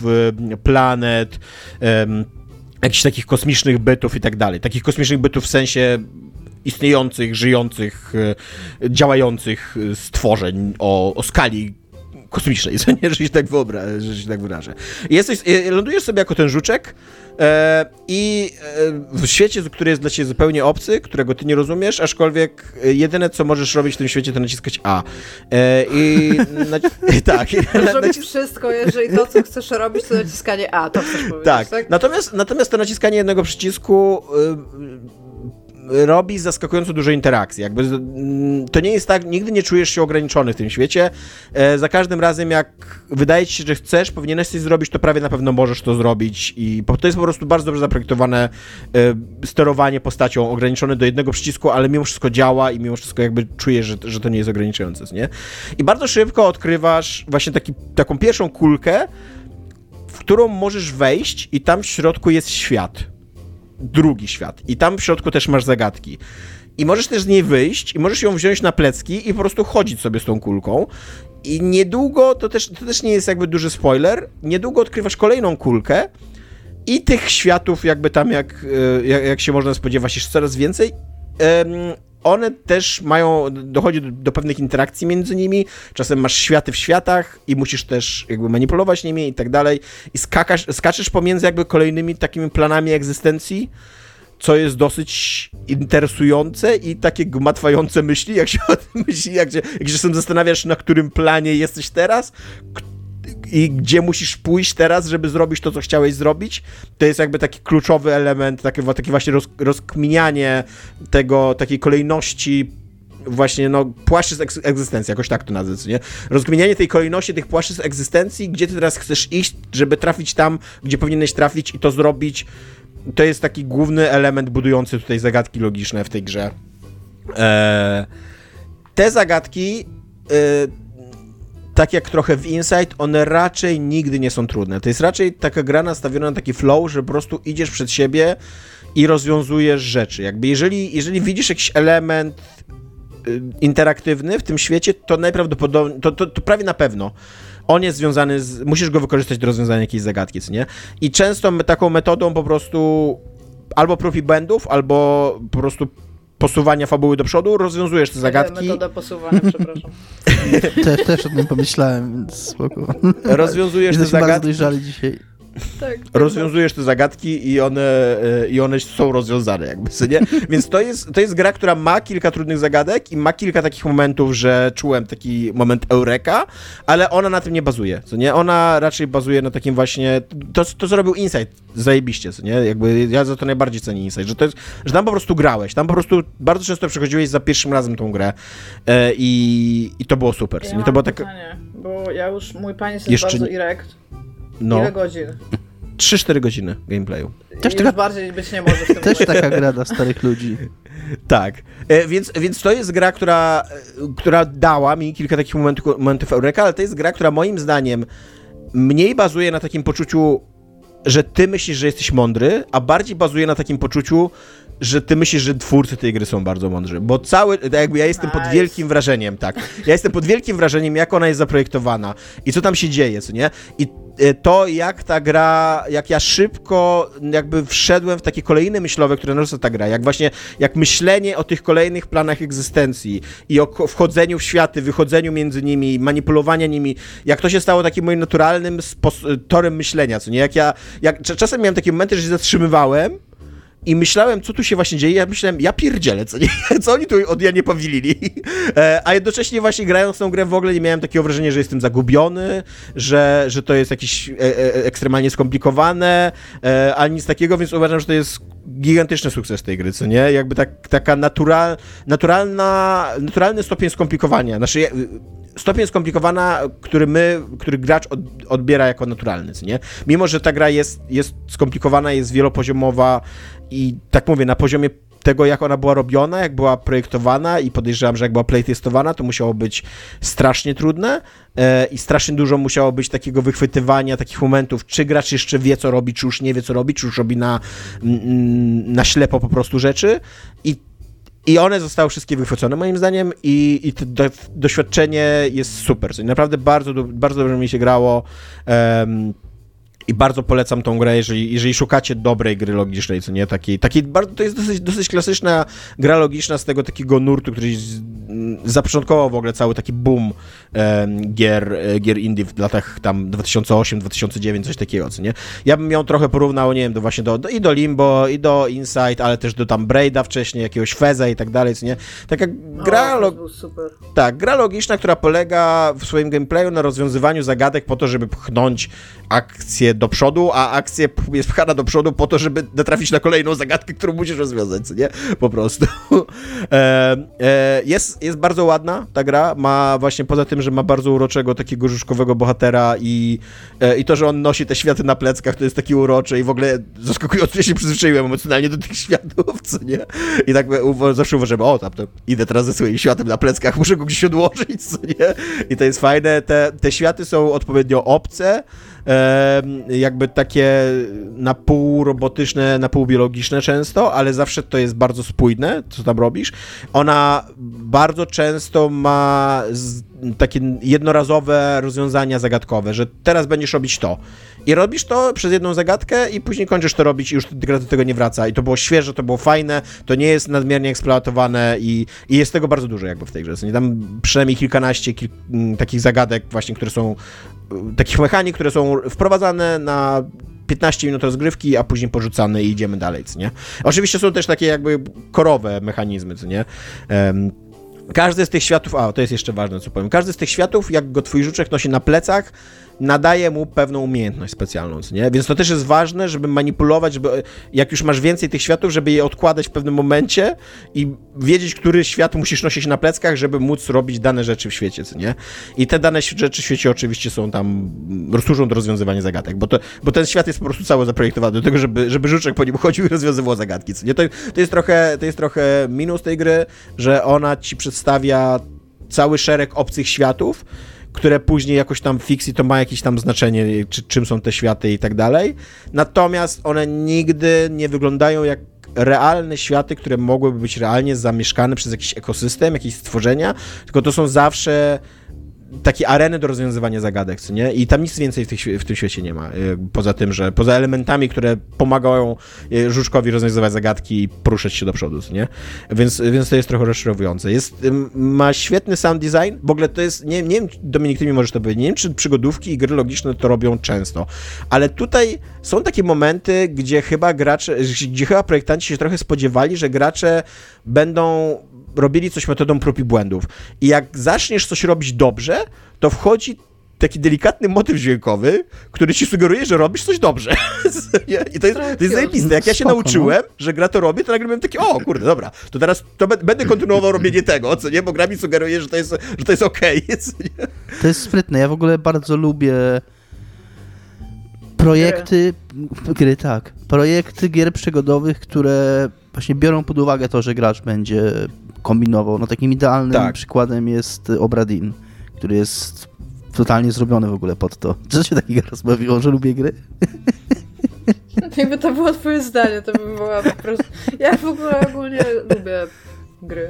planet, um, jakichś takich kosmicznych bytów i tak dalej. Takich kosmicznych bytów w sensie istniejących, żyjących, działających stworzeń o, o skali kosmicznej, co nie, że się tak wyobrażę, że się tak wyrażę. I jesteś, lądujesz sobie jako ten żuczek e, i e, w świecie, który jest dla ciebie zupełnie obcy, którego ty nie rozumiesz, aczkolwiek jedyne, co możesz robić w tym świecie, to naciskać A. E, I na, tak. Możesz robić wszystko, jeżeli to, co chcesz robić, to naciskanie A, to chcesz powiedzieć, tak? tak? Natomiast, natomiast to naciskanie jednego przycisku y, robi zaskakująco dużo interakcji. Jakby to nie jest tak, nigdy nie czujesz się ograniczony w tym świecie. E, za każdym razem, jak wydaje ci się, że chcesz, powinieneś coś zrobić, to prawie na pewno możesz to zrobić i to jest po prostu bardzo dobrze zaprojektowane e, sterowanie postacią, ograniczone do jednego przycisku, ale mimo wszystko działa i mimo wszystko jakby czujesz, że, że to nie jest ograniczające, nie? I bardzo szybko odkrywasz właśnie taki, taką pierwszą kulkę, w którą możesz wejść i tam w środku jest świat. Drugi świat. I tam w środku też masz zagadki. I możesz też z niej wyjść i możesz ją wziąć na plecki i po prostu chodzić sobie z tą kulką. I niedługo, to też, to też nie jest jakby duży spoiler, niedługo odkrywasz kolejną kulkę i tych światów jakby tam, jak, jak, jak się można spodziewać, jest coraz więcej. Um, one też mają, dochodzi do, do pewnych interakcji między nimi, czasem masz światy w światach i musisz też jakby manipulować nimi i tak dalej i skakasz, skaczesz pomiędzy jakby kolejnymi takimi planami egzystencji, co jest dosyć interesujące i takie gmatwające myśli, jak się o tym myśli, jak się, jak się sam zastanawiasz, na którym planie jesteś teraz i gdzie musisz pójść teraz, żeby zrobić to, co chciałeś zrobić. To jest jakby taki kluczowy element, takie, takie właśnie roz, rozkminianie tego, takiej kolejności właśnie, no, płaszczyzn egzystencji, jakoś tak to nazwać, nie? Rozkminianie tej kolejności, tych płaszczyzn egzystencji, gdzie ty teraz chcesz iść, żeby trafić tam, gdzie powinieneś trafić i to zrobić to jest taki główny element budujący tutaj zagadki logiczne w tej grze. E, te zagadki, e, tak jak trochę w Inside, one raczej nigdy nie są trudne. To jest raczej taka gra nastawiona na taki flow, że po prostu idziesz przed siebie i rozwiązujesz rzeczy. Jakby jeżeli, jeżeli widzisz jakiś element y, interaktywny w tym świecie, to najprawdopodobniej, to, to, to prawie na pewno on jest związany z, musisz go wykorzystać do rozwiązania jakiejś zagadki, co nie? I często my taką metodą po prostu albo prób i błędów, albo po prostu posuwania fabuły do przodu, rozwiązujesz te zagadki. Metoda posuwania, przepraszam. Też, też o tym pomyślałem, więc spoko. Rozwiązujesz te Jesteśmy zagadki. bardzo dojrzali dzisiaj. Tak, tak, Rozwiązujesz te zagadki i one, i one są rozwiązane, jakby, co nie? Więc to jest, to jest gra, która ma kilka trudnych zagadek i ma kilka takich momentów, że czułem taki moment eureka, ale ona na tym nie bazuje, co nie? Ona raczej bazuje na takim właśnie, to, to zrobił Inside zajebiście, co nie? Jakby ja za to najbardziej cenię Inside, że to jest, że tam po prostu grałeś, tam po prostu bardzo często przechodziłeś za pierwszym razem tą grę e, i, i to było super, co Ja nie? To było mam tak... pytanie, bo ja już, mój pan jest Jeszcze bardzo nie- erect. No, Ile godzin? trzy cztery godziny gameplayu. Też Już taka- bardziej być nie może w tym Też momencie. taka gra dla starych ludzi. Tak, e, więc, więc to jest gra, która, e, która dała mi kilka takich momentów, momentów eureka, ale to jest gra, która moim zdaniem mniej bazuje na takim poczuciu, że ty myślisz, że jesteś mądry, a bardziej bazuje na takim poczuciu, że ty myślisz, że twórcy tej gry są bardzo mądrzy, bo cały, jakby ja jestem pod Nice. wielkim wrażeniem, tak, ja jestem pod wielkim wrażeniem, jak ona jest zaprojektowana i co tam się dzieje, co nie? I e, to, jak ta gra, jak ja szybko jakby wszedłem w takie kolejne myślowe, które narzuca ta gra, jak właśnie, jak myślenie o tych kolejnych planach egzystencji i o ko- wchodzeniu w światy, wychodzeniu między nimi, manipulowania nimi, jak to się stało takim moim naturalnym spos- torem myślenia, co nie? Jak ja, jak cz- czasem miałem takie momenty, że się zatrzymywałem i myślałem, co tu się właśnie dzieje, ja myślałem, ja pierdzielę, co, nie? Co oni tu od ja nie powilili. E, a jednocześnie właśnie grając tą grę w ogóle nie miałem takiego wrażenia, że jestem zagubiony, że, że to jest jakieś e, e, ekstremalnie skomplikowane, e, ani nic takiego, więc uważam, że to jest gigantyczny sukces tej gry, co nie? Jakby tak, taka natural, naturalna, naturalny stopień skomplikowania. Znaczy, ja- stopień skomplikowana, który my, który gracz od, odbiera jako naturalny, co nie? Mimo, że ta gra jest, jest skomplikowana, jest wielopoziomowa i tak mówię, na poziomie tego, jak ona była robiona, jak była projektowana i podejrzewam, że jak była playtestowana, to musiało być strasznie trudne e, i strasznie dużo musiało być takiego wychwytywania, takich momentów, czy gracz jeszcze wie, co robi, czy już nie wie, co robi, czy już robi na, mm, na ślepo po prostu rzeczy i I one zostały wszystkie wychwycone moim zdaniem i, i to do, doświadczenie jest super. Co naprawdę bardzo, du- bardzo dobrze mi się grało um, i bardzo polecam tą grę, jeżeli, jeżeli szukacie dobrej gry logicznej, co nie? Takiej, takiej bardzo, to jest dosyć, dosyć klasyczna gra logiczna z tego takiego nurtu, który z, m, zapoczątkował w ogóle cały taki boom um, gier, e, gier indie w latach tam dwa tysiące osiem dwa tysiące dziewięć, coś takiego, co nie? Ja bym ją trochę porównał, nie wiem, do właśnie do, do, i do Limbo, i do Inside, ale też do tam Braida wcześniej, jakiegoś Feza i tak dalej, co nie? Taka gra, O, lo- to był super. tak, gra logiczna, która polega w swoim gameplayu na rozwiązywaniu zagadek po to, żeby pchnąć akcję do przodu, a akcja p- jest pchana do przodu po to, żeby natrafić na kolejną zagadkę, którą musisz rozwiązać, co nie? Po prostu. e, e, jest, jest bardzo ładna ta gra, ma właśnie poza tym, że ma bardzo uroczego takiego żużkowego bohatera i, e, i to, że on nosi te światy na pleckach, to jest takie urocze i w ogóle zaskakująco się przyzwyczaiłem emocjonalnie do tych światów, co nie? I tak uwa- zawsze uważam, o tam to idę teraz ze swoim światem na pleckach, muszę go gdzieś odłożyć, co nie? I to jest fajne, te, te światy są odpowiednio obce, e, jakby takie na pół robotyczne, na pół biologiczne często, ale zawsze to jest bardzo spójne, co tam robisz. Ona bardzo często ma z, takie jednorazowe rozwiązania zagadkowe, że teraz będziesz robić to. I robisz to przez jedną zagadkę i później kończysz to robić i już gra do tego nie wraca. I to było świeże, to było fajne, to nie jest nadmiernie eksploatowane i, i jest tego bardzo dużo jakby w tej grze. Nie tam przynajmniej kilkanaście kil, m, takich zagadek właśnie, które są, y, takich mechanik, które są wprowadzane na piętnaście minut rozgrywki, a później porzucane i idziemy dalej, co nie? Oczywiście są też takie jakby korowe mechanizmy, co nie? Um, Każdy z tych światów, a to jest jeszcze ważne, co powiem, każdy z tych światów, jak go twój żuczek nosi na plecach, nadaje mu pewną umiejętność specjalną, co nie? Więc to też jest ważne, żeby manipulować, żeby jak już masz więcej tych światów, żeby je odkładać w pewnym momencie i wiedzieć, który świat musisz nosić na pleckach, żeby móc robić dane rzeczy w świecie, co nie? I te dane rzeczy w świecie oczywiście są tam, służą do rozwiązywania zagadek, bo, to, bo ten świat jest po prostu cały zaprojektowany do tego, żeby, żeby żuczek po nim chodził i rozwiązywał zagadki, co nie? To, to, jest trochę, to jest trochę minus tej gry, że ona ci przedstawia cały szereg obcych światów, które później jakoś tam w fikcji to ma jakieś tam znaczenie, czy, czym są te światy i tak dalej. Natomiast one nigdy nie wyglądają jak realne światy, które mogłyby być realnie zamieszkane przez jakiś ekosystem, jakieś stworzenia, tylko to są zawsze takie areny do rozwiązywania zagadek, co nie? I tam nic więcej w, tych, w tym świecie nie ma. Poza tym, że poza elementami, które pomagają żuczkowi rozwiązywać zagadki i poruszać się do przodu, co nie? Więc, więc to jest trochę rozczarowujące. Jest, ma świetny sound design. W ogóle to jest, nie, nie wiem, Dominik, ty mi możesz to powiedzieć, nie wiem, czy przygodówki i gry logiczne to robią często, ale tutaj są takie momenty, gdzie chyba gracze, gdzie chyba projektanci się trochę spodziewali, że gracze będą robili coś metodą prób i błędów. I jak zaczniesz coś robić dobrze, to wchodzi taki delikatny motyw dźwiękowy, który ci sugeruje, że robisz coś dobrze. I to jest, to jest zajebiste. Jak ja się Spoko, nauczyłem, no. że gra to robi, to nagle byłem taki, o kurde, dobra, to teraz to b- będę kontynuował robienie tego, co nie? Bo gra mi sugeruje, że to jest, że to jest okej. Okay, to jest sprytne. Ja w ogóle bardzo lubię projekty, gry. gry, tak, projekty gier przygodowych, które właśnie biorą pod uwagę to, że gracz będzie kombinował. No takim idealnym tak. przykładem jest Obra Dinn, który jest totalnie zrobiony w ogóle pod to. Co się takiego rozbawiło, że lubię gry? Jakby to było twoje zdanie, to by była po prostu... Ja w ogóle ogólnie lubię gry.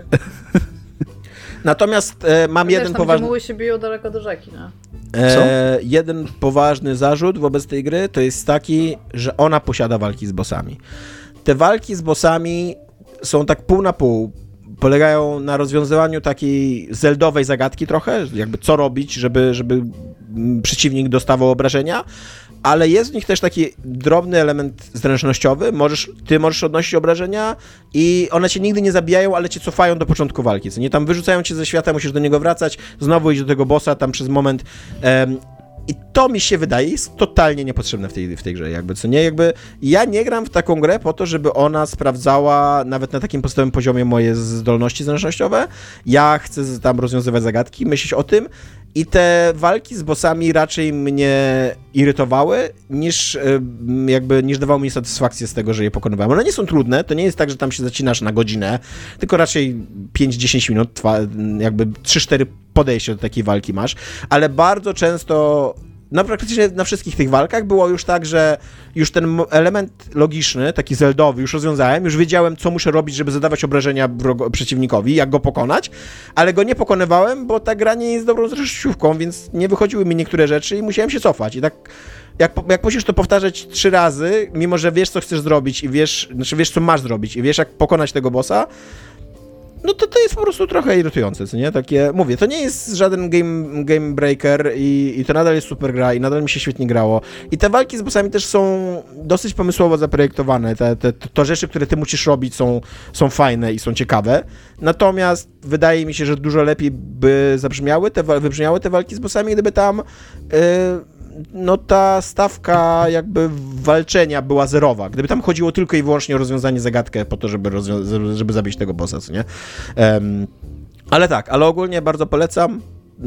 Natomiast e, mam Wiesz, jeden tam, poważny... muły się biją daleko do rzeki, no. E, jeden poważny zarzut wobec tej gry to jest taki, że ona posiada walki z bossami. Te walki z bossami są tak pół na pół. Polegają na rozwiązywaniu takiej zeldowej zagadki trochę, jakby co robić, żeby, żeby przeciwnik dostawał obrażenia, ale jest w nich też taki drobny element zręcznościowy. Możesz, ty możesz odnosić obrażenia i one cię nigdy nie zabijają, ale cię cofają do początku walki. Co nie? Tam wyrzucają cię ze świata, musisz do niego wracać, znowu iść do tego bossa tam przez moment. Um, I to mi się wydaje jest totalnie niepotrzebne w tej, w tej grze, jakby, co nie, jakby ja nie gram w taką grę po to, żeby ona sprawdzała nawet na takim podstawowym poziomie moje zdolności zręcznościowe. Ja chcę tam rozwiązywać zagadki, myśleć o tym i te walki z bossami raczej mnie irytowały, niż jakby, niż dawały mi satysfakcję z tego, że je pokonywałem. One nie są trudne, to nie jest tak, że tam się zacinasz na godzinę, tylko raczej pięć do dziesięciu minut trwa, jakby trzy cztery podejście do takiej walki masz, ale bardzo często, no praktycznie na wszystkich tych walkach było już tak, że już ten element logiczny, taki zeldowy, już rozwiązałem, już wiedziałem, co muszę robić, żeby zadawać obrażenia wrogo- przeciwnikowi, jak go pokonać, ale go nie pokonywałem, bo ta gra nie jest dobrą zręcznościówką, więc nie wychodziły mi niektóre rzeczy i musiałem się cofać. I tak jak, jak musisz to powtarzać trzy razy, mimo że wiesz, co chcesz zrobić i wiesz, znaczy wiesz, co masz zrobić i wiesz, jak pokonać tego bossa, no to to jest po prostu trochę irytujące, co nie? Takie, mówię, to nie jest żaden game, game breaker i, i to nadal jest super gra i nadal mi się świetnie grało. I te walki z bossami też są dosyć pomysłowo zaprojektowane. Te, te, to rzeczy, które ty musisz robić są, są fajne i są ciekawe. Natomiast wydaje mi się, że dużo lepiej by zabrzmiały te, wybrzmiały te walki z bossami, gdyby tam yy, no ta stawka jakby walczenia była zerowa. Gdyby tam chodziło tylko i wyłącznie o rozwiązanie zagadkę po to, żeby, rozwią- żeby zabić tego bossa, co nie? Um, ale tak, ale ogólnie bardzo polecam.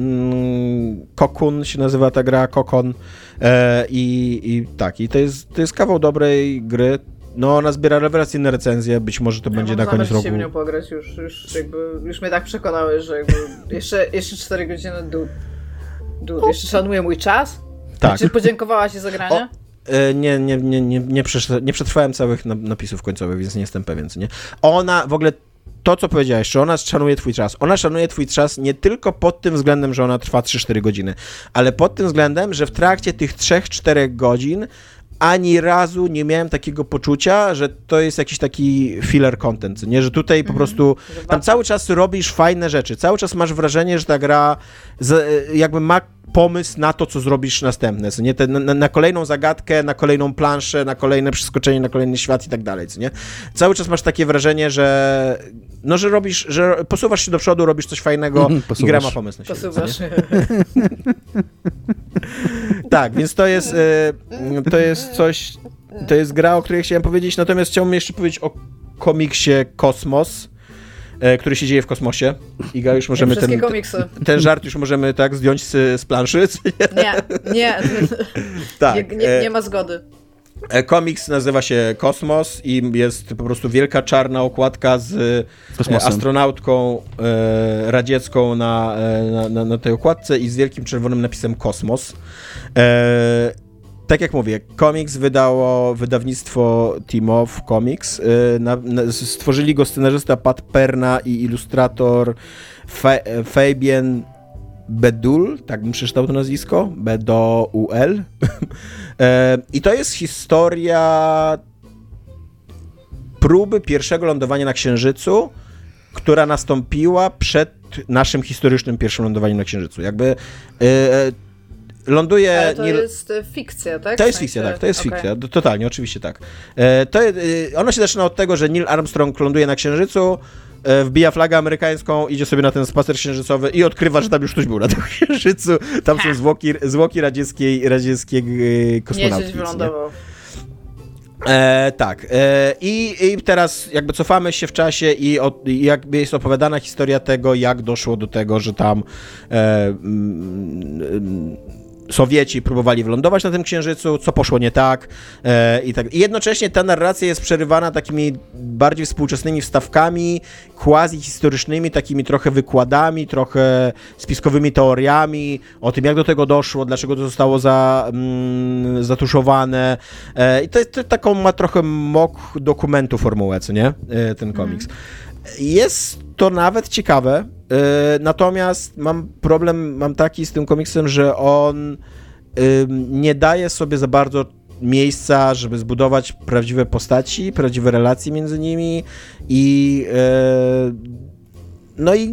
Mm, Cocoon się nazywa ta gra, Cocoon e, i, i tak, i to jest, to jest kawał dobrej gry. No, ona zbiera rewelacyjne recenzje, być może to ja będzie na koniec roku. Ja mam pograć, już, już, jakby, już mnie tak przekonałeś, że jakby jeszcze, jeszcze cztery godziny, du, du, jeszcze szanuję mój czas. Tak. Czy podziękowałaś za granie? O, e, nie, nie, nie, nie, nie, przetrwa, nie przetrwałem całych napisów końcowych, więc nie jestem pewien, co nie? Ona, w ogóle to, co powiedziałeś, że ona szanuje twój czas. Ona szanuje twój czas nie tylko pod tym względem, że ona trwa trzy cztery godziny, ale pod tym względem, że w trakcie tych trzy cztery godzin ani razu nie miałem takiego poczucia, że to jest jakiś taki filler content, nie? Że tutaj po prostu tam cały czas robisz fajne rzeczy, cały czas masz wrażenie, że ta gra z, jakby ma pomysł na to, co zrobisz następne, co nie? Te, na, na kolejną zagadkę, na kolejną planszę, na kolejne przeskoczenie, na kolejny świat i tak dalej, co nie? Cały czas masz takie wrażenie, że no, że robisz, że posuwasz się do przodu, robisz coś fajnego i gra ma pomysł na siebie. Posuwasz. Tak, więc to jest, to jest coś, to jest gra, o której chciałem powiedzieć, natomiast chciałbym jeszcze powiedzieć o komiksie Kosmos, który się dzieje w kosmosie. Iga, już możemy ten, komiksy. ten żart już możemy tak zdjąć z, z planszy. Nie, nie. Tak. Nie, nie, nie ma zgody. Komiks nazywa się Kosmos i jest po prostu wielka czarna okładka z Kosmosem. Astronautką e, radziecką na, na, na, na tej okładce i z wielkim czerwonym napisem Kosmos. E, tak jak mówię, komiks wydało wydawnictwo Team of Comics. E, na, na, stworzyli go scenarzysta Pat Perna i ilustrator Fa- Fabien Bedul, tak bym przeczytał to nazwisko, B D U L. I to jest historia próby pierwszego lądowania na Księżycu, która nastąpiła przed naszym historycznym pierwszym lądowaniem na Księżycu. Jakby yy, ląduje... Ale to nie... jest fikcja, tak? To jest w sensie... fikcja, tak, to jest okay. fikcja, totalnie, oczywiście tak. Yy, to, yy, ono się zaczyna od tego, że Neil Armstrong ląduje na Księżycu, wbija flagę amerykańską, idzie sobie na ten spacer księżycowy i odkrywa, że tam już ktoś był na tym księżycu. Tam są zwłoki, zwłoki radzieckiej, radzieckiej kosmonautki. Niedźwiedź wylądował. E, tak. E, i, I teraz jakby cofamy się w czasie i, od, i jakby jest opowiadana historia tego, jak doszło do tego, że tam e, mm, Sowieci próbowali wylądować na tym księżycu, co poszło nie tak, e, i tak. I jednocześnie ta narracja jest przerywana takimi bardziej współczesnymi wstawkami, quasi-historycznymi, takimi trochę wykładami, trochę spiskowymi teoriami o tym, jak do tego doszło, dlaczego to zostało za, mm, zatuszowane. E, I to, to taką ma trochę mock dokumentu formułę, co nie? E, ten komiks. Mm. Jest to nawet ciekawe, yy, natomiast mam problem, mam taki z tym komiksem, że on yy, nie daje sobie za bardzo miejsca, żeby zbudować prawdziwe postaci, prawdziwe relacje między nimi i yy, no i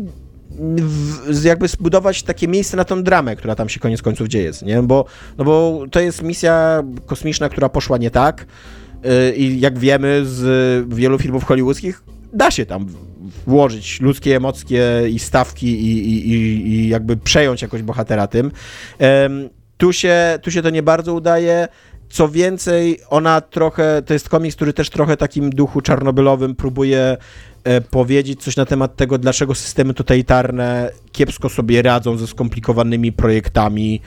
w, jakby zbudować takie miejsce na tą dramę, która tam się koniec końców dzieje, nie? Bo, no bo to jest misja kosmiczna, która poszła nie tak yy, i jak wiemy z wielu filmów hollywoodzkich, da się tam włożyć ludzkie emocje i stawki i, i, i, i jakby przejąć jakoś bohatera tym. Um, tu, się, tu się to nie bardzo udaje. Co więcej, ona trochę, to jest komiks, który też trochę takim duchu czarnobylowym próbuje e, powiedzieć coś na temat tego, dlaczego systemy totalitarne kiepsko sobie radzą ze skomplikowanymi projektami.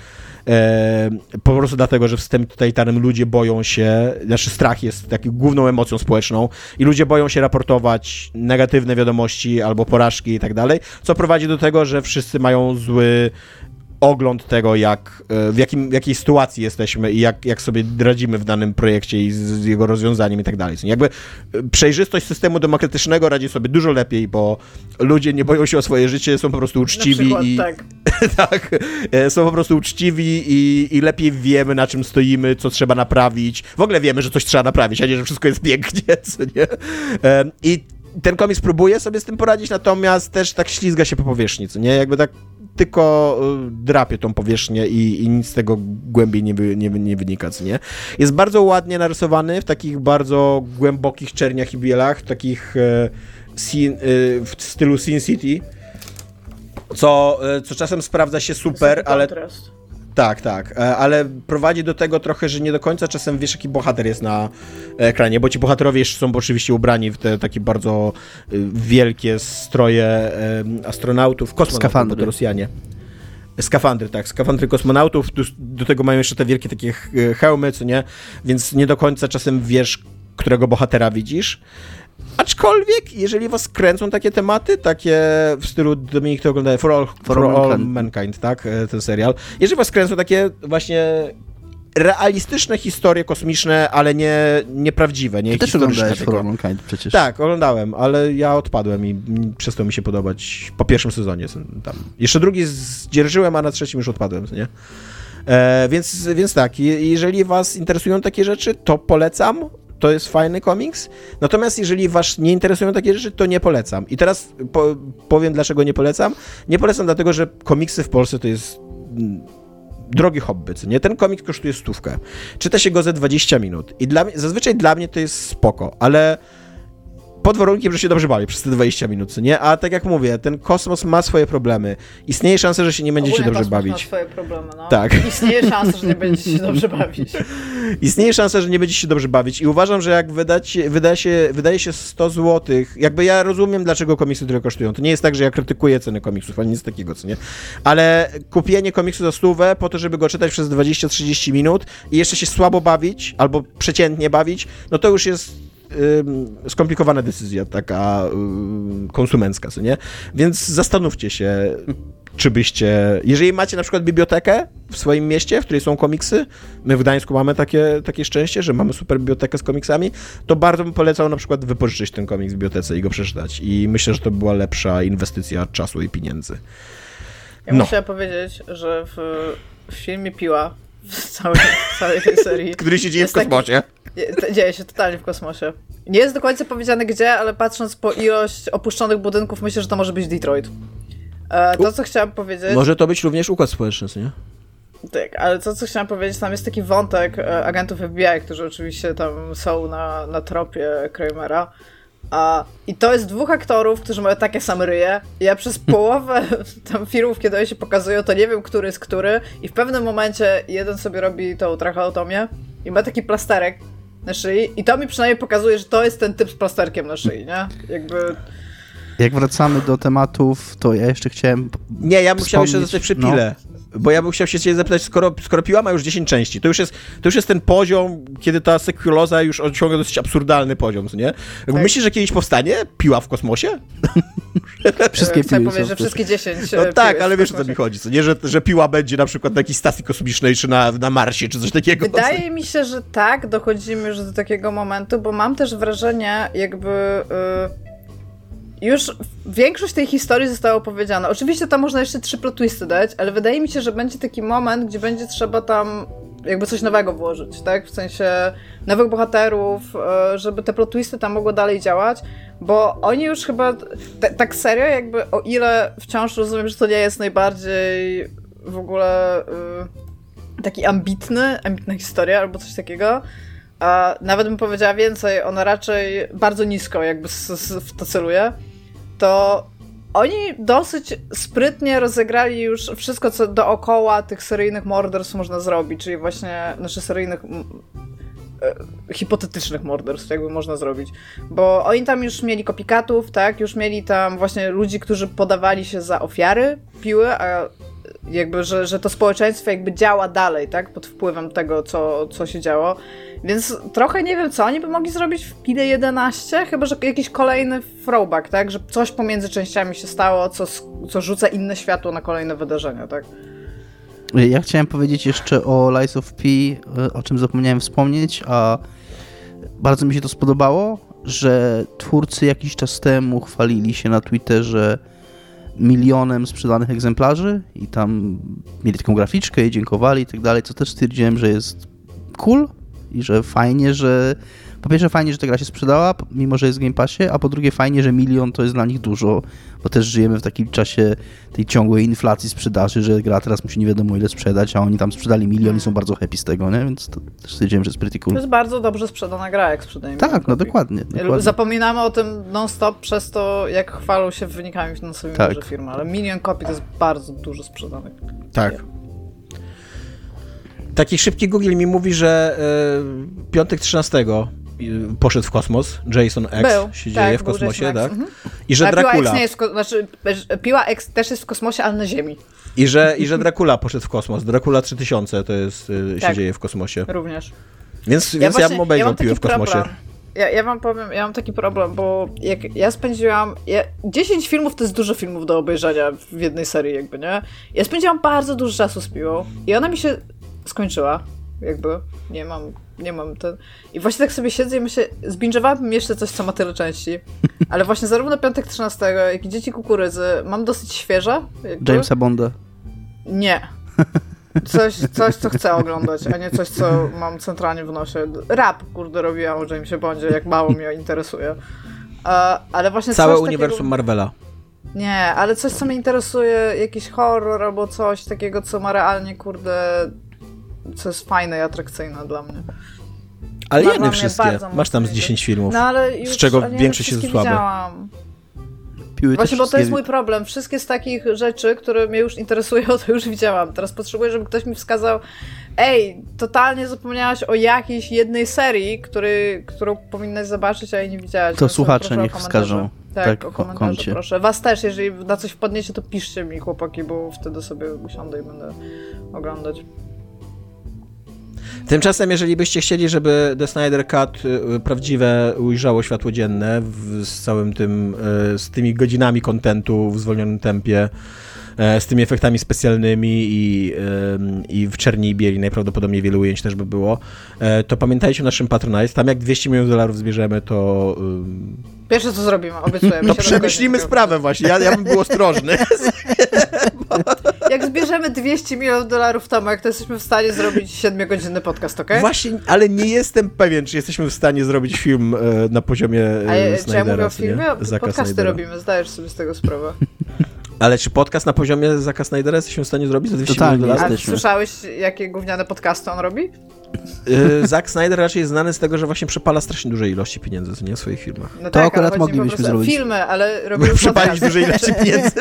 E, po prostu dlatego, że w systemie totalitarnym ludzie boją się, znaczy strach jest taką główną emocją społeczną i ludzie boją się raportować negatywne wiadomości albo porażki i tak dalej, co prowadzi do tego, że wszyscy mają zły ogląd tego, jak, w, jakim, w jakiej sytuacji jesteśmy i jak, jak sobie radzimy w danym projekcie i z, z jego rozwiązaniem i tak dalej. Jakby przejrzystość systemu demokratycznego radzi sobie dużo lepiej, bo ludzie nie boją się o swoje życie, są po prostu uczciwi. Na przykład, i tak. tak, są po prostu uczciwi i, i lepiej wiemy, na czym stoimy, co trzeba naprawić. W ogóle wiemy, że coś trzeba naprawić, a nie, że wszystko jest pięknie, co nie? I ten komiks próbuje sobie z tym poradzić, natomiast też tak ślizga się po powierzchni, co nie? Jakby tak tylko drapie tą powierzchnię i, i nic z tego głębiej nie, nie, nie wynika, co nie? Jest bardzo ładnie narysowany w takich bardzo głębokich czerniach i bielach, takich e, sin, e, w stylu Sin City, co, e, co czasem sprawdza się super, ale... Tak, tak, ale prowadzi do tego trochę, że nie do końca czasem wiesz, jaki bohater jest na ekranie, bo ci bohaterowie jeszcze są oczywiście ubrani w te takie bardzo wielkie stroje astronautów, kosmonautów, skafandry. Bo to Rosjanie. Skafandry, tak, skafandry kosmonautów, do, do tego mają jeszcze te wielkie takie hełmy, co nie, więc nie do końca czasem wiesz, którego bohatera widzisz. Aczkolwiek, jeżeli was kręcą takie tematy, takie w stylu Dominik to ogląda For All, For For All Mankind. Mankind, tak, ten serial. Jeżeli was kręcą takie właśnie realistyczne historie kosmiczne, ale nie nieprawdziwe, nie Ty też oglądałeś For All Mankind przecież. Tak, oglądałem, ale ja odpadłem i przestał mi się podobać po pierwszym sezonie. Tam. Jeszcze drugi zdzierżyłem, a na trzecim już odpadłem, nie? E, więc, więc tak, jeżeli was interesują takie rzeczy, to polecam. To jest fajny komiks, natomiast jeżeli was nie interesują takie rzeczy, to nie polecam. I teraz po, powiem, dlaczego nie polecam. Nie polecam dlatego, że komiksy w Polsce to jest drogi hobby, co nie? Ten komiks kosztuje stówkę. Czyta się go ze dwadzieścia minut i dla mnie, zazwyczaj dla mnie to jest spoko, ale pod warunkiem, że się dobrze bawi przez te dwadzieścia minut, nie? A tak jak mówię, ten kosmos ma swoje problemy. Istnieje szansa, że się nie będziecie Ogólnie dobrze kosmos bawić. ma swoje problemy, no. Tak. Istnieje szansa, że nie będziecie się dobrze bawić. Istnieje szansa, że nie będziecie się dobrze bawić i uważam, że jak wydać, wydaje, się, wydaje się sto złotych, jakby ja rozumiem, dlaczego komiksy tyle kosztują. To nie jest tak, że ja krytykuję ceny komiksów, ani nic takiego, co nie? Ale kupienie komiksu za stówę po to, żeby go czytać przez dwadzieścia trzydzieści minut i jeszcze się słabo bawić, albo przeciętnie bawić, no to już jest skomplikowana decyzja, taka konsumencka, co nie? Więc zastanówcie się, czy byście... Jeżeli macie na przykład bibliotekę w swoim mieście, w której są komiksy, my w Gdańsku mamy takie, takie szczęście, że mamy super bibliotekę z komiksami, to bardzo bym polecał na przykład wypożyczyć ten komiks w bibliotece i go przeczytać. I myślę, że to była lepsza inwestycja czasu i pieniędzy. Ja No. muszę powiedzieć, że w, w filmie Piła, w całej, w całej tej serii... Który się dzieje w taki- kosmosie. Dzieje się totalnie w kosmosie. Nie jest do końca powiedziane gdzie, ale patrząc po ilość opuszczonych budynków, myślę, że to może być Detroit. E, to, co chciałam powiedzieć... Może to być również układ społeczny, co nie? Tak, ale to, co chciałam powiedzieć, tam jest taki wątek e, agentów F B I, którzy oczywiście tam są na, na tropie Kramera. A, I to jest dwóch aktorów, którzy mają takie same ryje. Ja przez połowę tam filmów, kiedy oni się pokazują, to nie wiem, który jest który. I w pewnym momencie jeden sobie robi tą tracheotomię i ma taki plasterek na szyi. I to mi przynajmniej pokazuje, że to jest ten typ z plasterkiem na szyi, nie? Jakby... Jak wracamy do tematów, to ja jeszcze chciałem Nie, ja bym chciał jeszcze wspomnieć- zostać przy Pile. Bo ja bym chciał się ciebie zapytać, skoro, skoro Piła ma już dziesięć części, to już, jest, to już jest ten poziom, kiedy ta sequeloza już osiąga dosyć absurdalny poziom, co nie? Jakby Tak. Myślisz, że kiedyś powstanie Piła w kosmosie? Wszystkie Chciałam piły powiedzieć, są że w wszystkie dziesięć... No e, tak, pił ale jest w wiesz, o co kosmosie. mi chodzi, co nie? Że, że Piła będzie na przykład na jakiejś stacji kosmicznej, czy na, na Marsie, czy coś takiego. Wydaje mi się, że tak, dochodzimy już do takiego momentu, bo mam też wrażenie, jakby y, już większość tej historii została opowiedziana. Oczywiście tam można jeszcze trzy plot twisty dać, ale wydaje mi się, że będzie taki moment, gdzie będzie trzeba tam jakby coś nowego włożyć, tak? W sensie nowych bohaterów, y, żeby te plot twisty tam mogły dalej działać, bo oni już chyba, t- tak serio, jakby o ile wciąż rozumiem, że to nie jest najbardziej w ogóle... Y, taki ambitny, ambitna historia albo coś takiego. A nawet bym powiedziała więcej, ona raczej bardzo nisko jakby s- s- w to celuje. To oni dosyć sprytnie rozegrali już wszystko, co dookoła tych seryjnych morderstw można zrobić, czyli właśnie, znaczy seryjnych m, e, hipotetycznych morderstw, jakby można zrobić. Bo oni tam już mieli kopikatów, tak? Już mieli tam właśnie ludzi, którzy podawali się za ofiary Piły, a jakby, że, że to społeczeństwo jakby działa dalej, tak? Pod wpływem tego, co, co się działo. Więc trochę nie wiem, co oni by mogli zrobić w Pile jedenaście, chyba, że jakiś kolejny throwback, tak? Że coś pomiędzy częściami się stało, co, co rzuca inne światło na kolejne wydarzenia, tak? Ja chciałem powiedzieć jeszcze o Lies of P, o czym zapomniałem wspomnieć, a bardzo mi się to spodobało, że twórcy jakiś czas temu chwalili się na Twitterze milionem sprzedanych egzemplarzy i tam mieli taką graficzkę i dziękowali i tak dalej, co też stwierdziłem, że jest cool i że fajnie, że po pierwsze fajnie, że ta gra się sprzedała, mimo że jest w Game Passie, a po drugie fajnie, że milion to jest dla nich dużo, bo też żyjemy w takim czasie tej ciągłej inflacji sprzedaży, że gra teraz musi nie wiadomo ile sprzedać, a oni tam sprzedali milion i są bardzo happy z tego, nie? Więc to też stwierdziłem, że jest pretty cool. To jest bardzo dobrze sprzedana gra, jak sprzedaje Tak, milion no kopii. dokładnie, dokładnie. Zapominamy o tym non-stop przez to, jak chwalą się wynikami finansowymi Tak. duże firmy, ale milion kopii to jest bardzo dużo sprzedanych. Tak. Taki szybki Google mi mówi, że y, piątek trzynastego y, poszedł w kosmos. Jason X Był, się tak, dzieje w był kosmosie, Jason X, tak? mhm. I że Ale Piła Dracula. X nie jest w ko- znaczy, Piła X też jest w kosmosie, ale na Ziemi. I że, I że Dracula poszedł w kosmos. Dracula trzy tysiące to jest, y, się Tak. dzieje w kosmosie. Również. Więc ja, więc ja bym obejrzał mam Piłę taki w kosmosie. problem. Ja, ja wam powiem, ja mam taki problem, bo jak ja spędziłam... Ja, dziesięć filmów to jest dużo filmów do obejrzenia w jednej serii jakby, nie? Ja spędziłam bardzo dużo czasu z Piłą i ona mi się skończyła, jakby. Nie mam, nie mam ten... I właśnie tak sobie siedzę i myślę, zbingowałabym jeszcze coś, co ma tyle części, ale właśnie zarówno Piątek trzynastego, jak i Dzieci Kukurydzy mam dosyć świeże. Jakby. Jamesa Bonda. Nie. Coś, coś, co chcę oglądać, a nie coś, co mam centralnie w nosie. Rap, kurde, robiłam o Jamesie Bondzie, jak mało mnie interesuje. A, ale właśnie Całe coś uniwersum takiego... Marvela. Nie, ale coś, co mnie interesuje, jakiś horror albo coś takiego, co ma realnie, kurde, co jest fajne i atrakcyjne dla mnie. Ale Marvel nie mnie wszystkie. bardzo Masz tam z mocno dziesięć filmów. No ale już, z czego nie, większość jest wszystkie słabe. Widziałam. Piły Właśnie, też bo to jest wszystkie- mój problem. Wszystkie z takich rzeczy, które mnie już interesują, to już widziałam. Teraz potrzebuję, żeby ktoś mi wskazał, ej, totalnie zapomniałaś o jakiejś jednej serii, który, którą powinnaś zobaczyć, a jej nie widziałaś. To Więc słuchacze proszę o niech komentarze. wskażą. Tak, Tak, o ko- komentarze koncie. proszę. Was też, jeżeli na coś wpadniecie, to piszcie mi, chłopaki, bo wtedy sobie usiądę i będę oglądać. Tymczasem, jeżeli byście chcieli, żeby The Snyder Cut y, prawdziwe ujrzało światło dzienne w, z całym tym, y, z tymi godzinami kontentu w zwolnionym tempie, y, z tymi efektami specjalnymi i, y, i w czerni i bieli, najprawdopodobniej wiele ujęć też by było, y, to pamiętajcie o naszym Patronite. Tam jak dwieście milionów dolarów zbierzemy, to... Y, Pierwsze co zrobimy, obiecuję. to przemyślimy sprawę właśnie, ja, ja bym był ostrożny. Jak zbierzemy dwieście milionów dolarów, Tomek, to jesteśmy w stanie zrobić siedmiogodzinny podcast, okej? Właśnie, ale nie jestem pewien, czy jesteśmy w stanie zrobić film e, na poziomie A e, ja, czy ja mówię Snydera, o co nie? filmie? Zaka Podcasty Snydera. robimy, zdajesz sobie z tego sprawę. Ale czy podcast na poziomie Zaka Snydera jesteśmy w stanie zrobić za dwieście Totalnie. milionów A dolarów? Jesteśmy. słyszałeś, jakie gówniane podcasty on robi? E, Zack Snyder raczej jest znany z tego, że właśnie przepala strasznie duże ilości pieniędzy, co nie, w swoich filmach. No To tak, akurat ale chodzi mi po moglibyśmy prostu o zrobić. filmy, ale robił Przepalić podcasty. duże ilości pieniędzy.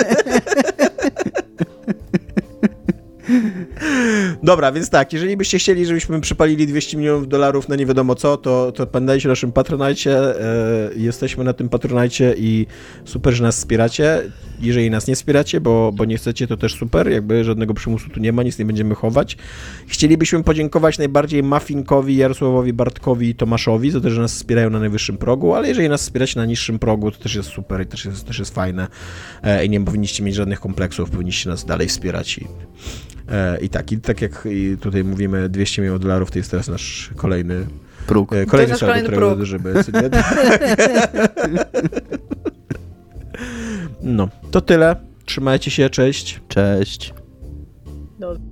Dobra, więc tak, jeżeli byście chcieli, żebyśmy przypalili dwieście milionów dolarów na nie wiadomo co, to, to pamiętajcie o naszym Patronajcie. E, jesteśmy na tym Patronajcie i super, że nas wspieracie. Jeżeli nas nie wspieracie, bo, bo nie chcecie, to też super, jakby żadnego przymusu tu nie ma, nic nie będziemy chować. Chcielibyśmy podziękować najbardziej Muffinkowi, Jarosławowi, Bartkowi i Tomaszowi za to, że nas wspierają na najwyższym progu, ale jeżeli nas wspieracie na niższym progu, to też jest super i też jest, też jest fajne. E, I nie powinniście mieć żadnych kompleksów, powinniście nas dalej wspierać i E, I tak, i tak jak i tutaj mówimy, dwieście milionów dolarów to jest teraz nasz kolejny Próg. e, kolejny nasz cel, do kolejny którego próg. dążymy. co nie? No, to tyle. Trzymajcie się, cześć. Cześć. No.